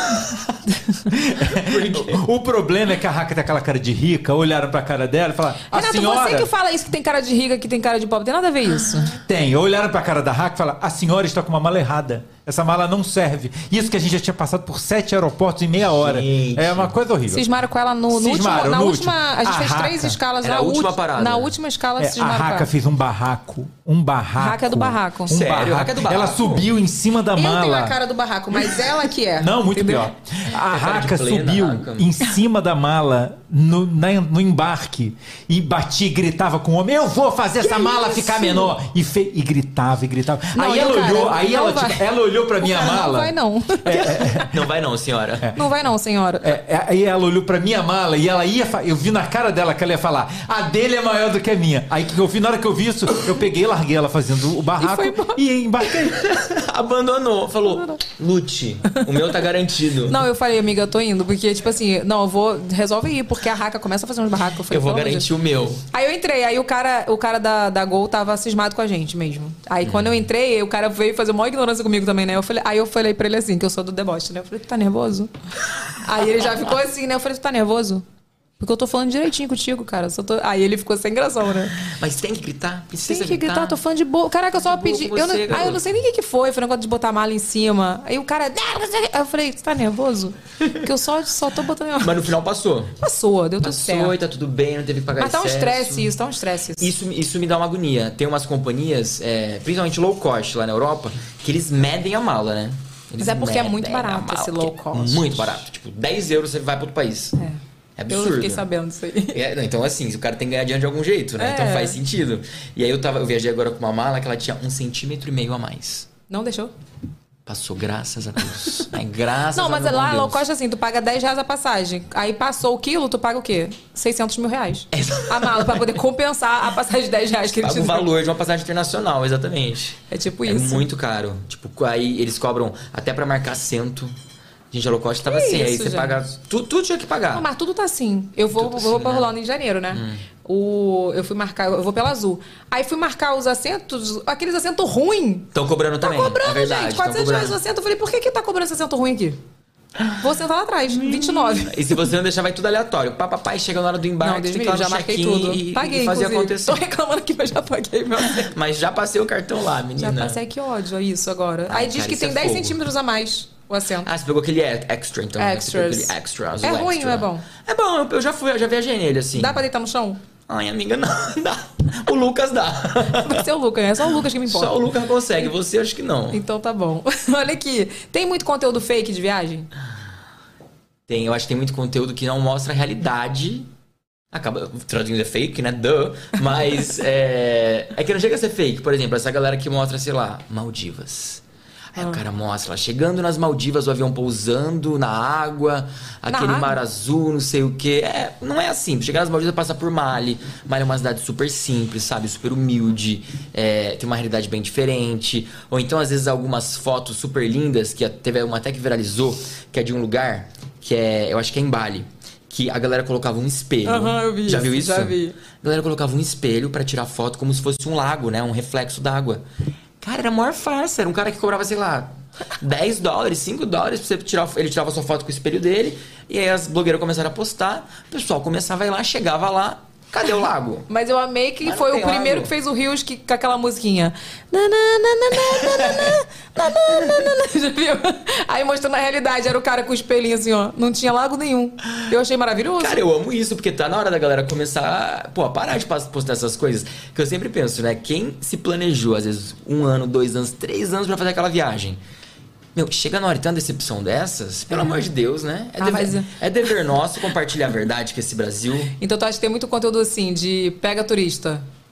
O problema é que a Raca tem aquela cara de rica, olharam pra cara dela e falaram, a Renato, senhora... você que fala isso, que tem cara de rica, que tem cara de pobre, tem nada a ver isso. Tem, olharam pra cara da Raca e falaram, a senhora está com uma mala errada. Essa mala não serve. Isso que a gente já tinha passado por 7 aeroportos em meia hora. Gente. É uma coisa horrível. Cismaram com ela no último... Cismaram Na no última... último. A gente A fez 3 Raca. escalas. Era a última parada. Na última escala, A cismaram com Raca ela. fez um barraco. Raca é do barraco. Sério? Raca é do barraco? Ela subiu em cima da Eu mala. tenho a cara do barraco, mas ela que é. Não, muito Entendeu? pior. A cara de Raca plena, subiu Raca. em cima da mala no embarque e batia e gritava com o homem: eu vou fazer essa mala ficar menor. E gritava e gritava. Não, aí e o ela cara, olhou, aí não ela, vai. tipo, ela olhou pra minha Cara, mala. Não vai não. Não vai não, senhora. Não vai não, senhora. Aí ela olhou pra minha mala e ela eu vi na cara dela que ela ia falar: a dele é maior do que a minha. Aí que eu vi, na hora que eu vi isso, eu peguei e larguei ela fazendo o barraco foi embora. e embarquei. Abandonou. Falou, lute. O meu tá garantido. Não, eu falei, amiga, eu tô indo, porque, tipo assim, não, eu vou, resolve ir, porque a Raca começa a fazer uns barracos. Falei, Eu vou pelo amor de garantir o meu. Aí eu entrei, aí o cara da Gol tava cismado com a gente mesmo. Aí quando eu entrei, o cara veio fazer uma ignorância comigo também, né? Aí eu falei pra ele assim, que eu sou do deboche, né? Eu falei, tu tá nervoso? Aí ele já ficou assim, né? Eu falei, tu tá nervoso? Porque eu tô falando direitinho contigo, cara. Aí ele ficou sem gração, né? Mas tem que gritar? Precisa Tem que gritar, tô falando de boa. Caraca, eu só De boa pedi. com Eu não, você, eu garoto. não sei nem o que foi. Foi um negócio de botar a mala em cima. Aí o cara. Aí eu falei, você tá nervoso? Porque eu só tô botando. Mas no final passou. Passou, deu tudo Passou certo. e tá tudo bem, não teve que pagar Mas tá um excesso. estresse isso, tá um estresse isso. Isso me dá uma agonia. Tem umas companhias, principalmente low cost lá na Europa, que eles medem a mala, né? Eles Mas é porque é medem muito a barato mala, esse low que é cost. Muito barato. Tipo, 10 euros você vai para outro país. É absurdo. Eu fiquei sabendo disso aí. Não, então, assim, o cara tem que ganhar dinheiro de algum jeito, né? É. Então faz sentido. E aí eu viajei agora com uma mala que ela tinha 1,5 centímetro a mais. Não deixou? Passou, graças a Deus. Graças Não, a mas meu lá, Deus. low cost, assim, tu paga R$10 a passagem. Aí passou o quilo, tu paga o quê? 600 mil reais. A mala, pra poder compensar a passagem de R$10 que eles Paga o valor de uma passagem internacional, exatamente. É tipo É isso. muito caro. Tipo, aí eles cobram até pra marcar assento. Gente, a low cost tava Que assim. Aí isso, você gente? paga... Tudo tinha que pagar. Não, mas tudo tá assim. Eu vou pra Orlando em janeiro, né? Eu fui marcar, eu vou pela Azul. Aí fui marcar os assentos, aqueles assentos ruins. Estão cobrando Tá também. cobrando, é verdade, gente. tão R$400 o cobrando. assento. Eu falei, por que tá cobrando esse assento ruim aqui? Vou sentar lá atrás, 29. E se você não deixar, vai tudo aleatório. Papai chega na hora do embarque, Não, Deus tem me que ir lá livre, no já marquei check-in tudo. e Paguei, fazer inclusive. acontecer. Tô reclamando que eu já paguei meu assento. Mas já passei o cartão lá, menina. Já passei, que ódio, é isso agora. Ai, Aí diz cara, que isso tem é 10 fogo. centímetros a mais o assento. Ah, você pegou aquele extra, então. né? Você pegou Extras. aquele extra, azul É ruim extra. ou é bom? É bom, eu já fui, eu já viajei nele, assim. Dá pra deitar no chão? Ai, amiga, não dá. O Lucas dá. Vai ser o Lucas, é só o Lucas que me importa. Só o Lucas consegue, você acho que não. Então tá bom. Olha aqui, tem muito conteúdo fake de viagem? Tem, eu acho que tem muito conteúdo que não mostra a realidade. Acaba traduzindo é fake, né? Duh. Mas é que não chega a ser fake. Por exemplo, essa galera que mostra, sei lá, Maldivas. Aí o cara mostra lá, chegando nas Maldivas, o avião pousando na água, aquele mar azul, não sei o quê. Não é assim. Chegar nas Maldivas passa por Mali. Mali é uma cidade super simples, sabe? Super humilde. Tem uma realidade bem diferente. Ou então, às vezes, algumas fotos super lindas, que teve uma até que viralizou, que é de um lugar, que eu acho que é em Bali. Que a galera colocava um espelho. Eu vi Já isso, viu isso? já vi. A galera colocava um espelho pra tirar foto como se fosse um lago, né? Um reflexo d'água. Cara, era a maior farsa. Era um cara que cobrava, sei lá, $10, $5 pra você tirar. Ele tirava sua foto com o espelho dele. E aí as blogueiras começaram a postar. O pessoal começava a ir lá, chegava lá. Cadê o lago? Mas eu amei que Mas foi não o tem primeiro lago. que fez o Rios com aquela musiquinha. Já viu? Aí mostrando a realidade, era o cara com o espelhinho assim, ó. Não tinha lago nenhum. Eu achei maravilhoso. Cara, eu amo isso, porque tá na hora da galera começar a parar de postar essas coisas. Que eu sempre penso, né? Quem se planejou, às vezes, 1 ano, 2 anos, 3 anos pra fazer aquela viagem. Meu, chega na hora e tem uma decepção dessas, pelo amor de Deus, né? É dever nosso compartilhar a verdade com esse Brasil. Então tu acha que tem muito conteúdo assim, de pega turista?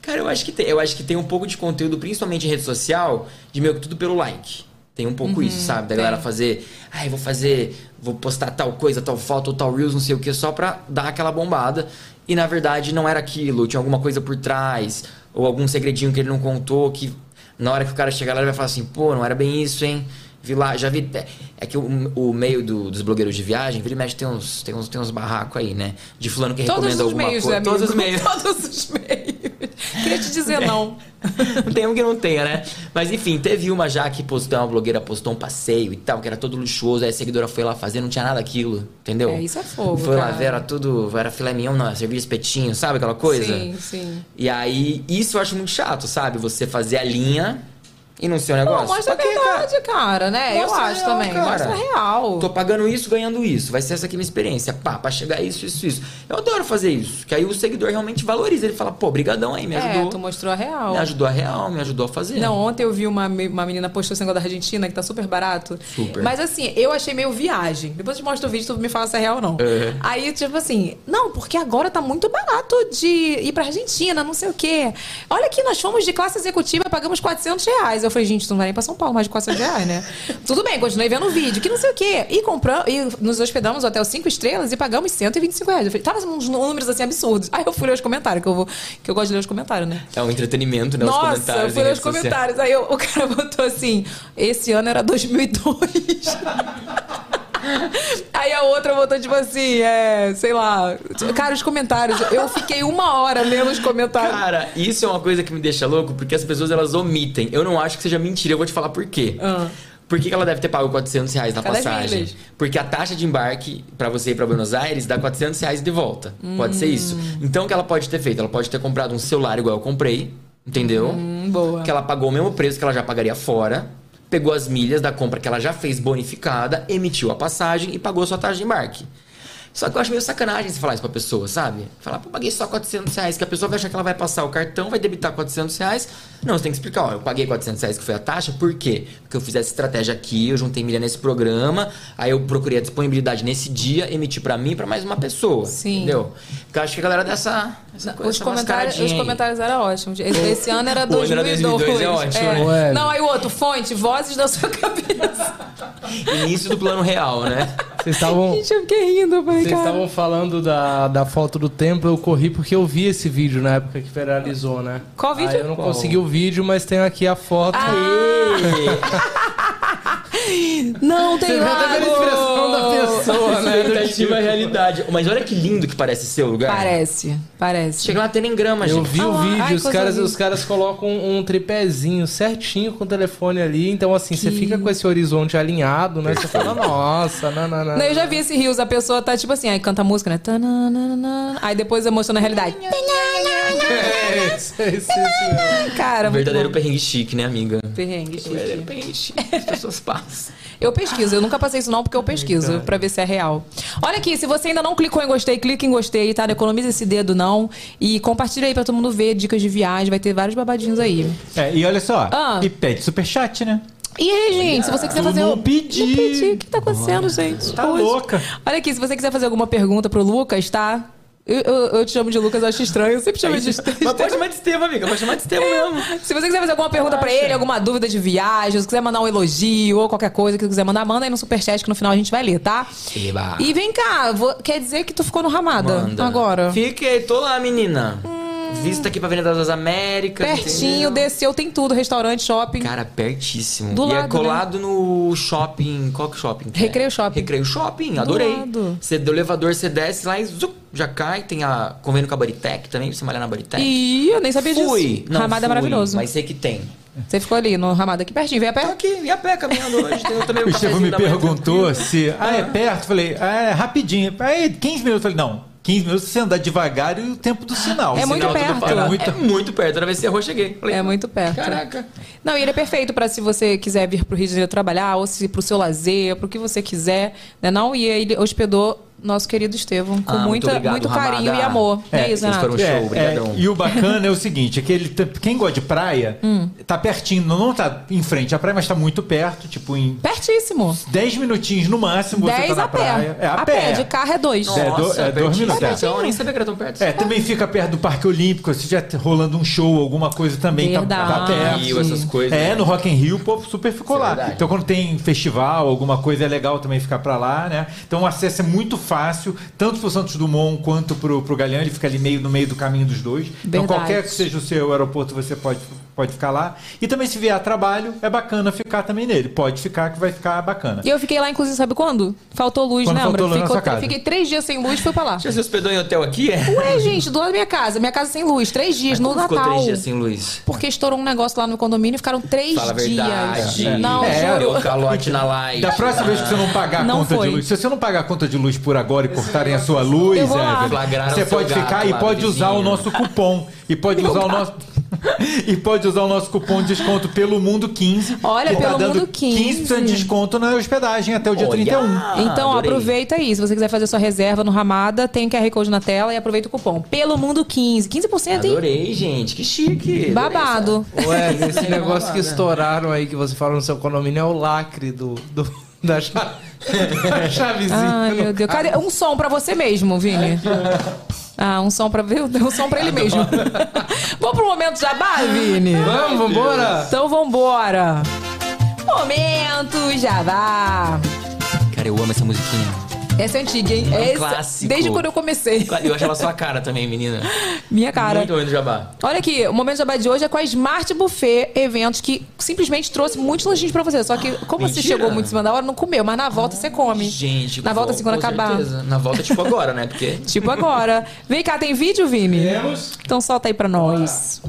Cara, eu acho que tem um pouco de conteúdo, principalmente em rede social, de meio que tudo pelo like. Tem um pouco isso, sabe? Da galera fazer... Vou postar tal coisa, tal foto, tal reels, não sei o que, só pra dar aquela bombada. E, na verdade, não era aquilo. Tinha alguma coisa por trás. Ou algum segredinho que ele não contou, que na hora que o cara chegar lá, ele vai falar assim, pô, não era bem isso, hein? Vi lá, já vi... É que o meio dos blogueiros de viagem, vira e mexe, tem uns barracos aí, né? De fulano que recomenda alguma coisa. Né, todos os meios. Todos os meios. Queria te dizer não. Não tem um que não tenha, né? Mas enfim, teve uma já que uma blogueira postou um passeio e tal, que era todo luxuoso, aí a seguidora foi lá fazer, não tinha nada daquilo, entendeu? Isso é fogo, foi cara. lá ver, era filé mignon, não, servia espetinho, sabe aquela coisa? Sim. E aí, isso eu acho muito chato, sabe? Você fazer a linha e não ser um negócio. Não, mostra a verdade, cara, né? Mostra eu acho real, também. cara. Mostra real. Tô pagando isso, ganhando isso. Vai ser essa aqui minha experiência. Pá, pra chegar isso. Eu adoro fazer isso. Que aí o seguidor realmente valoriza. Ele fala, pô, brigadão aí, me ajudou. Tu mostrou a real. Me ajudou a real, me ajudou a fazer. Não, ontem eu vi uma menina postou esse negócio da Argentina, que tá super barato. Super. Mas assim, eu achei meio viagem. Depois eu te mostro o vídeo, tu me fala se é real ou não. Aí, tipo assim, não, porque agora tá muito barato de ir pra Argentina, não sei o quê. Olha aqui, nós fomos de classe executiva e pagamos R$400. Eu falei, gente, tu não vai nem pra São Paulo, mais de R$400, né? Tudo bem, continuei vendo o vídeo, que não sei o quê. E nos hospedamos no hotel 5 estrelas e pagamos R$125. Eu falei, tava uns números assim absurdos. Aí eu fui ler os comentários, que eu gosto de ler os comentários, né? É um entretenimento, né? Nossa, os comentários. eu fui ler os comentários. Aí o cara botou assim, esse ano era 2002. Aí a outra botou tipo assim, sei lá. Cara, os comentários. Eu fiquei 1 hora lendo os comentários. Cara, isso é uma coisa que me deixa louco, porque as pessoas elas omitem. Eu não acho que seja mentira, eu vou te falar por quê. Por que ela deve ter pago R$400 na passagem? Milhas. Porque a taxa de embarque pra você ir pra Buenos Aires dá R$400 de volta. Pode ser isso. Então o que ela pode ter feito? Ela pode ter comprado um celular igual eu comprei, entendeu? Boa. Que ela pagou o mesmo preço que ela já pagaria fora. Pegou as milhas da compra que ela já fez bonificada, emitiu a passagem e pagou a sua taxa de embarque. Só que eu acho meio sacanagem você falar isso pra pessoa, sabe? Falar, pô, paguei só R$400, que a pessoa vai achar que ela vai passar o cartão, vai debitar R$400. Não, você tem que explicar, ó, eu paguei R$400 que foi a taxa, por quê? Porque eu fiz essa estratégia aqui, eu juntei milha nesse programa, aí eu procurei a disponibilidade nesse dia, emiti pra mim e pra mais uma pessoa. Sim. Entendeu? Porque eu acho que a galera dessa coisa, Os comentários eram ótimos. Esse ano era 2002. O ano era 2002, é ótimo, né? Não, aí o outro, fonte, vozes da sua cabeça. Início do plano real, né? Vocês estavam... Gente, eu fiquei rindo, eu falei, Vocês cara. estavam falando da foto do templo, eu corri porque eu vi esse vídeo na época que viralizou, né? Qual vídeo? Aí eu não consegui o vídeo, mas tenho aqui a foto. Não tem Você vê até lago. a expressão da pessoa, né? Expectativa e realidade. Mas olha que lindo que parece ser o lugar. Parece. Chega lá, tem nem grama, gente. Eu vi o vídeo, ai, os caras colocam um tripézinho certinho com o telefone ali, então assim, você fica com esse horizonte alinhado, né? Você fala, nossa, Não, eu já vi esse Rios, a pessoa tá tipo assim, aí canta a música, né? Tananana, aí depois emociona a realidade. Cara, Verdadeiro muito bom. perrengue chique, né, amiga? Perrengue, chique. Verdadeiro perrengue chique. As pessoas passam. Eu pesquiso, eu nunca passei isso não, porque eu pesquiso pra ver se é real. Olha aqui, se você ainda não clicou em gostei, clica em gostei, tá? Não economiza esse dedo não. E compartilha aí pra todo mundo ver dicas de viagem, vai ter vários babadinhos aí. E olha só, e pede superchat, né? E aí, gente, se você quiser fazer... não pedi. Não pedi. O que tá acontecendo, gente? Tá louca. Olha aqui, se você quiser fazer alguma pergunta pro Lucas, tá? Eu te chamo de Lucas, eu acho estranho. Eu sempre chamo de Estevam. Mas pode chamar de Estevam, amiga. Pode chamar de Estevam mesmo. Se você quiser fazer alguma pergunta pra ele, alguma dúvida de viagem, se quiser mandar um elogio ou qualquer coisa que você quiser mandar, manda aí no superchat que no final a gente vai ler, tá? Eba. E vem cá, quer dizer que tu ficou no Ramada Manda. agora? Fiquei, tô lá, menina. Vista aqui pra Avenida das Américas. Pertinho, entendeu? desceu, tem tudo, restaurante, shopping. Cara, pertíssimo. Do e lado, é colado no shopping. Qual que é o shopping? que é? Recreio Shopping. Recreio Shopping, adorei. lado. Você do elevador, você desce lá e zup, já cai. Tem a convênio com a Bodytech também, pra você malhar na Bodytech. Ih, eu nem sabia Fui. disso. Não, Ramada é fui, maravilhoso. Mas sei que tem. Você ficou ali no Ramada, aqui pertinho, vem a Tô pé? aqui, e a pé caminhando hoje. Eu também O Estevam me perguntou se... é perto? Falei, é rapidinho. Aí, 15 minutos. Falei, não. 15 minutos se você andar devagar e o tempo do sinal. É muito perto. É muito perto. Toda vez que você errou, cheguei. Falei, É muito perto. Caraca. Não, e ele é perfeito pra se você quiser vir pro Rio de Janeiro trabalhar, ou se pro seu lazer, pro que você quiser, né não? E ele hospedou nosso querido Estevão. Com muito obrigado, muito carinho Ramada. e amor. É isso, Vocês Renato. foram um show, obrigadão. E o bacana é o seguinte, é que quem gosta de praia, tá pertinho, não tá em frente à praia, mas tá muito perto, tipo em Pertíssimo. 10 minutinos no máximo você 10 tá na a pé. praia. É, a pé. De carro é 2. É 2 minutos. Eu nem sabia que era tão perto. Também fica perto do Parque Olímpico, se já rolando um show, alguma coisa também tá perto. Rio, essas coisas. No Rock in Rio o povo super ficou Isso é lá. verdade. Então quando tem festival, alguma coisa, é legal também ficar pra lá, né? Então o acesso é muito fácil, tanto pro Santos Dumont quanto pro Galeão, ele fica ali no meio do caminho dos dois. Então qualquer que seja o seu aeroporto, você pode ficar lá. E também se vier a trabalho, é bacana ficar também nele. Pode ficar que vai ficar bacana. E eu fiquei lá, inclusive, sabe quando? Faltou luz, Quando lembra? faltou luz na sua casa. Fiquei 3 dias sem luz e fui pra lá. Você se hospedou em hotel aqui, Ué, gente, do lado da minha casa. Minha casa sem luz. 3 dias, no Natal. Ficou 3 dias sem luz? Porque estourou um negócio lá no condomínio e ficaram 3 Fala a verdade. dias. Não, Deu juro. calote na live. Da próxima vez que você não pagar a Não conta foi. de luz, se você não pagar a conta de luz por agora e cortarem a sua luz, Eu vou lá. Evelyn, Flagraram você o seu pode gato ficar e lá, pode do usar o vizinho. nosso cupom. E pode usar o nosso. E pode usar o nosso cupom de desconto pelo Mundo 15. Olha, que tá pelo dando Mundo 15. 15% de desconto na hospedagem até o dia 31. Então, adorei. aproveita aí. Se você quiser fazer sua reserva no Ramada, tem QR Code na tela e aproveita o cupom. Pelo Mundo 15. 15%, hein? Adorei, gente. Que chique. Babado. Ué, esse negócio que estouraram aí que você falou no seu condomínio é o lacre da chavezinha. Ai, meu Deus. Cadê? Um som pra você mesmo, Vini. Um som pra ele mesmo. Vamos pro momento jabá, Vini? Vambora! Então vambora. Momento jabá. Cara, eu amo essa musiquinha. Essa é antiga, hein? Clássico. Desde quando eu comecei. Eu achava sua cara também, menina. Minha cara. Muito momento jabá. Olha aqui, o Momento Jabá de hoje é com a Smart Buffet Eventos, que simplesmente trouxe muitos lanchinhos pra você. Só que, como você Mentira. chegou muito em cima da hora, não comeu. Mas na volta você come. Gente, Na volta, assim, quando com acabar. certeza. Na volta, tipo agora, né? Porque... Tipo agora. Vem cá, tem vídeo, Vini? Temos. Então solta aí pra nós.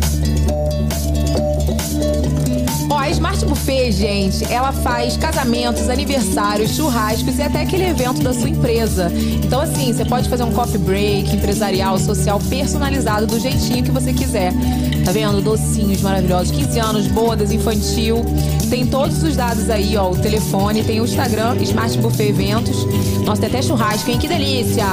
Ó, a Smart Buffet, gente, ela faz casamentos, aniversários, churrascos e até aquele evento da sua empresa. Então, assim, você pode fazer um coffee break empresarial, social, personalizado do jeitinho que você quiser. Tá vendo? Docinhos maravilhosos, 15 anos, bodas, infantil. Tem todos os dados aí, ó, o telefone, tem o Instagram, Smart Buffet Eventos. Nossa, tem até churrasco, hein? Que delícia!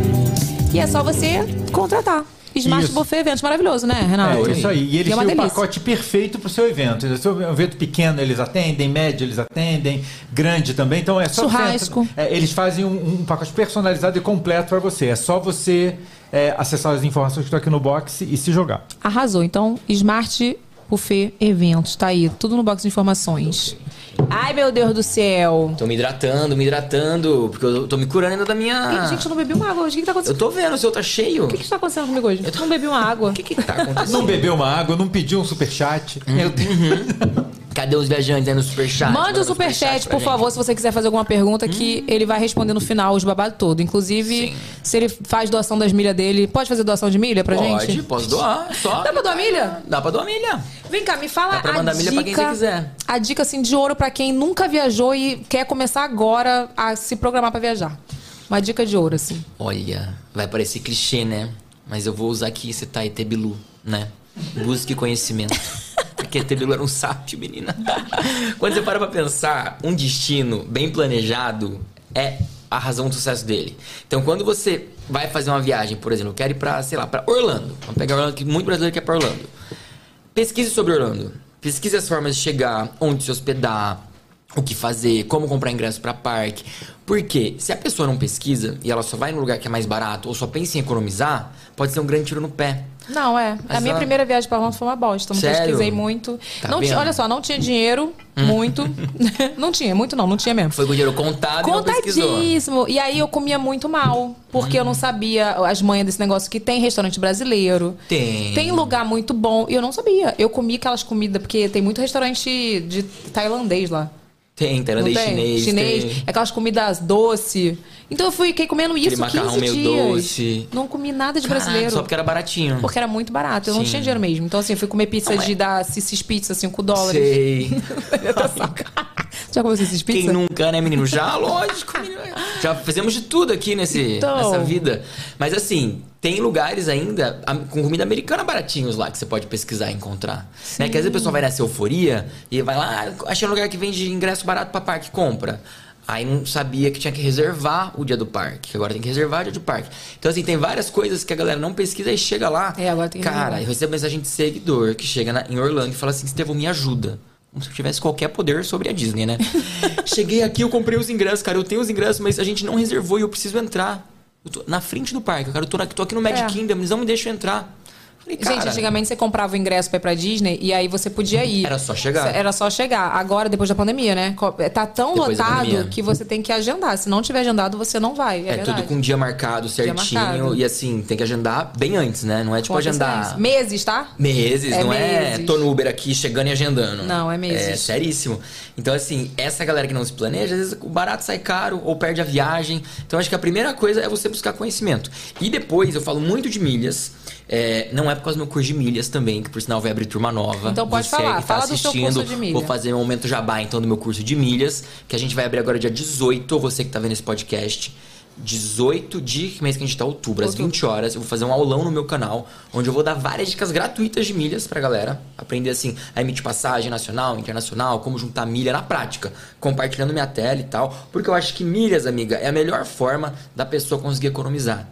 E é só você contratar. Smart Isso. Buffet Eventos, maravilhoso, né, Renato? É isso aí. E eles é uma têm o delícia. pacote perfeito pro seu evento. Se é um evento pequeno, eles atendem, médio, eles atendem, grande também. Então é só Churrasco. eles fazem um pacote personalizado e completo para você. É só você acessar as informações que estão aqui no box e se jogar. Arrasou. Então, Smart Buffet Eventos, tá aí. Tudo no box de informações. Ai, meu Deus do céu. Tô me hidratando, porque eu tô me curando ainda da minha... Ih, gente, eu não bebi uma água hoje. O que tá Eu acontecendo? tô vendo, o seu tá cheio. O que tá acontecendo comigo hoje? Eu não bebi uma água. O que tá acontecendo? Não bebeu uma água, não pediu um superchat. Meu Deus. Cadê os viajantes aí no superchat? Mande o superchat, por favor, se você quiser fazer alguma pergunta que ele vai responder no final, os babados todo. Inclusive, Sim. se ele faz doação das milhas dele... Pode fazer doação de milha pra gente? Posso doar. Só. Dá pra doar milha? Dá pra doar milha. Vem cá, me fala Dá pra mandar a milha dica... pra quem você quiser. A dica, assim, de ouro pra quem nunca viajou e quer começar agora a se programar pra viajar. Uma dica de ouro, assim. Olha, vai parecer clichê, né? Mas eu vou usar aqui esse Taite Bilu, né? Busque conhecimento. Porque Tebilu era um sábio, menina. Quando você para pra pensar, um destino bem planejado é a razão do sucesso dele. Então, quando você vai fazer uma viagem, por exemplo, eu quero ir pra, sei lá, pra Orlando. Vamos pegar Orlando, que muito brasileiro quer ir pra Orlando. Pesquise sobre Orlando. Pesquise as formas de chegar, onde se hospedar, o que fazer, como comprar ingresso pra parque. Porque se a pessoa não pesquisa e ela só vai no lugar que é mais barato ou só pensa em economizar, pode ser um grande tiro no pé. Não, a Mas minha ela- primeira viagem pra Orlando foi uma bosta. Não Sério? pesquisei muito. Tá Não tinha, vendo? olha só, não tinha dinheiro, muito. Não tinha, muito não tinha mesmo. Foi com dinheiro contado e não pesquisou. Contadíssimo. E aí eu comia muito mal, porque eu não sabia as manhas desse negócio que tem restaurante brasileiro. Tem lugar muito bom. E eu não sabia. Eu comi aquelas comidas, porque tem muito restaurante de tailandês lá. Tem, tailandês, Não tem? chinês. Tem. Aquelas comidas doce. Então eu fiquei comendo isso Aquele 15 macarrão meio dias. doce. Não comi nada de Caraca, brasileiro. só porque era baratinho. Porque era muito barato. Eu não Sim. tinha dinheiro mesmo. Então, assim, eu fui comer pizza da Cissis Pizza, $5. Sei. Já comeu Cissis Pizza? Quem nunca, né, menino? Já, lógico, menino. Já fizemos de tudo aqui nessa vida. Mas assim, tem lugares ainda com comida americana baratinhos lá que você pode pesquisar e encontrar. Né? Que às vezes a pessoa vai nessa euforia e vai lá, achei um lugar que vende ingresso barato pra parque, compra. Aí não sabia que tinha que reservar o dia do parque. Agora tem que reservar o dia do parque. Então, assim, tem várias coisas que a galera não pesquisa e chega lá. Agora tem que Cara, reservar. eu recebo mensagem de seguidor que chega em Orlando e fala assim: Estevão, me ajuda. Como se eu tivesse qualquer poder sobre a Disney, né? Cheguei aqui, eu comprei os ingressos, cara. Eu tenho os ingressos, mas a gente não reservou e eu preciso entrar. Eu tô na frente do parque, cara. Eu tô aqui no Magic Kingdom, eles não me deixam entrar. Falei, cara, gente, antigamente você comprava o ingresso pra ir pra Disney e aí você podia ir. Era só chegar. Era só chegar. Agora, depois da pandemia, né? Tá tão Depois da lotado pandemia. que você tem que agendar. Se não tiver agendado, você não vai. É verdade. tudo com dia marcado certinho. marcado. E assim, tem que agendar bem antes, né? Não é tipo Com agendar antecedência. Meses, tá? meses, É não meses. é tô no Uber aqui chegando e agendando. Não, é meses. É seríssimo. Então, assim, essa galera que não se planeja, às vezes o barato sai caro ou perde a viagem. Então, acho que a primeira coisa é você buscar conhecimento. E depois, eu falo muito de milhas. Não é por causa do meu curso de milhas também, que por sinal vai abrir turma nova. Então pode Você falar, que tá fala do seu curso de milha. Vou fazer um momento jabá, então, do meu curso de milhas, que a gente vai abrir agora dia 18, você que tá vendo esse podcast. 18 de que mês que a gente tá? Outubro, às 20 horas. Eu vou fazer um aulão no meu canal, onde eu vou dar várias dicas gratuitas de milhas pra galera. Aprender, assim, a emitir passagem nacional, internacional, como juntar milha na prática, compartilhando minha tela e tal. Porque eu acho que milhas, amiga, é a melhor forma da pessoa conseguir economizar.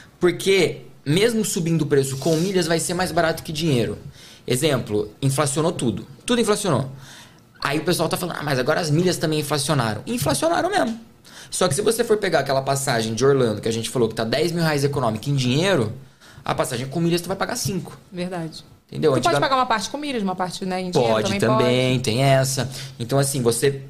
Porque mesmo subindo o preço com milhas, vai ser mais barato que dinheiro. Exemplo, inflacionou tudo. Tudo inflacionou. Aí o pessoal tá falando, mas agora as milhas também inflacionaram. Inflacionaram mesmo. Só que se você for pegar aquela passagem de Orlando, que a gente falou que tá 10 mil reais econômica em dinheiro, a passagem com milhas tu vai pagar 5. Verdade. Entendeu? Tu pode pagar uma parte com milhas, uma parte, né, em dinheiro Pode também. Pode. tem essa. Então, assim,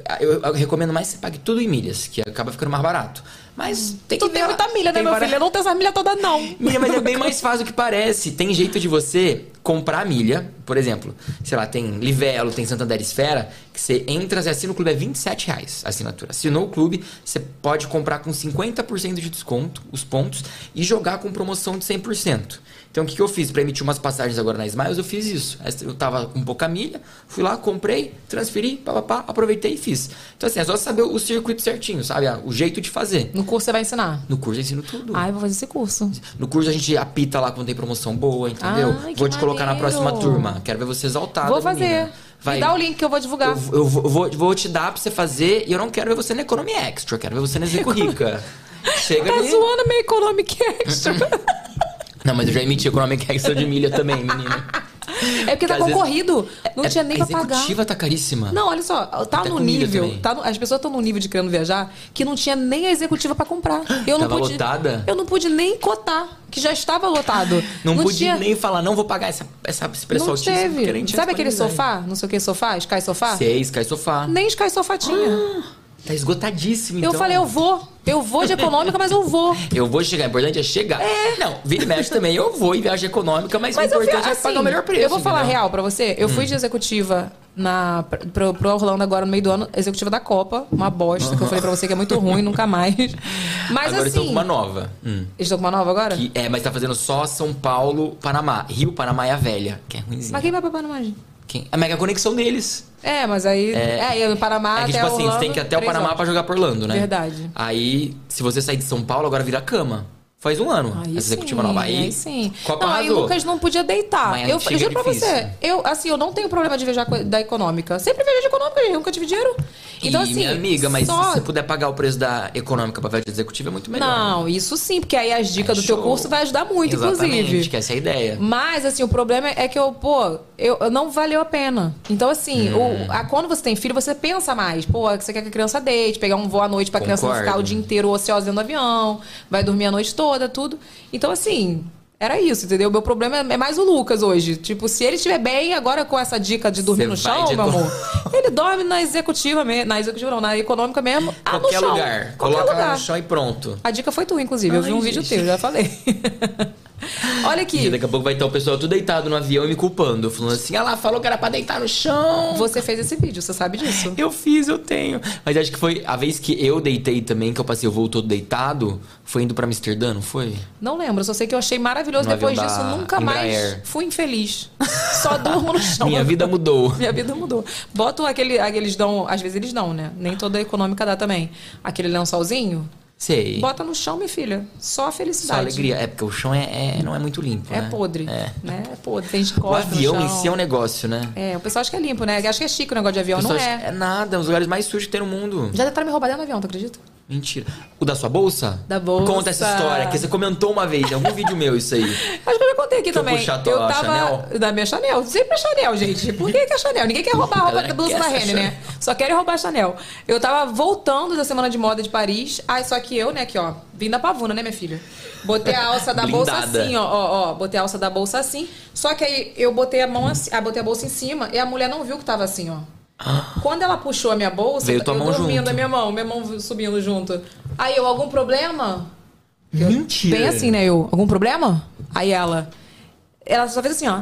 eu recomendo mais que você pague tudo em milhas, que acaba ficando mais barato. Mas tem que Tu tem muita milha, né, meu filho? Eu não tenho essas milhas todas, não. Milha, mas é bem mais fácil do que parece. Tem jeito de você comprar milha, por exemplo, sei lá, tem Livelo, tem Santander Esfera, que você entra, você assina o clube, é R$27 a assinatura. Assinou o clube, você pode comprar com 50% de desconto os pontos e jogar com promoção de 100%. Então, o que eu fiz para emitir umas passagens agora na Smiles? Eu fiz isso. Eu tava com pouca milha, fui lá, comprei, transferi, aproveitei e fiz. Então, assim, é só saber o circuito certinho, sabe? O jeito de fazer. No curso você vai ensinar? No curso eu ensino tudo. Eu vou fazer esse curso. No curso a gente apita lá quando tem promoção boa, entendeu? Vou te colocar na próxima turma. Quero ver você exaltada. Vou fazer. Vai. Me dá o link que eu vou divulgar. Eu vou te dar pra você fazer e eu não quero ver você na Economy Extra. Eu quero ver você na Execo Rica. Chega Tá ali. zoando minha Economic Extra. Não, mas eu já emiti Economic Extra de milha também, menina. É porque tá às vezes- concorrido. Não tinha nem a pra pagar. executiva tá caríssima. Não, olha só, tá Até no comida nível. também. As pessoas estão no nível de querendo viajar que não tinha nem a executiva pra comprar. Eu Tava não pude, lotada? Eu não pude nem cotar, que já estava lotado. Não podia tinha, nem falar, não vou pagar esse pessoal não altíssimo, porque teve. nem tinha Sabe aquele disponibilidade. sofá? Não sei o que sofá? Sky Sofá? Sei, Sky Sofá. Nem Sky Sofá tinha. Tá esgotadíssimo, então. Eu falei, eu vou de econômica, mas eu vou. Eu vou chegar, o importante é chegar. Não, vira e mexe também, eu vou em viagem econômica, mas o Mas eu importante fui, é pagar o melhor preço. Eu vou falar entendeu? real pra você. Eu fui de executiva pro Orlando agora no meio do ano, executiva da Copa, uma bosta, que eu falei pra você que é muito ruim, nunca mais. Mas Agora assim. estão com uma nova. Eles estão com uma nova agora? Mas tá fazendo só São Paulo, Panamá. Rio, Panamá e a Velha, que é ruimzinho. Mas quem vai pra Panamá, gente? A mega conexão deles. Mas aí. E o Panamá. É que, até tipo assim, Orlando, você tem que ir até o 3 Panamá horas. pra jogar por Orlando, né? Verdade. Aí, se você sair de São Paulo, agora vira cama. Faz um ano Aí essa executiva nova. Aí sim. Copa Não, aí o arrasou. Lucas não podia deitar. Mas Eu chega juro pra difícil. você. Eu não tenho problema de viajar da econômica. Sempre viajei de econômica, eu nunca tive dinheiro. Então, assim. Minha amiga, mas só... se você puder pagar o preço da econômica pra viagem executiva, é muito melhor. Não, isso sim, porque aí as dicas do teu show. curso vai ajudar muito, Exatamente, inclusive. que essa é a ideia. Mas, assim, o problema é que eu não valeu a pena. Então, assim, quando você tem filho, você pensa mais. Você quer que a criança deite, pegar um voo à noite pra criança não ficar o dia inteiro ociosa dentro do avião, vai dormir a noite toda, tudo. Então, assim, era isso, entendeu? O meu problema é mais o Lucas hoje. Tipo, se ele estiver bem, agora com essa dica de dormir Você no vai chão, de meu amor, ele dorme na executiva mesmo. Na executiva não, na econômica mesmo. Qualquer no chão. lugar. Qualquer Coloca lugar. no chão e pronto. A dica foi tu, inclusive. Eu vi um vídeo teu, já falei. Olha aqui. E daqui a pouco vai estar o pessoal tudo deitado no avião e me culpando. Falando assim, lá, falou que era pra deitar no chão. Você fez esse vídeo, você sabe disso. Eu fiz, eu tenho. Mas acho que foi a vez que eu deitei também, que eu passei o voo todo deitado, foi indo pra Amsterdã, não foi? Não lembro, só sei que eu achei maravilhoso. No Depois avião disso, da nunca mais Embraer. fui infeliz. Só durmo no chão. Minha vida mudou. Minha vida mudou. Boto aqueles dão, às vezes eles dão, né? Nem toda econômica dá também. Aquele lençolzinho. Sei. Bota no chão, minha filha. Só Só felicidade. alegria. É porque o chão não é muito limpo, É né? podre, né? É podre. Tem gente que O cospe no avião chão. em si é um negócio, né? O pessoal acha que é limpo, né? Acho que é chique o negócio de avião, O não pessoal é. acha- É nada, os lugares mais sujos que tem no mundo. Já tentaram me roubar dentro do avião, tu acredita? Mentira. O da sua bolsa? Da bolsa. Conta essa história, que você comentou uma vez em algum vídeo meu isso aí. Acho que eu já contei aqui Que eu também. puxar a tua Chanel? Da minha Chanel. Sempre é Chanel, gente. Por que é Chanel? Ninguém quer roubar a roupa Galera da blusa quer da essa Renner, né? Só querem roubar a Chanel. Eu tava voltando da Semana de Moda de Paris. Só que eu, né, aqui, ó, vim da pavuna, né, minha filha? Botei a alça da bolsa Blindada. assim, ó. Botei a alça da bolsa assim. Só que aí eu botei a mão assim, botei a bolsa em cima e a mulher não viu que tava assim, ó. Quando ela puxou a minha bolsa, Veio tua eu mão dormindo junto. minha mão subindo junto. Aí eu, algum problema? Mentira. Bem assim, né? Algum problema? Aí ela só fez assim, ó.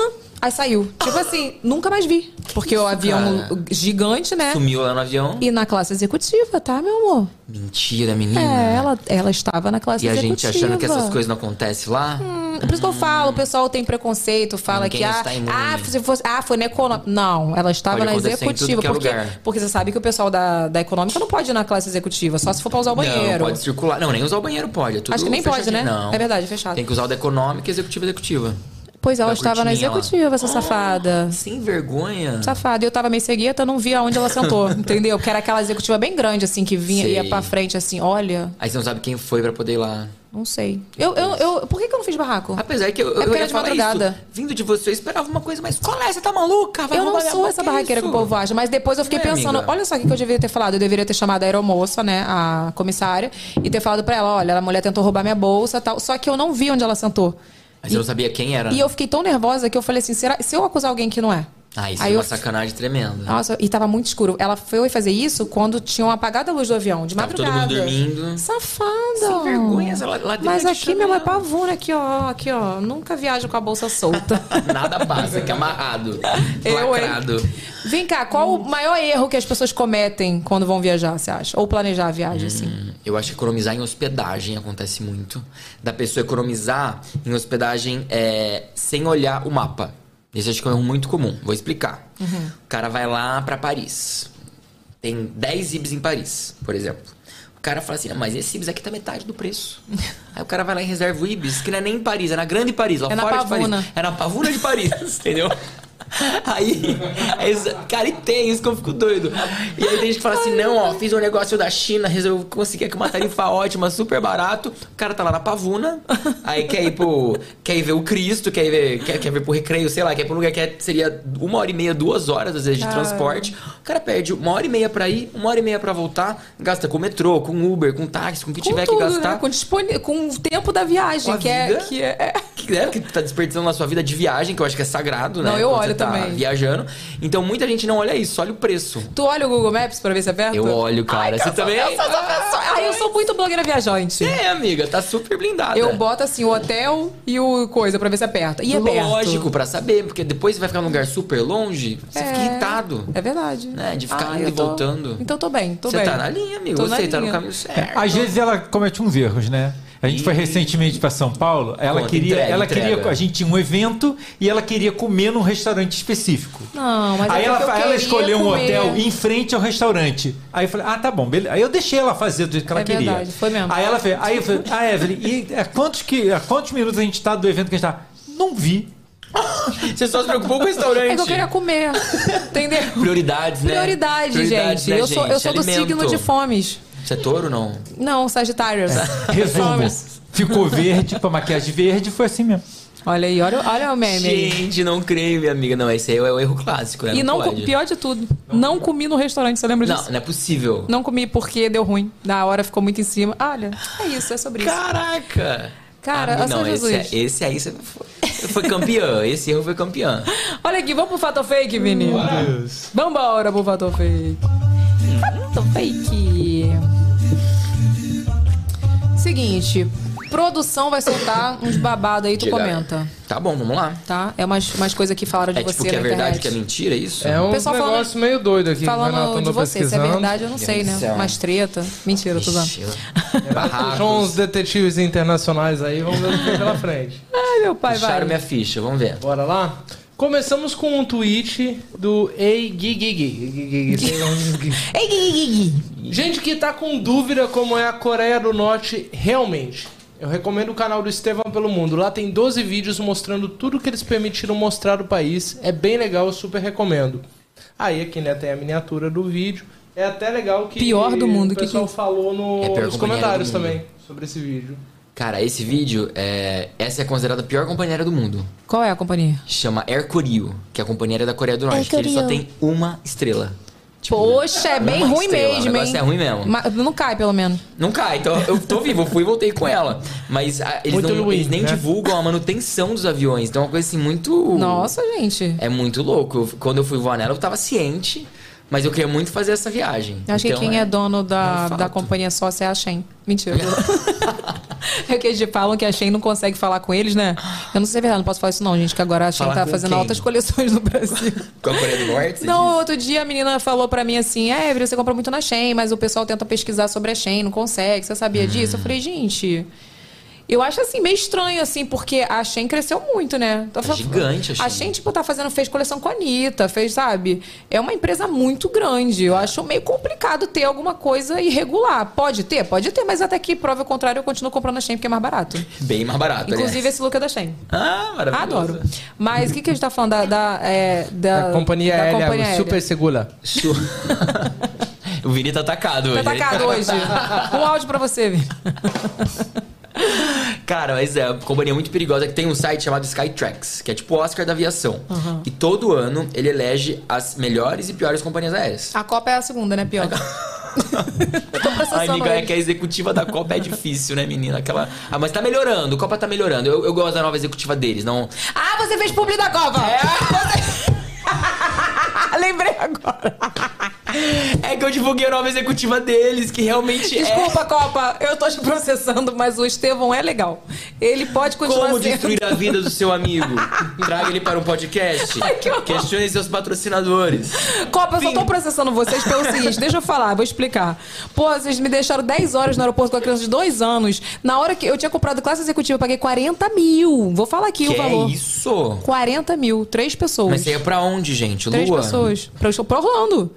Aí saiu. Tipo assim, nunca mais vi. Porque o avião cara. gigante, né? Sumiu lá no avião. E na classe executiva, tá, meu amor? Mentira, menina. Ela estava na classe E a executiva. gente achando que essas coisas não acontecem lá. É por isso que eu falo, o pessoal tem preconceito, fala Ninguém que está imune. se fosse, foi na econômica. Não, ela estava Pode na acontecer em tudo executiva. que é Porque, lugar. porque você sabe que o pessoal da econômica não pode ir na classe executiva, só se for pra usar o banheiro. Não, pode circular. Não, nem usar o banheiro pode. É tudo Acho que nem pode, fechadinho. né? Não. É verdade, é fechado. Tem que usar o da econômica e executiva. Pois ela Da estava na cortininha lá. executiva, essa safada. Sem vergonha. Safada. Eu tava meio cegueta, não via onde ela sentou, entendeu? Porque era aquela executiva bem grande, assim, que vinha, Sei. ia pra frente, assim, olha, Aí você não sabe quem foi pra poder ir lá. não sei. Por que eu não fiz barraco? Apesar que eu porque era ia de falar madrugada. isso. Vindo de você, eu esperava uma coisa mais... Qual é? Você tá maluca? Vai Eu não roubar minha sou boca, essa que barraqueira que isso? o povo acha, mas depois eu fiquei Não é, pensando, amiga? olha só o que eu deveria ter falado. Eu deveria ter chamado a aeromoça, né, a comissária, e ter falado pra ela, olha, a mulher tentou roubar minha bolsa e tal, só que eu não vi onde ela sentou. Mas você não sabia quem era? E eu fiquei tão nervosa que eu falei assim, será, se eu acusar alguém que não é? Ah, isso Aí é uma eu- sacanagem tremenda. Nossa, e tava muito escuro. Ela foi fazer isso quando tinham apagado a luz do avião, de Tava todo madrugada. mundo dormindo. Safada. Sem vergonha, ela lá dentro Mas de aqui minha mãe é Chanel. pavuna, aqui ó. Nunca viajo com a bolsa solta. Nada passa, que é amarrado. Eu, hein? Lacrado. Vem cá, qual o maior erro que as pessoas cometem quando vão viajar, você acha? Ou planejar a viagem, assim? Eu acho que economizar em hospedagem acontece muito. Da pessoa economizar em hospedagem sem olhar o mapa. Isso acho que é um erro muito comum. Vou explicar. O cara vai lá pra Paris. Tem 10 Ibis em Paris, por exemplo. O cara fala assim, mas esse Ibis aqui tá metade do preço. Aí o cara vai lá e reserva o Ibis, que não é nem em Paris, é na Grande Paris, lá É na fora Pavuna. de Paris. É na Pavuna de Paris, entendeu? Aí, cara, e tem isso que eu fico doido. E aí tem gente que fala assim, não, ó, fiz um negócio da China, resolvi conseguir aqui uma tarifa ótima, super barato. O cara tá lá na Pavuna, aí quer ir ver o Cristo, quer ver pro Recreio, sei lá, quer ir pra um lugar que seria 1h30, 2 horas, às vezes, de transporte. O cara perde 1h30 pra ir, 1h30 pra voltar, gasta com metrô, com Uber, com táxi, com o que tiver tudo, que gastar. né? Com o tempo da viagem, Com a que é, vida. que é... Que tá desperdiçando na sua vida de viagem, que eu acho que é sagrado, né? Não, eu Quando olho você tá também. viajando. Então muita gente não olha isso, olha o preço. Tu olha o Google Maps pra ver se é perto? Eu olho, cara. Você também? Eu sou muito blogueira viajante. É, amiga, tá super blindada. Eu boto assim o hotel e o coisa pra ver se é perto. E é perto. Lógico, pra saber, porque depois você vai ficar num lugar super longe, você fica irritado. É verdade. Né? De ficar indo eu e voltando. Então tô bem, tô Você bem. tá na linha, amigo. Tô na Você tá no linha. caminho certo. Às vezes ela comete uns erros, né? A gente foi recentemente para São Paulo, ela Conta, queria, entrega. a gente tinha um evento e ela queria comer num restaurante específico. Não, mas Aí é porque eu ela queria escolheu um comer. hotel em frente ao restaurante. Aí eu falei, tá bom, beleza. Aí eu deixei ela fazer do jeito que ela queria. Verdade, foi mesmo. Aí ela fez, aí eu falei, Evelyn, e a quantos minutos a gente tá do evento que a gente tá? Não vi. Você só se preocupou com o restaurante. É que eu queria comer. Entendeu? Prioridades, né? Prioridade, Prioridades, gente. né, Eu sou do Alimento. signo de fomes. Você é touro, não? Não, Sagitário. Resumo. Fomes. Ficou verde, com a maquiagem verde, foi assim mesmo. Olha aí, olha o meme aí. Gente, não creio, minha amiga. Não, esse aí é o erro clássico, né? E não, pode. pior de tudo, não comi no restaurante, você lembra disso? Não é possível. Não comi porque deu ruim. Na hora ficou muito em cima. Olha, é isso, é sobre isso. Caraca! Cara, Amigo, olha só não, Jesus. esse aí você foi campeã. Esse erro foi campeã. Olha aqui, vamos pro Fato Fake, menino. Vambora pro Fato Fake. Fato Fake. Seguinte, produção vai soltar uns babados aí, tu Diga. comenta. Tá bom, vamos lá. Tá? É umas coisas que falaram de É você tipo que na é verdade, internet. que é mentira, é isso? É um pessoal falando- negócio meio doido aqui. que o Renato Falando de andou você, se é pesquisando. verdade eu não sei, né? Deus do céu. Umas treta. Mentira, eu tô usando. Ixi, São uns barracos. detetives internacionais aí, vamos ver o que tem pela frente. Ai, meu pai, Puxaram vai. minha ficha, vamos ver. Bora lá? Começamos com um tweet do Ei Gigi. Ei, Gui. Gente que tá com dúvida como é a Coreia do Norte realmente. Eu recomendo o canal do Estevão Pelo Mundo. Lá tem 12 vídeos mostrando tudo que eles permitiram mostrar do país. É bem legal, eu super recomendo. Aí aqui, né, tem a miniatura do vídeo. É até legal que Pior do mundo, o pessoal falou nos comentários também sobre esse vídeo. Cara, esse vídeo, essa é considerada a pior companheira do mundo. Qual é a companhia? Chama Air Koryo, que é a companhia da Coreia do Norte. Que ele só tem uma estrela. Tipo, poxa, é bem ruim estrela. mesmo, O negócio hein? é ruim mesmo. Não cai, pelo menos. Não cai, então eu tô vivo, eu fui e voltei com ela. Mas eles nem divulgam a manutenção dos aviões. Então é uma coisa assim muito... Nossa, gente. É muito louco. Quando eu fui voar nela, eu tava ciente, mas eu queria muito fazer essa viagem. Eu acho então, que quem é dono da companhia sócia é a Shein. Mentira. É que eles falam que a Shein não consegue falar com eles, né? Eu não sei se é verdade, não posso falar isso não, gente, que agora a Shein tá fazendo altas coleções no Brasil. Com a Coreia do Norte? Não, outro dia a menina falou pra mim assim, você compra muito na Shein, mas o pessoal tenta pesquisar sobre a Shein, não consegue, você sabia disso? Eu falei, gente... Eu acho assim, meio estranho, assim, porque a Shein cresceu muito, né? É gigante a Shein. A Shein, tipo, fez coleção com a Anitta, sabe? É uma empresa muito grande. Eu acho meio complicado ter alguma coisa irregular. Pode ter, mas até que prova o contrário, eu continuo comprando a Shein porque é mais barato. Bem mais barato, inclusive, esse look é da Shein. Ah, maravilhoso. Adoro. Mas o que a gente tá falando da companhia aérea super segura. O Vini tá atacado hoje. Tá atacado hoje. Um áudio pra você, Vini. Cara, mas é uma companhia muito perigosa que tem um site chamado Skytrax, que é tipo o Oscar da aviação. E todo ano ele elege as melhores e piores companhias aéreas. A Copa é a segunda, né? Pior. Ai, amiga, é que a executiva da Copa é difícil, né, menina? Mas tá melhorando, a Copa tá melhorando. Eu gosto da nova executiva deles, não... Ah, você fez publi da Copa! Lembrei agora. É que eu divulguei a nova executiva deles, que realmente Desculpa, Copa, eu tô te processando, mas o Estevão é legal. Ele pode continuar Como destruir a vida do seu amigo? Traga ele para um podcast. Questione seus patrocinadores. Copa, eu só tô processando vocês pelo seguinte, deixa eu falar, vou explicar. Pô, vocês me deixaram 10 horas no aeroporto com a criança de 2 anos. Na hora que eu tinha comprado classe executiva, eu paguei 40 mil. Vou falar aqui o valor. Que é isso? 40 mil, 3 pessoas. Mas você ia pra onde, gente? 3 pessoas. Pra Orlando.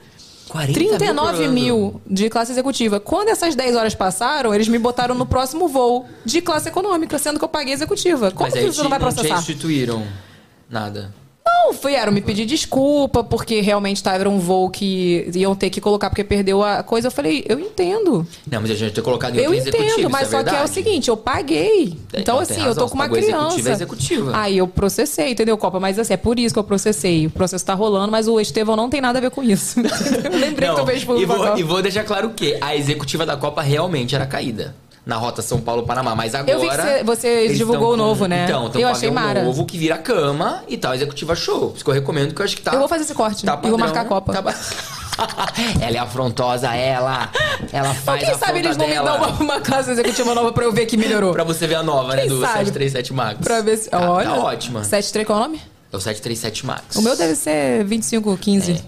39 mil de classe executiva. Quando essas 10 horas passaram, eles me botaram no próximo voo de classe econômica, sendo que eu paguei executiva. Como que você não vai processar? Mas aí instituíram nada. Não, vieram me pedir desculpa, porque realmente era um voo que iam ter que colocar porque perdeu a coisa. Eu falei, eu entendo. Não, mas a gente tem colocado em eu entendo, mas só que é o seguinte, eu paguei. Então, assim, eu tô com uma criança. Executiva. Aí eu processei, entendeu, Copa? Mas assim, é por isso que eu processei. O processo tá rolando, mas o Estevão não tem nada a ver com isso. Eu lembrei que tu fez por e vou deixar claro que a executiva da Copa realmente era caída. Na rota São Paulo-Panamá, mas agora... Eu vi que você divulgou o novo, né? Então, eu achei mara. novo que vira cama e tal, executiva show. Por isso que eu recomendo, que eu acho que tá... Eu vou fazer esse corte e vou marcar a Copa. Ela é afrontosa, ela faz quem sabe eles não me dão uma classe executiva nova pra eu ver que melhorou. Pra você ver a nova, né? Do sabe? 737 MAX. Pra ver se... Olha, tá ótima. 73, qual é o nome? É o 737 MAX. O meu deve ser 2515.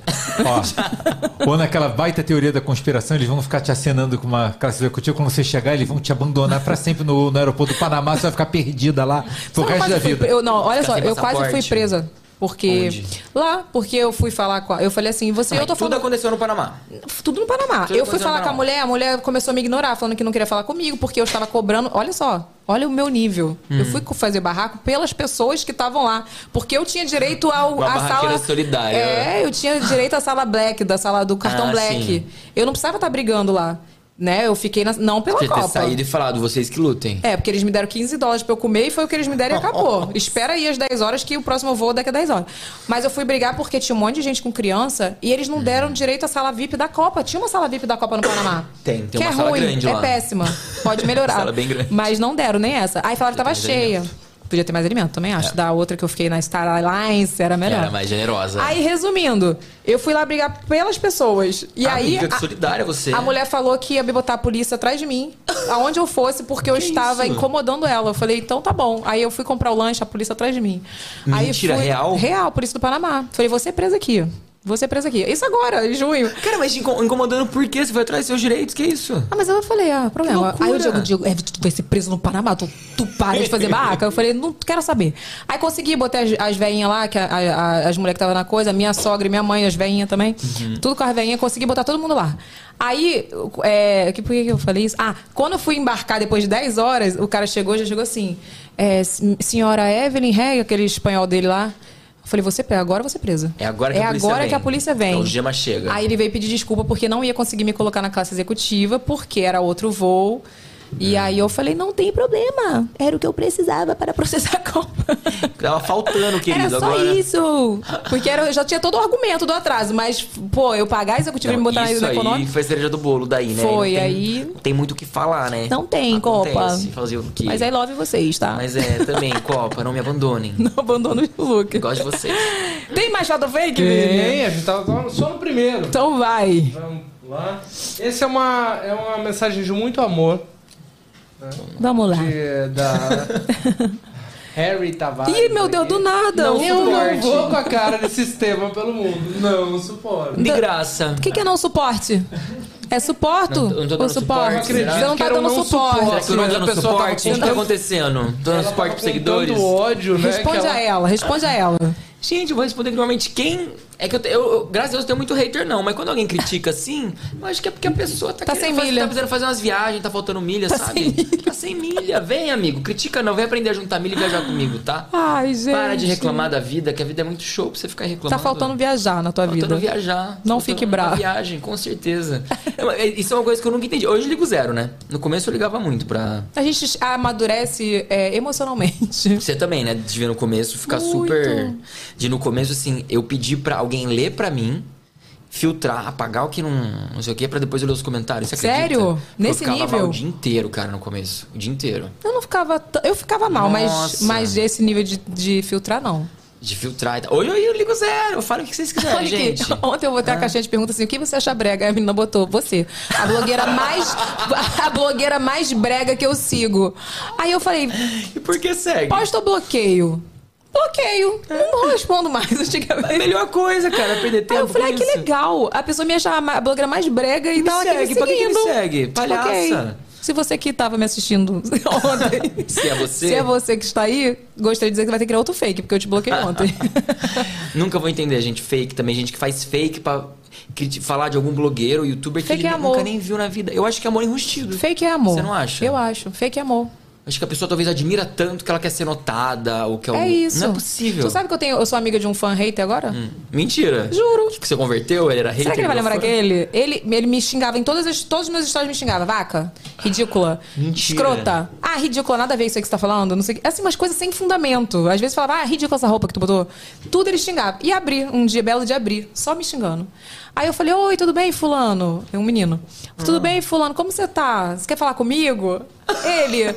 Ou naquela baita teoria da conspiração, eles vão ficar te acenando com uma classe executiva. Quando você chegar, eles vão te abandonar pra sempre no aeroporto do Panamá. Você vai ficar perdida lá pro resto da vida. Olha só, eu quase fui presa. Porque... Onde? Lá, porque eu fui falar com eu falei assim, eu tô falando... Tudo aconteceu no Panamá. Tudo no Panamá. Eu fui falar com a mulher começou a me ignorar, falando que não queria falar comigo, porque eu estava cobrando... Olha só, olha o meu nível. Eu fui fazer barraco pelas pessoas que estavam lá. Porque eu tinha direito à sala... solidária. Eu tinha direito à sala black, da sala do cartão black. Sim. Eu não precisava estar brigando lá. Né? Eu fiquei não pela Copa. Ter saído e falado, vocês que lutem. Porque eles me deram $15 pra eu comer e foi o que eles me deram e acabou. Espera aí as 10 horas que o próximo voo é daqui a 10 horas. Mas eu fui brigar porque tinha um monte de gente com criança e eles não deram direito à sala VIP da Copa. Tinha uma sala VIP da Copa no Panamá. Tem que uma é sala ruim, grande lá. É péssima. Pode melhorar. Sala bem grande. Mas não deram nem essa. Aí falaram que tava cheia. Podia ter mais alimento, também acho. Da outra que eu fiquei na Star Alliance era melhor. Era mais generosa. Aí, resumindo, eu fui lá brigar pelas pessoas. E aí. Amiga, que solidária você. A mulher falou que ia me botar a polícia atrás de mim, aonde eu fosse, porque eu estava incomodando ela. Eu falei, então tá bom. Aí eu fui comprar o lanche, a polícia atrás de mim. Mentira, aí real? Real, polícia do Panamá. Falei, você é presa aqui. Vou ser presa aqui. Isso agora, em junho. Cara, mas te incomodando por quê? Você foi atrás dos seus direitos, que isso? Mas eu falei, problema. Aí o Diego, tu vai ser preso no Panamá, tu para de fazer barraca. Eu falei, não quero saber. Aí consegui, botei as velhinhas lá, que as mulheres que estavam na coisa, minha sogra e minha mãe, as velhinhas também. Tudo com as velhinhas, consegui botar todo mundo lá. Aí, por que eu falei isso? Quando eu fui embarcar depois de 10 horas, o cara já chegou assim, senhora Evelyn Reg, aquele espanhol dele lá. Eu falei, agora você presa. É agora que a polícia vem. Então o Gema chega. Aí ele veio pedir desculpa porque não ia conseguir me colocar na classe executiva, porque era outro voo. E aí eu falei, não tem problema. Era o que eu precisava para processar a compra. Tava faltando, querido. Era só isso. Porque eu já tinha todo o argumento do atraso. Mas, pô, eu pagar a executiva e me botar na econômica... Isso aí foi cereja do bolo daí, né? Foi, aí... Não tem muito o que falar, né? Não tem, Copa. Fazer o quê? Mas I love vocês, tá? Mas também, Copa, não me abandonem. Não abandono o Lucas. Gosto de vocês. Tem mais foto fake, Tem, a gente tava só no primeiro. Então vai. Vamos lá. Esse é uma mensagem de muito amor. Vamos lá. Da Harry Tavares. Ih, meu Deus, do nada. Eu não vou com a cara desse Estevam pelo mundo. Não suporto. De graça. O que é não suporte? É suporto? Não tô dando suporte. Você não tá dando suporte. Será que eu não tô dando suporte? O que tá acontecendo? Tô dando suporte pros seguidores? Ódio, né? Responde a ela. Gente, eu vou responder normalmente quem... É que eu graças a Deus, tenho muito hater não, mas quando alguém critica assim, eu acho que é porque a pessoa tá sem milha. Tá precisando fazer umas viagens, tá faltando milha, sabe? Tá sem milha. Vem, amigo, critica não, vem aprender a juntar milha e viajar comigo, tá? Ai, gente. Para de reclamar da vida, que a vida é muito show pra você ficar reclamando. Tá faltando viajar na tua vida. Faltando viajar. Não fique bravo. Viagem, com certeza. Isso é uma coisa que eu nunca entendi. Hoje eu ligo zero, né? No começo eu ligava muito pra... A gente amadurece emocionalmente. Você também, né? De ver no começo, ficar super... De no começo, assim, eu pedi pra alguém ler pra mim, filtrar, apagar o que não sei o que, pra depois eu ler os comentários. Você acredita? Sério? Nesse nível? Eu ficava mal o dia inteiro, cara, no começo. O dia inteiro. Eu não ficava... Eu ficava mal, mas esse nível de filtrar, não. De filtrar e tal. Hoje eu ligo zero. Eu falo o que vocês quiserem, gente. Ontem eu botei a caixinha de perguntas assim, o que você acha brega? Aí a menina botou, você. A blogueira mais brega que eu sigo. Aí eu falei... E por que segue? Posta ou bloqueio? Bloqueio. Não respondo mais antigamente. É a melhor coisa, cara, perder tempo. Aí eu falei, que legal. A pessoa me achava a blogueira mais brega e tava aqui me seguindo. Pra que me segue? Palhaça. Okay. Se você que tava me assistindo ontem... Se é você? Se é você que está aí, gostaria de dizer que vai ter que criar outro fake, porque eu te bloqueei ontem. Nunca vou entender, gente, fake também. Gente que faz fake pra falar de algum blogueiro ou youtuber que fake ele nunca nem viu na vida. Eu acho que é amor enrustido. Fake é amor. Você não acha? Eu acho. Fake é amor. Acho que a pessoa talvez admira tanto que ela quer ser notada ou que é isso. Não é possível. Tu sabe que eu sou amiga de um fã hater agora? Mentira. Juro. Que você converteu? Ele era hater? Será que ele vai lembrar que ele me xingava em todos os meus stories, me xingava. Vaca, ridícula, mentira. Escrota. Ridícula, nada a ver isso aí que você tá falando. Não sei, assim, umas coisas sem fundamento. Às vezes falava, ridícula essa roupa que tu botou. Tudo ele xingava. E abri, um dia belo de abrir, só me xingando. Aí eu falei, oi, tudo bem, fulano? É um menino. Tudo bem, fulano, como você tá? Você quer falar comigo? Ele...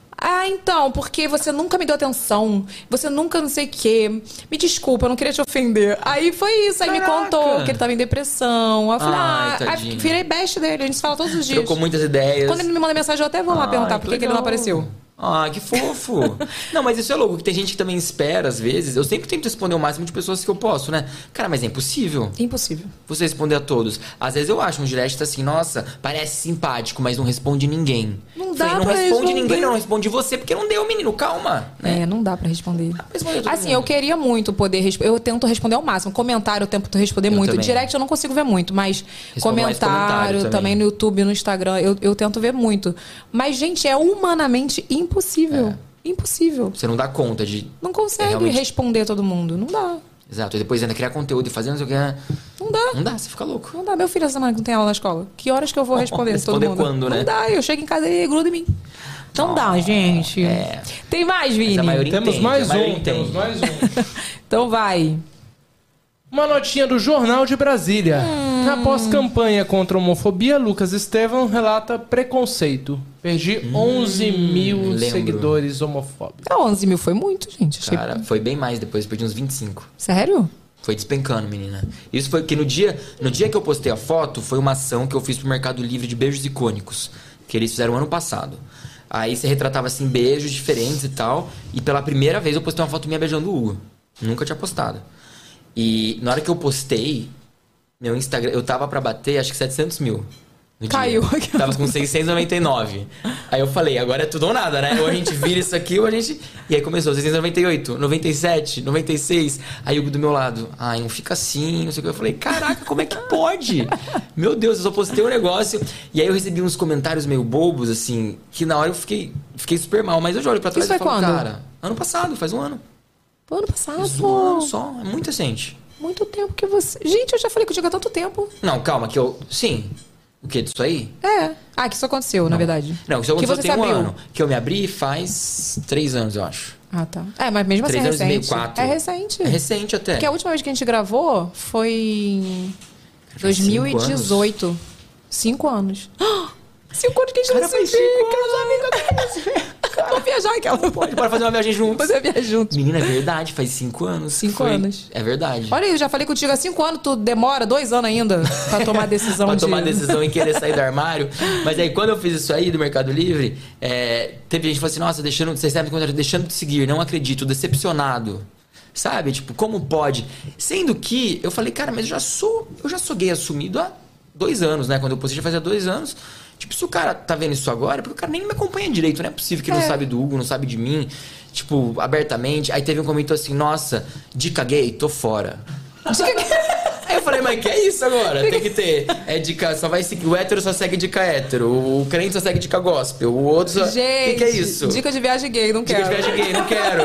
então, porque você nunca me deu atenção. Você nunca não sei o quê. Me desculpa, eu não queria te ofender. Aí foi isso. Aí me contou que ele tava em depressão. Aí eu falei, aí virei best dele. A gente se fala todos os dias. Trocou muitas ideias. Quando ele me manda mensagem, eu até vou lá perguntar por que ele não apareceu. Que fofo. Não, mas isso é louco, que tem gente que também espera, às vezes. Eu sempre tento responder o máximo de pessoas que eu posso, né? Cara, mas é impossível. Impossível. Você responder a todos. Às vezes eu acho um direct assim, nossa, parece simpático, mas não responde ninguém. Não dá não pra responde ninguém, não responde você, porque não deu, menino, calma. Né? Não dá pra responder. Assim, eu queria muito poder responder. Eu tento responder ao máximo. Comentário eu tento responder muito. Também. Direct eu não consigo ver muito, mas comentário também no YouTube, no Instagram, eu tento ver muito. Mas, gente, é humanamente impossível. Impossível. Você não dá conta de... Não consegue responder todo mundo. Não dá. Exato. E depois ainda criar conteúdo e fazer não sei o que. Não dá. Não dá, você fica louco. Não dá. Meu filho essa semana que não tem aula na escola. Que horas que eu vou responder todo mundo? Quando, né? Não dá. Eu chego em casa e gruda em mim. Não dá, gente. Tem mais, Vini? Temos mais um. Então vai. Uma notinha do Jornal de Brasília. Após campanha contra a homofobia, Lucas Estevam relata preconceito. Perdi 11 mil seguidores homofóbicos. 11 mil foi muito, gente. Cara, foi bem mais depois, perdi uns 25. Sério? Foi despencando, menina. Isso foi que no dia que eu postei a foto, foi uma ação que eu fiz pro Mercado Livre de beijos icônicos, que eles fizeram ano passado. Aí você retratava, assim, beijos diferentes e tal, e pela primeira vez eu postei uma foto minha beijando o Hugo. Nunca tinha postado. E na hora que eu postei, meu Instagram, eu tava pra bater acho que 700 mil. Caiu. Tava com 699. Aí eu falei, agora é tudo ou nada, né? Ou a gente vira isso aqui, ou a gente... E aí começou, 698, 97, 96. Aí o do meu lado, ai, não fica assim, não sei o que. Eu falei, caraca, como é que pode? Meu Deus, eu só postei um negócio. E aí eu recebi uns comentários meio bobos, assim, que na hora eu fiquei super mal. Mas eu já olho pra trás Isso e falo, quando? cara, ano passado, faz um ano. Ano passado. Faz um ano só, é muito recente. Muito tempo que você... Gente, eu já falei contigo há tanto tempo. Não, calma, que eu... Sim. O que, disso aí? É. Ah, que isso aconteceu, na verdade. Não, isso aconteceu você tem um abriu. ano. Que eu me abri faz 3 anos, eu acho. Ah, tá. É, mas mesmo assim é 3 anos e meio, recente. 4. É recente. É recente até. Porque a última vez que a gente gravou foi em 2018. 5 anos. 5 anos que a gente não se vê. Vamos viajar aquela. Bora fazer uma viagem juntos. Fazer a viagem juntos. Menina, é verdade, faz 5 anos. 5 anos. É verdade. Olha aí, eu já falei contigo há 5 anos, tu demora 2 anos ainda pra tomar a decisão Pra de... tomar decisão e querer sair do armário. Mas aí, quando eu fiz isso aí do Mercado Livre, teve gente que falou assim, nossa, vocês sabem como deixando de seguir, não acredito, decepcionado. Sabe? Tipo, como pode? Sendo que, eu falei, cara, mas eu já sou gay assumido há 2 anos, né? Quando eu postei já fazia 2 anos. Tipo, se o cara tá vendo isso agora, é porque o cara nem me acompanha direito. Não é possível que ele não sabe do Hugo, não sabe de mim. Tipo, abertamente. Aí teve um comentário assim, nossa, dica gay, tô fora. Aí eu falei, mas que é isso agora? Tem que ter. É dica, só vai seguir. O hétero só segue dica hétero. O crente só segue dica gospel. O outro só... Gente, que é isso? Dica de viagem gay, não quero. Dica de viagem gay, não quero.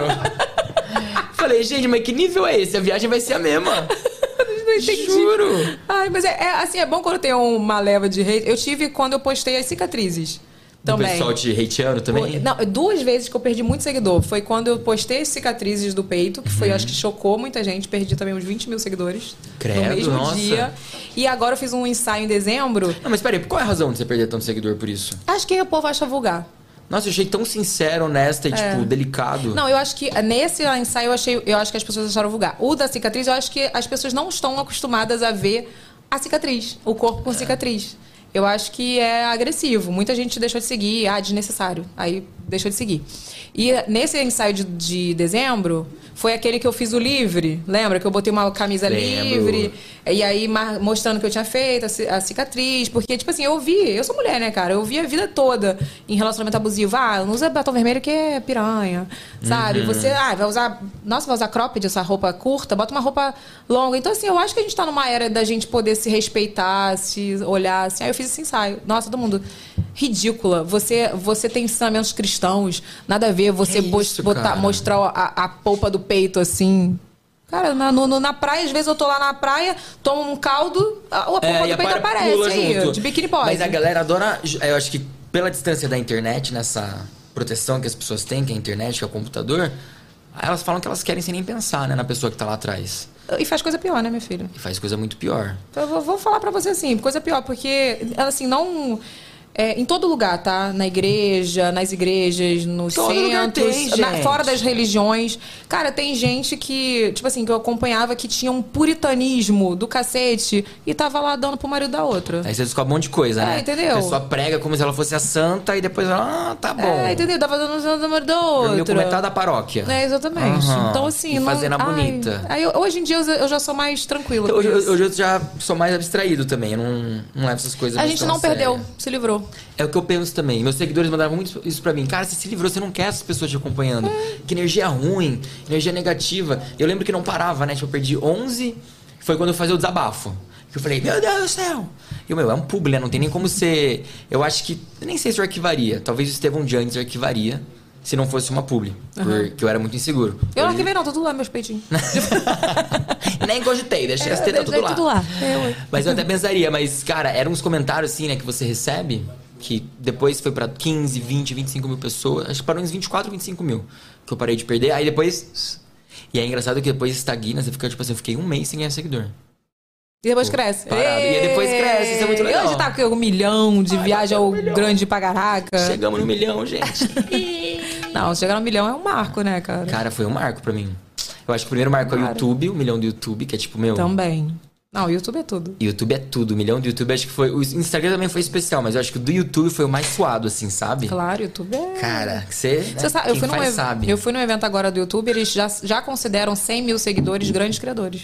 Falei, gente, mas que nível é esse? A viagem vai ser a mesma. Não entendi. Juro. Ai, mas assim, é bom quando tem uma leva de hate. Eu tive quando eu postei as cicatrizes. O Também. pessoal te hateando também? Não, 2 vezes que eu perdi muito seguidor. Foi quando eu postei as cicatrizes do peito, que foi, acho que chocou muita gente. Perdi também uns 20 mil seguidores. Credo, no mesmo nossa. dia. E agora eu fiz um ensaio em dezembro. Não, mas peraí, qual é a razão de você perder tanto seguidor por isso? Acho que o povo acha vulgar. Nossa, eu achei tão sincero, honesto e, tipo, delicado. Não, eu acho que nesse ensaio eu acho que as pessoas acharam vulgar. O da cicatriz, eu acho que as pessoas não estão acostumadas a ver a cicatriz, o corpo com cicatriz. Eu acho que é agressivo. Muita gente deixou de seguir, desnecessário. Aí deixou de seguir. E nesse ensaio de dezembro, foi aquele que eu fiz o livre. Lembra que eu botei uma camisa livre? E aí mostrando que eu tinha feito a cicatriz. Porque, tipo assim, eu sou mulher, né, cara? Eu vi a vida toda em relacionamento abusivo. Não usa batom vermelho que é piranha, sabe? Você, vai usar... Nossa, vai usar cropped, essa roupa curta? Bota uma roupa longa. Então, assim, eu acho que a gente tá numa era da gente poder se respeitar, se olhar, assim. Aí eu fiz esse ensaio. Nossa, todo mundo... Ridícula. Você tem ensinamentos cristãos, nada a ver você mostrar a polpa do peito assim. Cara, na praia, às vezes eu tô lá na praia, tomo um caldo, a polpa do peito aparece aí, junto. De biquíni pode. Mas a galera adora, eu acho que pela distância da internet, nessa proteção que as pessoas têm, que é a internet, que é o computador, elas falam que elas querem sem nem pensar, né, na pessoa que tá lá atrás. E faz coisa pior, né, meu filho? E faz coisa muito pior. Eu vou falar pra você assim, coisa pior, porque, assim, não... em todo lugar, tá? Na igreja, nas igrejas, nos centros, fora das religiões. Cara, tem gente que, tipo assim, que eu acompanhava que tinha um puritanismo do cacete e tava lá dando pro marido da outra. Aí você descobre um monte de coisa, né? Entendeu? A pessoa prega como se ela fosse a santa e depois ela, tá bom. Entendeu? Tava dando pro marido da outra. Dormiu com metade da paróquia. Exatamente. Então, assim... E fazendo a bonita. Hoje em dia eu já sou mais tranquila. Hoje eu já sou mais abstraído também. Eu não levo essas coisas. A gente não perdeu, se livrou. É o que eu penso também. Meus seguidores mandavam muito isso pra mim. Cara, você se livrou, você não quer essas pessoas te acompanhando. Que energia ruim, energia negativa. Eu lembro que não parava, né? Tipo, eu perdi 11. Foi quando eu fazia o desabafo. Que eu falei, meu Deus do céu. E é um publi, né? Não tem nem como ser... Eu acho que... Eu nem sei se eu arquivaria. Talvez o Estevão de antes eu arquivaria. Se não fosse uma publi. Porque eu era muito inseguro. Eu não arquivei não, tudo lá, meus peitinhos. Nem cogitei, deixei as tetas tudo lá. Mas eu até pensaria, mas, cara, eram uns comentários assim, né, que você recebe... Que depois foi pra 15, 20, 25 mil pessoas. Acho que parou em 24, 25 mil. Que eu parei de perder. Aí depois... E é engraçado que depois estagna. Você fica, tipo assim, eu fiquei 1 mês sem ganhar seguidor. E depois cresce. Parado. E depois cresce, isso é muito legal. E hoje tá com 1 milhão de viagem ao grande pra caraca. Chegamos no 1 milhão, gente. Não, chegar no 1 milhão é um marco, né, cara? Cara, foi um marco pra mim. Eu acho que o primeiro marco é o YouTube, 1 milhão do YouTube, que é tipo, meu... Também. Não, o YouTube é tudo. YouTube é tudo. 1 milhão do YouTube, acho que foi... O Instagram também foi especial, mas eu acho que o do YouTube foi o mais suado, assim, sabe? Claro, o YouTube é... Cara, você sabe, sabe. Eu fui num evento agora do YouTube, eles já consideram 100 mil seguidores grandes criadores.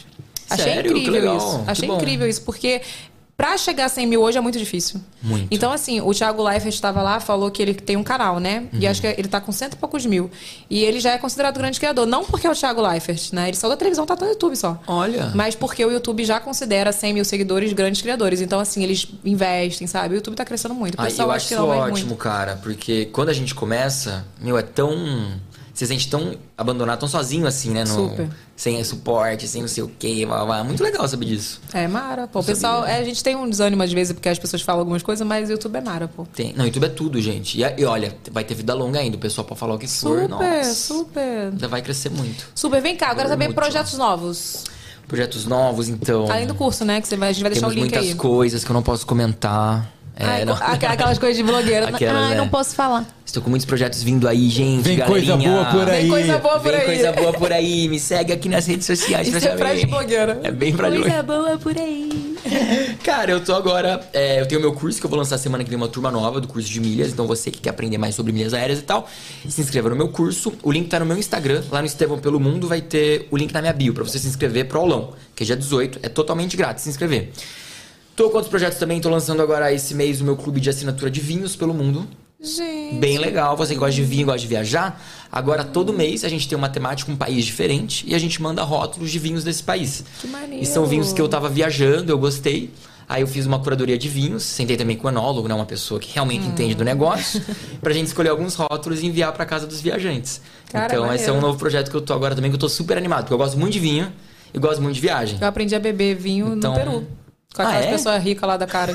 Achei Sério? Que incrível legal. isso. Achei Que bom. incrível isso, porque pra chegar a 100 mil hoje é muito difícil. Muito. Então, assim, o Thiago Leifert estava lá, falou que ele tem um canal, né? E acho que ele tá com 100 e poucos mil. E ele já é considerado grande criador. Não porque é o Thiago Leifert, né? Ele saiu da televisão, tá no YouTube só. Olha. Mas porque o YouTube já considera 100 mil seguidores grandes criadores. Então, assim, eles investem, sabe? O YouTube tá crescendo muito. O pessoal Eu acha acho que isso não vai ótimo, muito. cara. Porque quando a gente começa, é tão... Você se sente tão abandonado, tão sozinho assim, né? Super. Sem suporte, sem não sei o quê. É muito legal saber disso. É mara, pô. O pessoal, a gente tem um desânimo às vezes porque as pessoas falam algumas coisas, mas o YouTube é mara, pô. Não, YouTube é tudo, gente. E olha, vai ter vida longa ainda. O pessoal pode falar o que for. Super, Nossa, super. ainda vai crescer muito. Super, vem cá, eu quero saber Muito. projetos novos. Projetos novos, então. Além do curso, né? Que a gente vai deixar Temos o link muitas aí. coisas que eu não posso comentar. Ai, não. aquelas coisas de blogueira. Aquelas, Não posso falar. Estou com muitos projetos vindo aí, gente. Vem galerinha. coisa boa por aí. Tem coisa boa por Vem aí. coisa boa por aí. Me segue aqui nas redes sociais Isso pra é pra de blogueira. É bem pra de blogueira. boa por aí. Cara, eu tô agora... eu tenho meu curso que eu vou lançar semana que vem, uma turma nova do curso de milhas. Então você que quer aprender mais sobre milhas aéreas e tal, se inscreva no meu curso. O link tá no meu Instagram. Lá no Estevão Pelo Mundo vai ter o link na minha bio pra você se inscrever pro aulão. Que é dia 18. É totalmente grátis se inscrever. Tô com outros projetos também. Tô lançando agora esse mês o meu clube de assinatura de vinhos pelo mundo. Gente. Bem legal, você que gosta de vinho, gosta de viajar. Agora, todo mês, a gente tem uma temática, um país diferente. E a gente manda rótulos de vinhos desse país. Que maneiro. E são vinhos que eu tava viajando, eu gostei. Aí eu fiz uma curadoria de vinhos. Sentei também com o enólogo, né? Uma pessoa que realmente entende do negócio. Pra gente escolher alguns rótulos e enviar pra casa dos viajantes. Cara, então, maneiro. esse é um novo projeto que eu tô agora também, que eu tô super animado. Porque eu gosto muito de vinho e gosto muito de viagem. Eu aprendi a beber vinho Então- no Peru. Com aquelas é? pessoas ricas lá da Caras.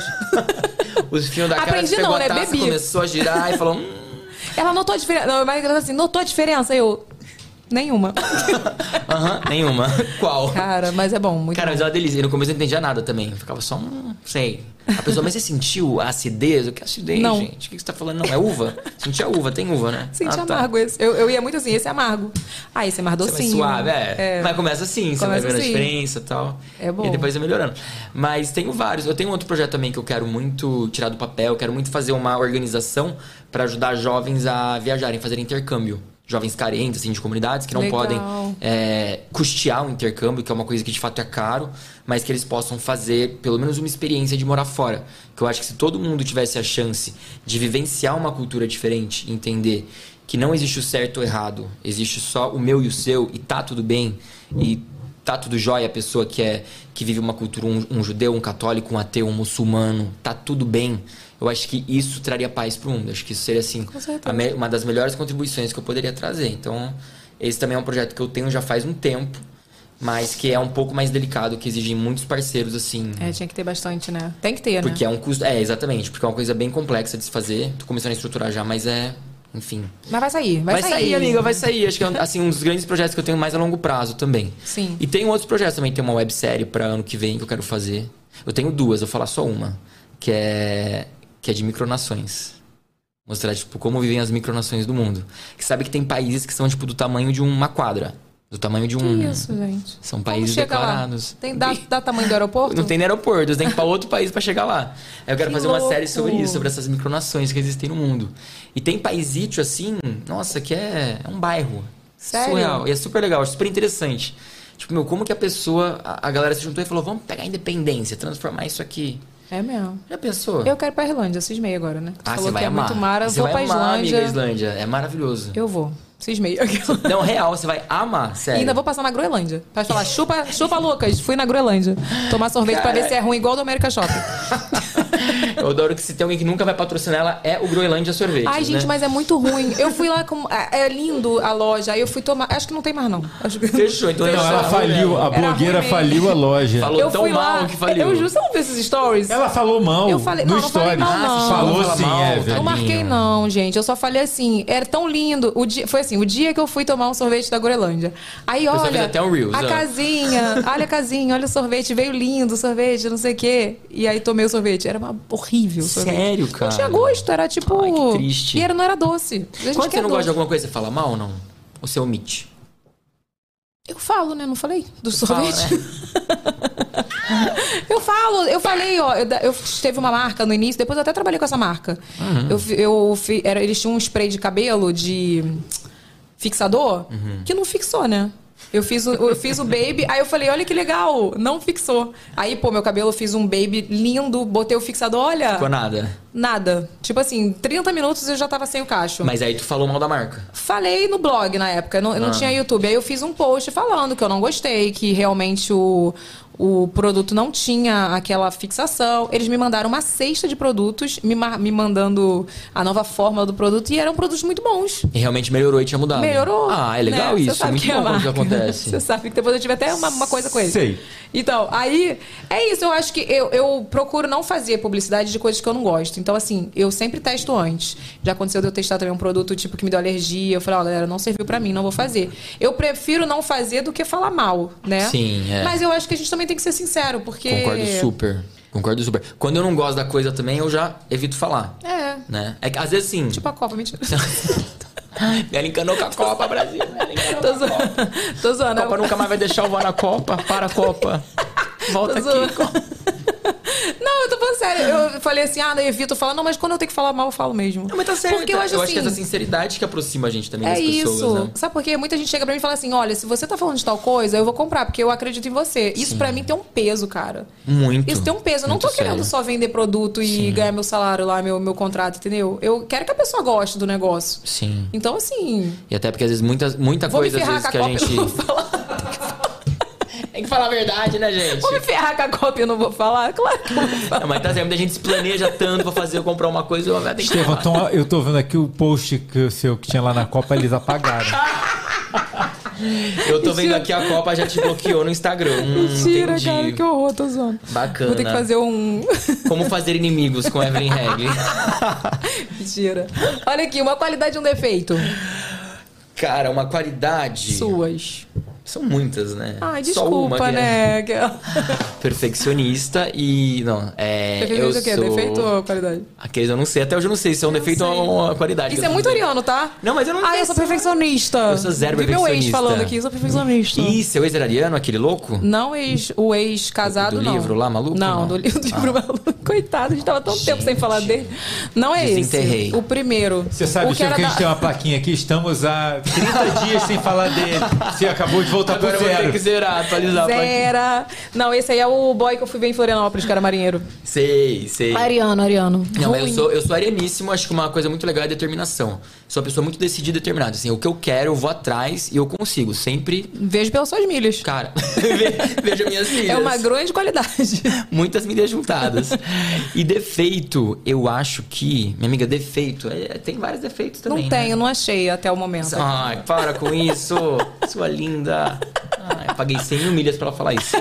Os fios da cara, Aprendi pegou não, a né? taça, Bebi. começou a girar e falou... Ela notou a diferença. Não, mas ela assim, notou a diferença? Eu... Nenhuma. Nenhuma. Qual? Cara, mas é bom, muito Cara, mas bom. é uma delícia. E no começo eu não entendia nada também. Eu ficava só, sei. A pessoa, mas você sentiu a acidez? O que é acidez, Não. gente? O que você tá falando? Não, é uva? Senti a uva, tem uva, né? Senti tá. amargo esse. Eu ia muito assim, esse é amargo. Ah, esse é mais Você docinho. vai suave, Mas começa assim, você vai Começa vendo assim. a diferença e tal. É bom. E depois vai melhorando. Mas tenho vários. Eu tenho outro projeto também que eu quero muito tirar do papel. Eu quero muito fazer uma organização para ajudar jovens a viajarem, fazer intercâmbio. Jovens carentes, assim, de comunidades que não Legal. podem custear um intercâmbio, que é uma coisa que de fato é caro, mas que eles possam fazer pelo menos uma experiência de morar fora. Que eu acho que se todo mundo tivesse a chance de vivenciar uma cultura diferente, entender que não existe o certo ou errado, existe só o meu e o seu, e tá tudo bem, e tá tudo jóia a pessoa que vive uma cultura, um judeu, um católico, um ateu, um muçulmano, tá tudo bem. Eu acho que isso traria paz pro mundo. Acho que isso seria, assim, Com certeza. uma das melhores contribuições que eu poderia trazer. Então, esse também é um projeto que eu tenho já faz um tempo, mas que é um pouco mais delicado, que exige muitos parceiros, assim. Tinha que ter bastante, né? Tem que ter, Porque né? é um custo... exatamente. Porque é uma coisa bem complexa de se fazer. Tô começando a estruturar já, mas enfim. Mas vai sair, Vai sair, amiga, vai sair. Acho que é assim, um dos grandes projetos que eu tenho mais a longo prazo também. Sim. E tem outros projetos também. Tem uma websérie pra ano que vem que eu quero fazer. Eu tenho duas, eu vou falar só uma. Que é de micronações. Mostrar, tipo, como vivem as micronações do mundo. Que sabe que tem países que são, tipo, do tamanho de uma quadra. Do tamanho de um... Que isso, gente? São Como países chega declarados. Lá? Dá tamanho do aeroporto? Não tem no aeroporto, você tem que ir pra outro país pra chegar lá. Aí eu quero Que fazer uma louco. série sobre isso, sobre essas micronações que existem no mundo. E tem paísito assim, nossa, que é um bairro. Sério? Surreal. E é super legal, super interessante. Tipo, como que a pessoa, a galera se juntou e falou, vamos pegar a independência, transformar isso aqui. É mesmo. Já pensou? Eu quero ir pra Irlândia, cismei agora, né? Tu você falou vai que é amar. muito mara, Você vou pra vai amar, Islândia. amiga, Islândia. É maravilhoso. Eu vou. Cismei. Não, real, você vai amar, E sério. ainda vou passar na Groenlândia. Pra falar, chupa Lucas, fui na Groenlândia. Tomar sorvete pra ver se é ruim, igual do América Shopping. Eu adoro que se tem alguém que nunca vai patrocinar ela, é o Groenlândia Sorvete. Ai, gente, né? mas é muito ruim. Eu fui lá com... É lindo a loja, aí eu fui tomar... Acho que não tem mais, não. Acho que... Fechou, então Não, ela faliu, a Era blogueira ruim faliu a loja. Falou Eu tão fui mal lá, que faliu. eu juro, você não viu esses stories? Ela falou mal Eu falei- no não falei stories. mal, não. Falou Fala sim, mal, Evelyn. Não marquei não, gente. Eu só falei assim, era tão lindo. Foi assim, o dia que eu fui tomar um sorvete da Groenlândia. Aí, pessoa olha, fez até um Reels, a ó. casinha, olha a casinha, olha o sorvete, veio lindo o sorvete, não sei o quê. E aí tomei o sorvete. Era horrível o sorvete. Sério, cara? Não tinha gosto, era tipo... Ai, que triste. E não era doce. A gente Quando quer você não gosta de doce. alguma coisa, você fala mal ou não? Ou você omite? Eu falo, né? Não falei? Do Fala, sorvete? né? Eu falei, ó, eu teve uma marca no início, depois eu até trabalhei com essa marca. Eles tinham um spray de cabelo de fixador que não fixou, né? Eu fiz o baby, aí eu falei, olha que legal, não fixou. Aí, pô, meu cabelo, eu fiz um baby lindo, botei o fixador, olha... Ficou nada. Nada. Tipo assim, 30 minutos eu já tava sem o cacho. Mas aí tu falou mal da marca. Falei no blog na época, eu não tinha YouTube. Aí eu fiz um post falando que eu não gostei, que realmente o produto não tinha aquela fixação. Eles me mandaram uma cesta de produtos, me mandando a nova fórmula do produto, e eram produtos muito bons. E realmente melhorou e tinha mudado. Melhorou. Ah, é legal, né? isso. É muito bom quando isso acontece. Você sabe que depois eu tive até uma coisa com ele. Sei. Então, aí, é isso. Eu acho que eu procuro não fazer publicidade de coisas que eu não gosto. Então, assim, eu sempre testo antes. Já aconteceu de eu testar também um produto tipo que me deu alergia. Eu falei, ó, galera, não serviu pra mim, não vou fazer. Eu prefiro não fazer do que falar mal, né? Sim, é. Mas eu acho que a gente também tem que ser sincero, porque... Concordo super. Quando eu não gosto da coisa também, eu já evito falar. É. Né? É que às vezes sim. Tipo a Copa, mentira. Ela encanou com a Copa, Brasil. Tô zoando. A Copa nunca mais vai deixar eu voar na Copa. Para a Copa. Volta aqui, Copa. Não, eu tô falando sério. Eu falei assim, eu evito falar. Não, mas quando eu tenho que falar mal, eu falo mesmo. Não, mas tá certo. Porque eu acho que é essa sinceridade que aproxima a gente também das pessoas. Isso. Né? Sabe por quê? Muita gente chega pra mim e fala assim, olha, se você tá falando de tal coisa, eu vou comprar, porque eu acredito em você. Isso pra mim tem um peso, cara. Muito. Isso tem um peso. Eu não tô querendo só vender produto e ganhar meu salário lá, meu contrato, entendeu? Eu quero que a pessoa goste do negócio. Sim. Então, assim... E até porque às vezes muita coisa às vezes que a gente... Eu não vou falar. Tem que falar a verdade, né, gente? Vou me ferrar com a cópia, eu não vou falar? Claro que eu vou falar. Não, mas tá certo, muita gente se planeja tanto pra fazer eu comprar uma coisa e eu vou ter que Estevão, falar. eu tô vendo aqui o post que tinha lá na Copa, eles apagaram. Eu tô vendo aqui a Copa já te bloqueou no Instagram. Mentira, entendi. cara, que horror, tô zoando. Bacana. Vou ter que fazer um... Como fazer inimigos com Evelyn Regli. Mentira. Olha aqui, uma qualidade e um defeito. Cara, uma qualidade... Suas. São muitas, né? Ai, Só desculpa, uma, né? Perfeccionista e... Não, Perfeccionista o quê? Defeito ou qualidade? Aqueles eu não sei. Até hoje eu não sei se é um defeito ou uma qualidade. Isso é muito ariano, tá? Não, mas eu não sei. Eu sou perfeccionista. Eu sou zero Vi meu ex perfeccionista. falando aqui, eu sou perfeccionista. Ih, seu ex era ariano, aquele louco? Não o ex-casado, do não. livro lá, maluco? Não, do livro maluco. Coitado, a gente tava tanto tempo sem falar dele. Não é Desenterrei. esse. O primeiro. Você sabe, que a gente tem uma plaquinha aqui, estamos há 30 dias sem falar dele. Você acabou de voltar Agora pro eu vou ter zero. que zerar, atualizar a plaquinha. Zera. Não, esse aí é o boy que eu fui ver em Florianópolis, que era marinheiro. Sei. Ariano. Não, Ruim. eu sou arianíssimo, acho que uma coisa muito legal é a determinação. Sou uma pessoa muito decidida e determinada. Assim, o que eu quero, eu vou atrás e eu consigo. Sempre. Vejo pelas suas milhas. Cara, veja minhas milhas. É uma grande qualidade. Muitas milhas juntadas. E defeito, eu acho que... Minha amiga, defeito... tem vários defeitos também, Não tenho, né? não achei até o momento. Ai, para com isso, sua linda. Ai, eu paguei 100 mil milhas pra ela falar isso.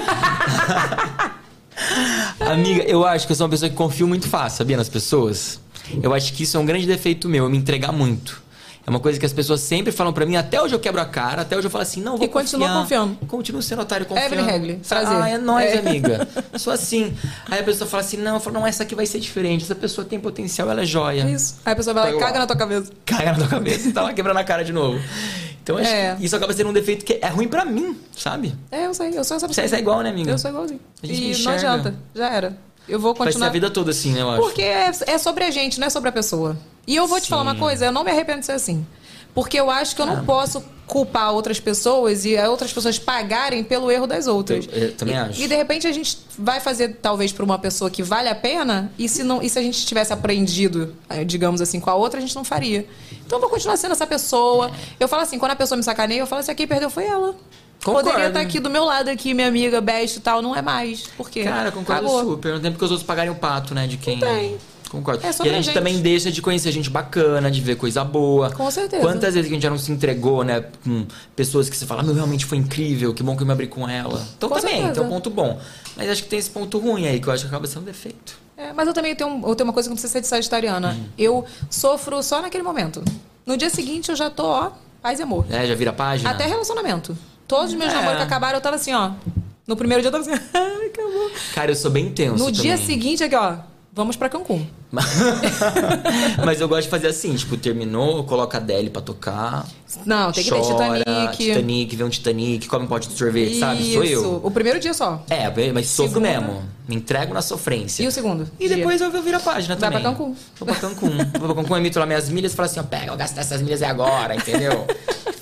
Amiga, eu acho que eu sou uma pessoa que confio muito fácil, sabia, nas pessoas? Eu acho que isso é um grande defeito meu, eu me entregar muito. É uma coisa que as pessoas sempre falam pra mim. Até hoje eu quebro a cara, até hoje eu falo assim, não, vou E continua confiando. Continuo sendo otário confiando. Evelyn Regli, prazer. É nóis, amiga. Sou assim. Aí a pessoa fala assim, não, eu falo, não, essa aqui vai ser diferente. Essa pessoa tem potencial, ela é joia. Isso. Aí a pessoa vai lá e caga na tua cabeça. Caga na tua cabeça e tá lá quebrando a cara de novo. Então acho que isso acaba sendo um defeito que é ruim pra mim, sabe? Eu sei, eu sou essa pessoa. Você é igual, né, amiga? Eu sou igualzinho. A gente E não enxerga. adianta, já era. Eu vou Vai ser continuar. a vida toda assim, né, eu acho. Porque é sobre a gente, não é sobre a pessoa. E eu vou te falar uma coisa, eu não me arrependo de ser assim. Porque eu acho que eu não posso culpar outras pessoas e outras pessoas pagarem pelo erro das outras. Eu também acho. E de repente a gente vai fazer, talvez, para uma pessoa que vale a pena, e se a gente tivesse aprendido, digamos assim, com a outra, a gente não faria. Então eu vou continuar sendo essa pessoa. Eu falo assim, quando a pessoa me sacaneia, eu falo assim, quem perdeu foi ela. Concordo. Poderia estar aqui do meu lado, aqui, minha amiga, best e tal, não é mais. Por quê? Cara, concordo Acabou. super. Não tem porque os outros pagarem o pato, né, de quem... Não tem. Concordo. É E sobre a gente também deixa de conhecer gente bacana, de ver coisa boa. Com certeza. Quantas vezes que a gente já não se entregou, né? Com pessoas que você fala, meu, realmente foi incrível, que bom que eu me abri com ela. Então Com também, certeza. tem um ponto bom. Mas acho que tem esse ponto ruim aí, que eu acho que acaba sendo um defeito. Mas eu também tenho uma coisa que não precisa ser de sagitariana. Eu sofro só naquele momento. No dia seguinte eu já tô, paz e amor. Já vira página? Até relacionamento. Todos os meus namoros que acabaram, eu tava assim, No primeiro dia eu tava assim, acabou. Cara, eu sou bem tenso No dia também. seguinte, aqui, vamos pra Cancún. Mas eu gosto de fazer assim, tipo, terminou, coloca a Adele pra tocar. Não, tem que ter Titanic. Vê um Titanic, come um pote de sorvete, sabe? Sou eu. O primeiro dia só. Mas sofro Segundo. mesmo. Me entrego na sofrência. E o segundo? E dia? depois eu viro a página Vai também. pra Cancún. Vou pra Cancún. Vou pra Cancún, emito lá minhas milhas e falo assim, pega, eu gastar essas milhas agora, entendeu?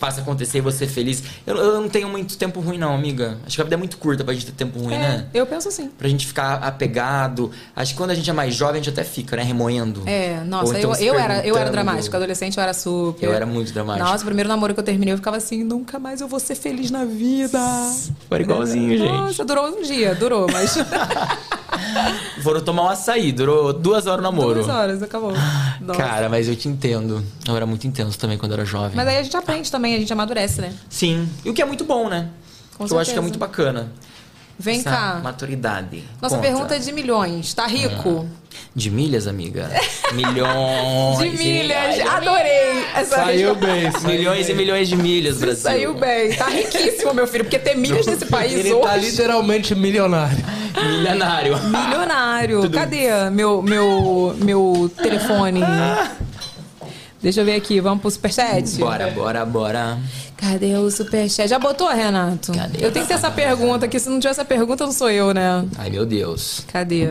passa a acontecer e você feliz. Eu não tenho muito tempo ruim, não, amiga. Acho que a vida é muito curta pra gente ter tempo ruim, né? Eu penso assim. Pra gente ficar apegado. Acho que quando a gente é mais jovem, a gente até fica, né? Remoendo. Nossa, então eu era dramática. Adolescente eu era super. Eu era muito dramática. Nossa, o primeiro namoro que eu terminei, eu ficava assim, nunca mais eu vou ser feliz na vida. Foi igualzinho, gente. Nossa, durou um dia, mas... Foram tomar um açaí, durou 2 horas o namoro. 2 horas, acabou. Nossa. Cara, mas eu te entendo. Eu era muito intenso também quando era jovem. Mas aí a gente aprende também, a gente amadurece, né? Sim. E o que é muito bom, né? Eu acho que é muito bacana. Vem essa cá. Maturidade. Nossa pergunta é de milhões. Tá rico? De milhas, amiga? Milhões. De milhas. Adorei. Saiu bem. Milhões e milhões de milhas, Brasil. Saiu bem. Tá riquíssimo, meu filho. Porque ter milhas nesse país Ele hoje... tá literalmente milionário. Milionário. Cadê meu telefone? Deixa eu ver aqui. Vamos pro superchat? Bora. Cadê o superchat? Já botou, Renato? Cadê? Eu tenho que ter essa pergunta aqui. Se não tiver essa pergunta, não sou eu, né? Ai, meu Deus. Cadê?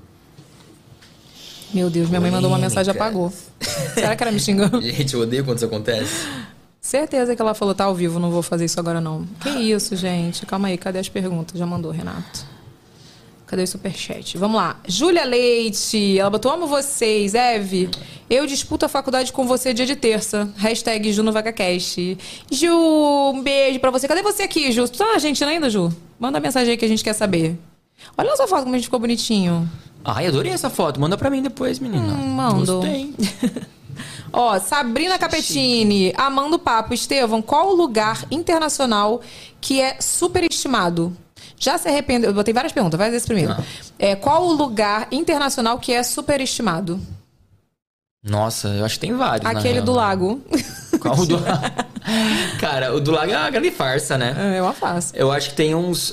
Meu Deus, minha mãe mandou uma mensagem e apagou. Será que era me xingando? Gente, eu odeio quando isso acontece. Certeza que ela falou, tá ao vivo, não vou fazer isso agora não. Que isso, gente? Calma aí, cadê as perguntas? Já mandou, Renato. Cadê o superchat? Vamos lá. Júlia Leite, ela botou, amo vocês. Eve, eu disputo a faculdade com você dia de terça. Hashtag Ju no VacaCast. Ju, um beijo pra você. Cadê você aqui, Ju? Tu tá na Argentina ainda, Ju? Manda mensagem aí que a gente quer saber. Olha essa foto como a gente ficou bonitinho. Ai, adorei essa foto. Manda pra mim depois, menina. Mando. Gostei. Ó, Sabrina Capetini, amando o papo. Estevão, qual o lugar internacional que é superestimado? Já se arrependeu? Eu botei várias perguntas, vai esse primeiro. Qual o lugar internacional que é superestimado? Nossa, eu acho que tem vários. Aquele do lago. Qual o do lago? Cara, o do lago é uma grande farsa, né? É uma farsa. Eu acho que tem uns...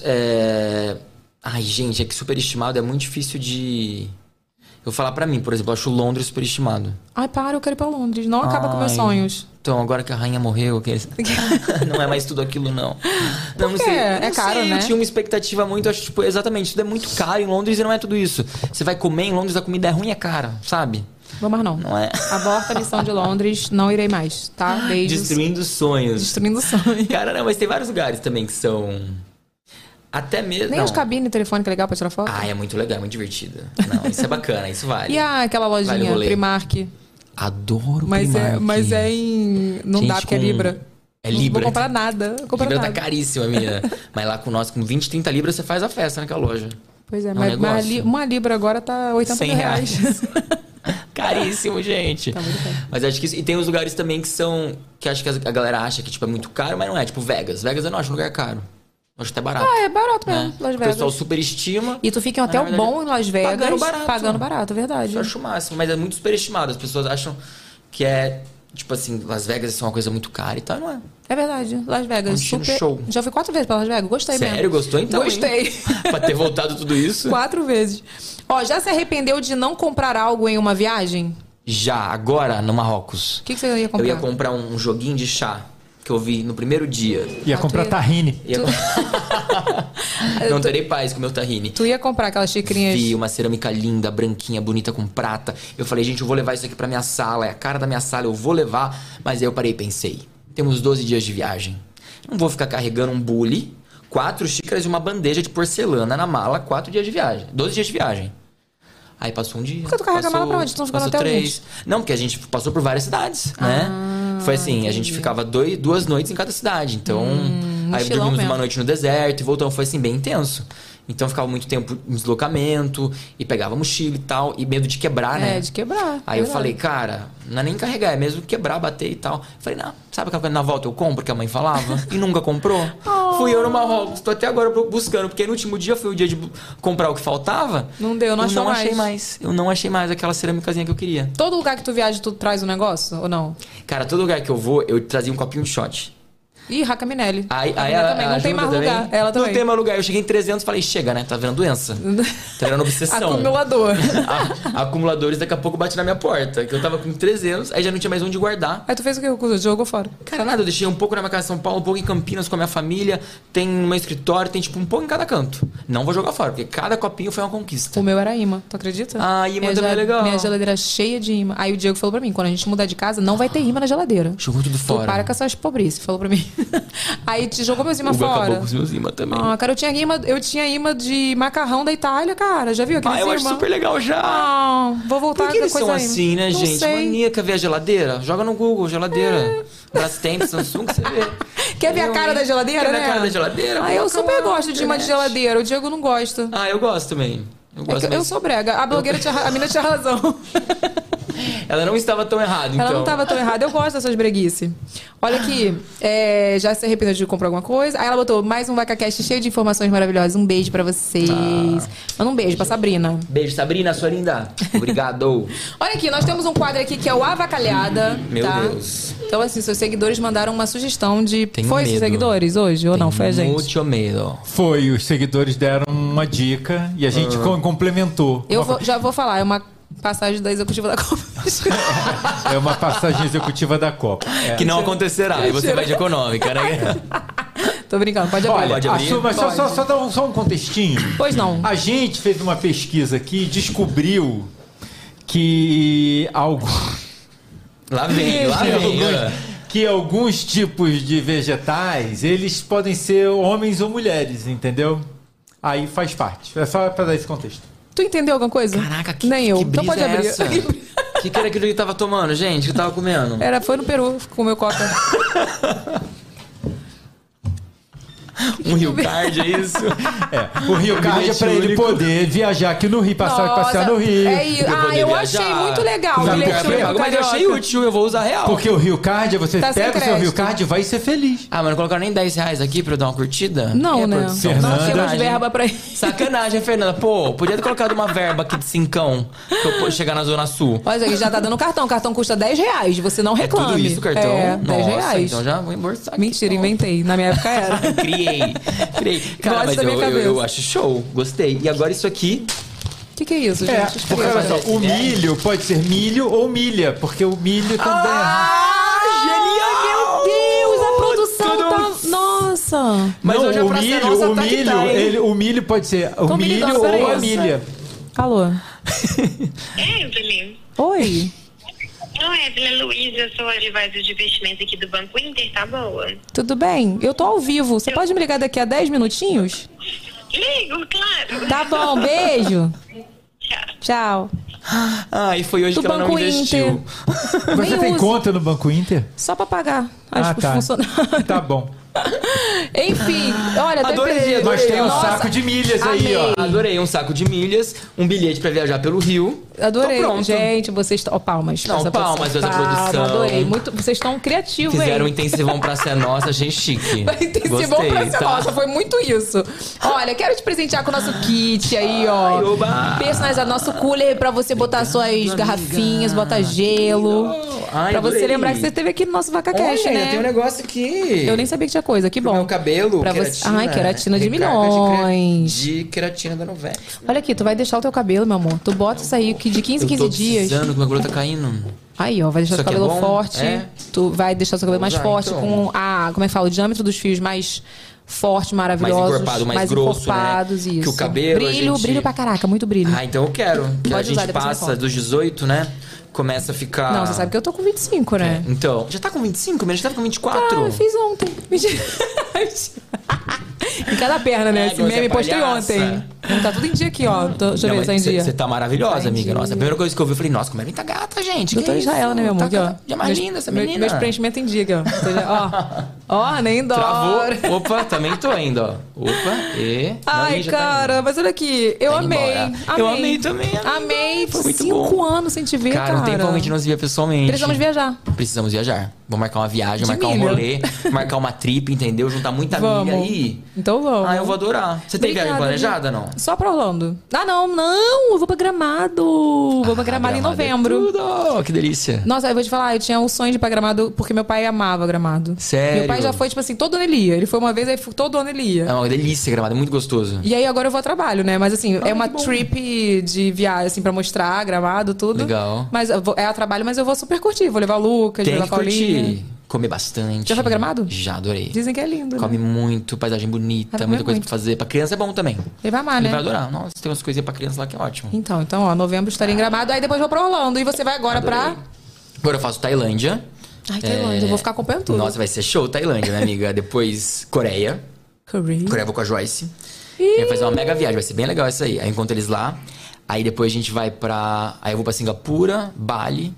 Ai, gente, é que superestimado é muito difícil de... Eu vou falar pra mim, por exemplo, eu acho Londres superestimado. Ai, para, eu quero ir pra Londres. Não acaba com meus sonhos. Então, agora que a rainha morreu, não é mais tudo aquilo, não. Não sei. É caro, né? Eu tinha uma expectativa muito, acho, tipo, exatamente, tudo é muito caro em Londres e não é tudo isso. Você vai comer em Londres, a comida é ruim e é cara, sabe? Vamos não. Não é? Aborta a missão de Londres, não irei mais, tá? Beijos. Destruindo sonhos. Destruindo sonhos. Cara, não, mas tem vários lugares também que são... Até mesmo... Nem as cabines telefônicas legal pra tirar foto? Ah, é muito legal, é muito divertido. Não, isso é bacana, isso vale. E aquela lojinha, vale Primark? Adoro Primark. Mas é em... Não gente, dá, porque é Libra. É Libra. Não vou comprar nada. Libra tá caríssima, menina. Mas lá com nós, com 20, 30 libras, você faz a festa naquela loja. Pois é, mas uma Libra agora tá 80 mil reais. Caríssimo, gente. Tá muito bem. Mas acho que isso... E tem os lugares também que são... Que acho que a galera acha que tipo, é muito caro, mas não é. Tipo Vegas. Vegas eu não acho um lugar caro. Acho até barato. É barato mesmo, Las Vegas. O pessoal superestima. E tu fica em um hotel bom em Las Vegas. Pagando barato. É verdade. Eu acho o máximo, mas é muito superestimado. As pessoas acham que é, tipo assim, Las Vegas é uma coisa muito cara e tal, não é? É verdade, Las Vegas. Super show. Já fui 4 vezes pra Las Vegas, gostei mesmo. Sério? Gostou então? Gostei. Pra ter voltado tudo isso? 4 vezes. Ó, já se arrependeu de não comprar algo em uma viagem? Já, agora no Marrocos. O que você ia comprar? Eu ia comprar um joguinho de chá. Que eu vi no primeiro dia. Ia comprar tahine. Não terei paz com o meu tahine. Tu ia comprar aquelas xicrinhas... Vi uma cerâmica linda, branquinha, bonita, com prata. Eu falei, gente, eu vou levar isso aqui pra minha sala. É a cara da minha sala, eu vou levar. Mas aí eu parei e pensei. Temos 12 dias de viagem. Não vou ficar carregando um bule, 4 xícaras e uma bandeja de porcelana na mala, 4 dias de viagem. 12 dias de viagem. Aí passou um dia. Por que tu carrega a mala pra onde? Tu não ficou no hotel 3. Não, porque a gente passou por várias cidades, né? Foi assim, entendi. A gente ficava 2 noites em cada cidade. Então, aí dormimos uma noite no deserto e voltamos. Foi assim, bem intenso. Então ficava muito tempo em deslocamento e pegava mochila e tal. E medo de quebrar, né? De quebrar. Aí eu falei, cara, não é nem carregar, é mesmo quebrar, bater e tal. Falei, não, sabe aquela coisa na volta eu compro, que a mãe falava? E nunca comprou. Fui eu no Marrocos, tô até agora buscando. Porque no último dia foi o dia de comprar o que faltava. Não deu, não achou mais. Achei mais. Eu não achei mais aquela cerâmicazinha que eu queria. Todo lugar que tu viaja, tu traz um negócio ou não? Cara, todo lugar que eu vou, eu trazia um copinho de shot. Ih, Raca Minelli. Aí também não tem mais lugar. Ela também. Não tem mais lugar. Eu cheguei em 300 e falei, chega, né? Tá vendo doença? Tá vendo obsessão. Acumulador. Acumuladores daqui a pouco bate na minha porta. Que eu tava com 300, aí já não tinha mais onde guardar. Aí tu fez o que? Jogou fora? Cara, nada. Eu deixei um pouco na minha casa em São Paulo, um pouco em Campinas com a minha família. Tem no meu escritório, tem tipo um pouco em cada canto. Não vou jogar fora, porque cada copinho foi uma conquista. O meu era imã, tu acredita? Ah, imã também é legal. Minha geladeira cheia de imã. Aí o Diego falou pra mim, quando a gente mudar de casa, não vai ter imã na geladeira. Jogou tudo fora. Tu para com essas pobrezes, falou pra mim. Aí te jogou meus imã fora. Acabou com os meus imã também. Ah, cara, eu tinha imã de macarrão da Itália, cara. Já viu aquele eu acho super legal já. Ah, vou voltar Por que eles coisa são aí. assim, né, Não gente? sei. Mania, quer ver a geladeira? Joga no Google, geladeira. Brastemp, Samsung, que você vê. Quer ver a cara da geladeira, Quer ver né? a cara da geladeira? Ah, eu Coloca super lá gosto na de imã de internet. geladeira. O Diego não gosta. Ah, eu gosto também. Eu sou brega. A blogueira a mina tinha razão. Ela não estava tão errada, então. Ela não estava tão errada. Eu gosto dessas breguice. Olha aqui. Já se arrependeu de comprar alguma coisa. Aí ela botou mais um VacaCast cheio de informações maravilhosas. Um beijo pra vocês. Manda um beijo pra Sabrina. Beijo, Sabrina, sua linda. Obrigado. Olha aqui, nós temos um quadro aqui que é o Avacalhada. Meu tá? Deus. Então, assim, seus seguidores mandaram uma sugestão de... Tenho Foi medo. os seguidores hoje ou não? Foi a gente? Muito medo. Foi, os seguidores deram uma dica e a gente complementou. Já vou falar, é uma passagem da executiva da Copa. É uma passagem executiva da Copa. É. Que não acontecerá. E você vai de econômica, né? Tô brincando, pode abrir. Olha, Pode abrir? mas só dá só um contextinho. Pois não. A gente fez uma pesquisa aqui e descobriu que Lá vem. que alguns tipos de vegetais, eles podem ser homens ou mulheres, entendeu? Aí faz parte. É só pra dar esse contexto. Tu entendeu alguma coisa? Caraca, Nem eu. que Então brisa pode abrir. é essa? Que era aquilo que tava tomando, gente? Que tava comendo? Foi no Peru, comeu coca. Um Rio Card, é isso? O Rio Card é pra ele poder viajar aqui no Rio, passear no Rio. É isso. poder Eu viajar. achei muito legal o Sabe bilhete por quê? único, Mas eu achei carioca. útil, eu vou usar real. Porque o Rio Card, você Tá sem pega o seu crédito. Rio Card e vai ser feliz. Ah, mas não colocaram nem R$10 aqui pra eu dar uma curtida? Não, né? Produção? Não temos Sacanagem. verba pra isso. Sacanagem, Fernanda. Pô, podia ter colocado uma verba aqui de 5 pra eu chegar na Zona Sul. Olha, aqui já tá dando cartão. O cartão custa R$10. Você não reclame. Tudo isso, cartão? É, Nossa, R$10. então já vou embolsar aqui. Mentira, inventei. Na minha época era. Criei. Cara, Gosto mas da minha cabeça. eu acho show. Gostei. E agora isso aqui... O que é isso, gente? Porque olha só, o milho pode ser milho ou milha, porque o milho também Genial! Meu Deus, a produção tá... Nossa! Mas não, hoje a Praça é Nossa tá que tá, hein? o milho pode ser o Combina, milho peraí. ou a milha. Alô? Evelyn. Oi? Oi, Evelyn Luiz, eu sou advisor de investimentos aqui do Banco Inter, tá boa? Tudo bem? Eu tô ao vivo. Você pode me ligar daqui a 10 minutinhos? Ligo, claro. Tá bom, beijo. Tchau. Tchau. Ah, e foi hoje Do que ela não Banco investiu. Você Nem tem uso. conta no Banco Inter? Só pra pagar os tá. funcionários. Tá bom. Enfim, olha, Adorei, Nós adorei. temos um Nossa, saco de milhas aí, amei. ó. Adorei, um saco de milhas, um bilhete pra viajar pelo Rio. Adorei. Tô pronto. Gente, vocês estão... palmas. Não, pra essa palmas produção. pra essa produção. Adorei. Muito... Vocês estão criativos, Fizeram um hein? intensivão pra ser nossa, achei chique. Intensivão Gostei, pra ser tá? nossa, foi muito isso. Olha, quero te presentear com o nosso kit aí, ó. Ai, oba. Personalizado, nosso cooler pra você botar suas garrafinhas, botar gelo. Ai, Pra você adorei. lembrar que você esteve aqui no nosso VacaCast, Olha, né? tem um negócio aqui. Eu nem sabia que tinha coisa, que Pro bom. meu cabelo, Pra você... queratina. Ai, queratina de Recarga milhões. De queratina da Novex. Olha aqui, tu vai deixar o teu cabelo, meu amor. Tu bota isso aí que de 15 em 15 dias. Que meu cabelo tá caindo. Aí, ó, vai deixar Isso seu aqui é cabelo bom? forte. É? Tu vai deixar seu cabelo mais Usar, forte, então. com a, como é que fala? O diâmetro dos fios mais forte, maravilhosos. encorpado, mais grosso, encorpados, né? isso. Que o cabelo, a Brilho, gente- brilho pra caraca, muito brilho. Ah, então eu quero. Que Pode a usar, gente depois você me passa conta. dos 18, né? Começa a ficar... Não, você sabe que eu tô com 25, né? Então, já tá com 25? Mas já tava com 24? Ah, eu fiz ontem. Mentira. Em cada perna, né? É, Esse você é meme postei palhaça. ontem. Tá tudo em dia aqui, ó. Deixa eu ver se tá em dia. Você tá maravilhosa, Tá em amiga. dia. Nossa, a primeira coisa que eu vi, eu falei, nossa, como ela tá gata, gente. Doutor que Israel, isso? né, meu amor? Tá Aqui, ó. cada dia mais linda essa menina. Meus preenchimentos em dia aqui, ó. Ou seja, ó, nem dó. Travou. Opa, também tô indo, ó. Opa, e... Ai, Não, já tá cara, mas olha aqui, eu Tá indo amei. embora. Eu amei também, amiga. Amei. Foi muito 5 bom. anos sem te ver, Cara, cara. um tempo a gente não se via pessoalmente. Precisamos viajar. Precisamos viajar. Vamos marcar uma viagem, De marcar um milha. rolê, marcar uma trip, entendeu? Juntar muita Vamos. milha aí. Então vamos. Ah, eu vou adorar. Você tem viagem Obrigada, planejada, não? Só pra Orlando. Ah, não. Eu vou pra Gramado. Vou pra Gramado em novembro. Tudo. Que delícia. Nossa, eu vou te falar, eu tinha um sonho de ir pra Gramado porque meu pai amava Gramado. Sério? Meu pai já foi, tipo assim, todo ano ele ia. Ele foi uma vez, aí todo ano ele ia. É uma delícia, Gramado. É muito gostoso. E aí agora eu vou a trabalho, né? Mas assim, é uma trip de viagem, assim, pra mostrar Gramado, tudo. Legal. Mas é a trabalho, mas eu vou super curtir. Vou levar o Lucas, Tem vou levar que a Paulinha. curtir. Comer bastante. Já foi pra Gramado? Já, adorei. Dizem que é lindo, Come né? muito, paisagem bonita, Vai muita comer coisa muito. pra fazer. Pra criança é bom também. Ele vai amar, Ele né? vai adorar. Nossa, tem umas coisinhas pra criança lá que é ótimo. Então, ó, novembro estarei em Gramado. Aí depois vou pra Orlando. E você vai agora Adorei. Agora eu faço Tailândia. Ai, Tailândia, eu vou ficar acompanhando tudo. Nossa, vai ser show Tailândia, né, amiga? Depois Coreia. Korea. Coreia eu vou com a Joyce. E vai fazer uma mega viagem, vai ser bem legal isso aí. Aí eu encontro eles lá. Aí depois a gente vai pra... Aí eu vou pra Singapura, Bali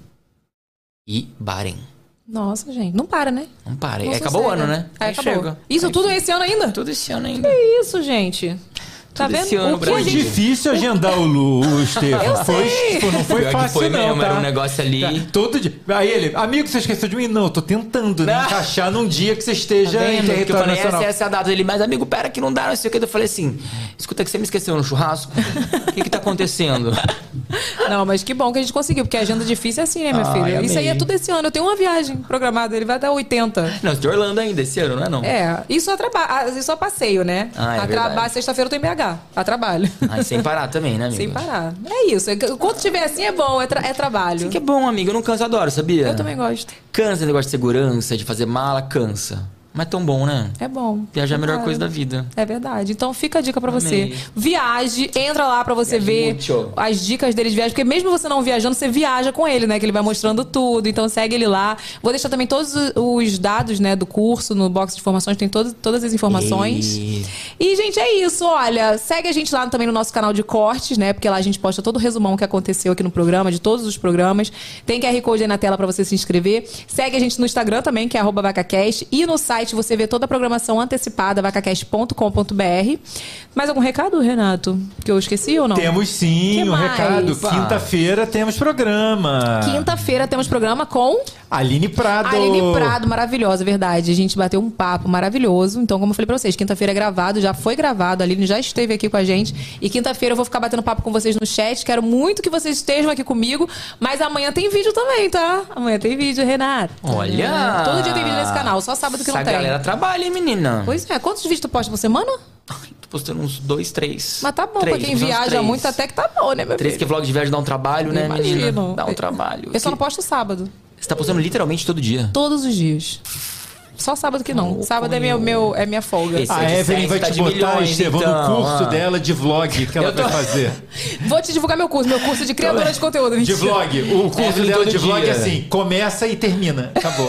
e Bahrein. Nossa, gente. Não para, né? Não para. Não Aí acabou o sossega. ano, né? Aí acabou. chega. Isso Aí tudo fica. esse ano ainda? Tudo esse ano ainda. Que isso, gente? Tá Tudo vendo? esse ano, O que Foi a Brasil. gente... difícil agendar o Estevão. Foi, tipo, não foi Pior que fácil, foi não. mesmo, Tá? era um negócio ali. Tá, todo dia. Aí ele, amigo, você esqueceu de mim? Não, eu tô tentando né, encaixar num dia que você esteja Tá em vendo? Porque eu território falei, nacional. essa é a data dele. Mas, amigo, pera que não dá, não sei o que. Eu falei assim, escuta que você me esqueceu no churrasco. O que tá acontecendo? Não, mas que bom que a gente conseguiu, porque a agenda difícil é assim, né, minha Ai, filha? Isso aí é amei. tudo esse ano. Eu tenho uma viagem programada, ele vai até 80. Não, você tem Orlando ainda esse ano, não é não? É, isso é trabalho, isso é passeio, né? Ah, é a verdade. sexta-feira eu tô em BH, a trabalho. Ai, sem parar também, né, amigo? Sem parar. É isso. Quando tiver assim é bom, é trabalho. Assim que é bom, amigo. Eu não canso, adoro, sabia? Eu também gosto. Cansa o negócio de segurança, de fazer mala, cansa. Mas é tão bom, né? É bom. Viajar é a melhor Claro. coisa da vida. É verdade. Então fica a dica pra você. Amei. Viaje, entra lá pra você Viaje ver muito. as dicas dele de viagem, porque mesmo você não viajando, você viaja com ele, né? Que ele vai mostrando tudo. Então segue ele lá. Vou deixar também todos os dados, né, do curso no box de informações, tem todas as informações. E, gente, é isso. Olha, segue a gente lá também no nosso canal de cortes, né? Porque lá a gente posta todo o resumão que aconteceu aqui no programa, de todos os programas. Tem QR Code aí na tela pra você se inscrever. Segue a gente no Instagram também, que é @vacacast. E no site você vê toda a programação antecipada, vacacast.com.br. Mais algum recado, Renato? Que eu esqueci ou não? Temos sim, Que um mais? recado. Opa. Quinta-feira temos programa. Quinta-feira temos programa com Aline Prado. Aline Prado, maravilhosa, verdade. A gente bateu um papo maravilhoso. Então, como eu falei pra vocês, quinta-feira é gravado, já foi gravado. A Aline já esteve aqui com a gente. E quinta-feira eu vou ficar batendo papo com vocês no chat. Quero muito que vocês estejam aqui comigo. Mas amanhã tem vídeo também, tá? Amanhã tem vídeo, Renato. Olha! Todo dia tem vídeo nesse canal, só sábado que não Essa tem. galera trabalha, hein, menina? Pois é, quantos vídeos tu posta por semana? Tô postando uns 2, 3. Mas tá bom, pra quem viaja muito até que tá bom, né, meu 3 filho? que vlog de viagem dá um trabalho, né, menina? Imagino. Dá um trabalho. Eu só não posto sábado. Você tá postando literalmente todo dia. Todos os dias. Só sábado que não. Sábado é minha folga. Esse A é de Evelyn vai sexta te de botar, milhões, Estevão, então, no curso ah. dela de vlog que ela vai fazer. Vou te divulgar meu curso de criadora de conteúdo. De mentira. vlog. O curso Evelyn dela todo de vlog dia. é assim, começa e termina. Acabou.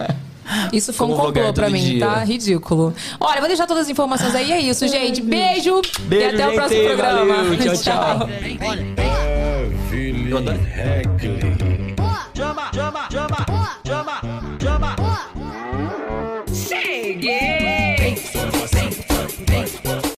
Isso foi um Como complô vlogar pra todo mim, dia. tá? Ridículo. Olha, vou deixar todas as informações aí. É isso, gente. Beijo. E até o próximo gente. programa. Valeu. Tchau. Evelyn Heckley. Chama. Cheguei!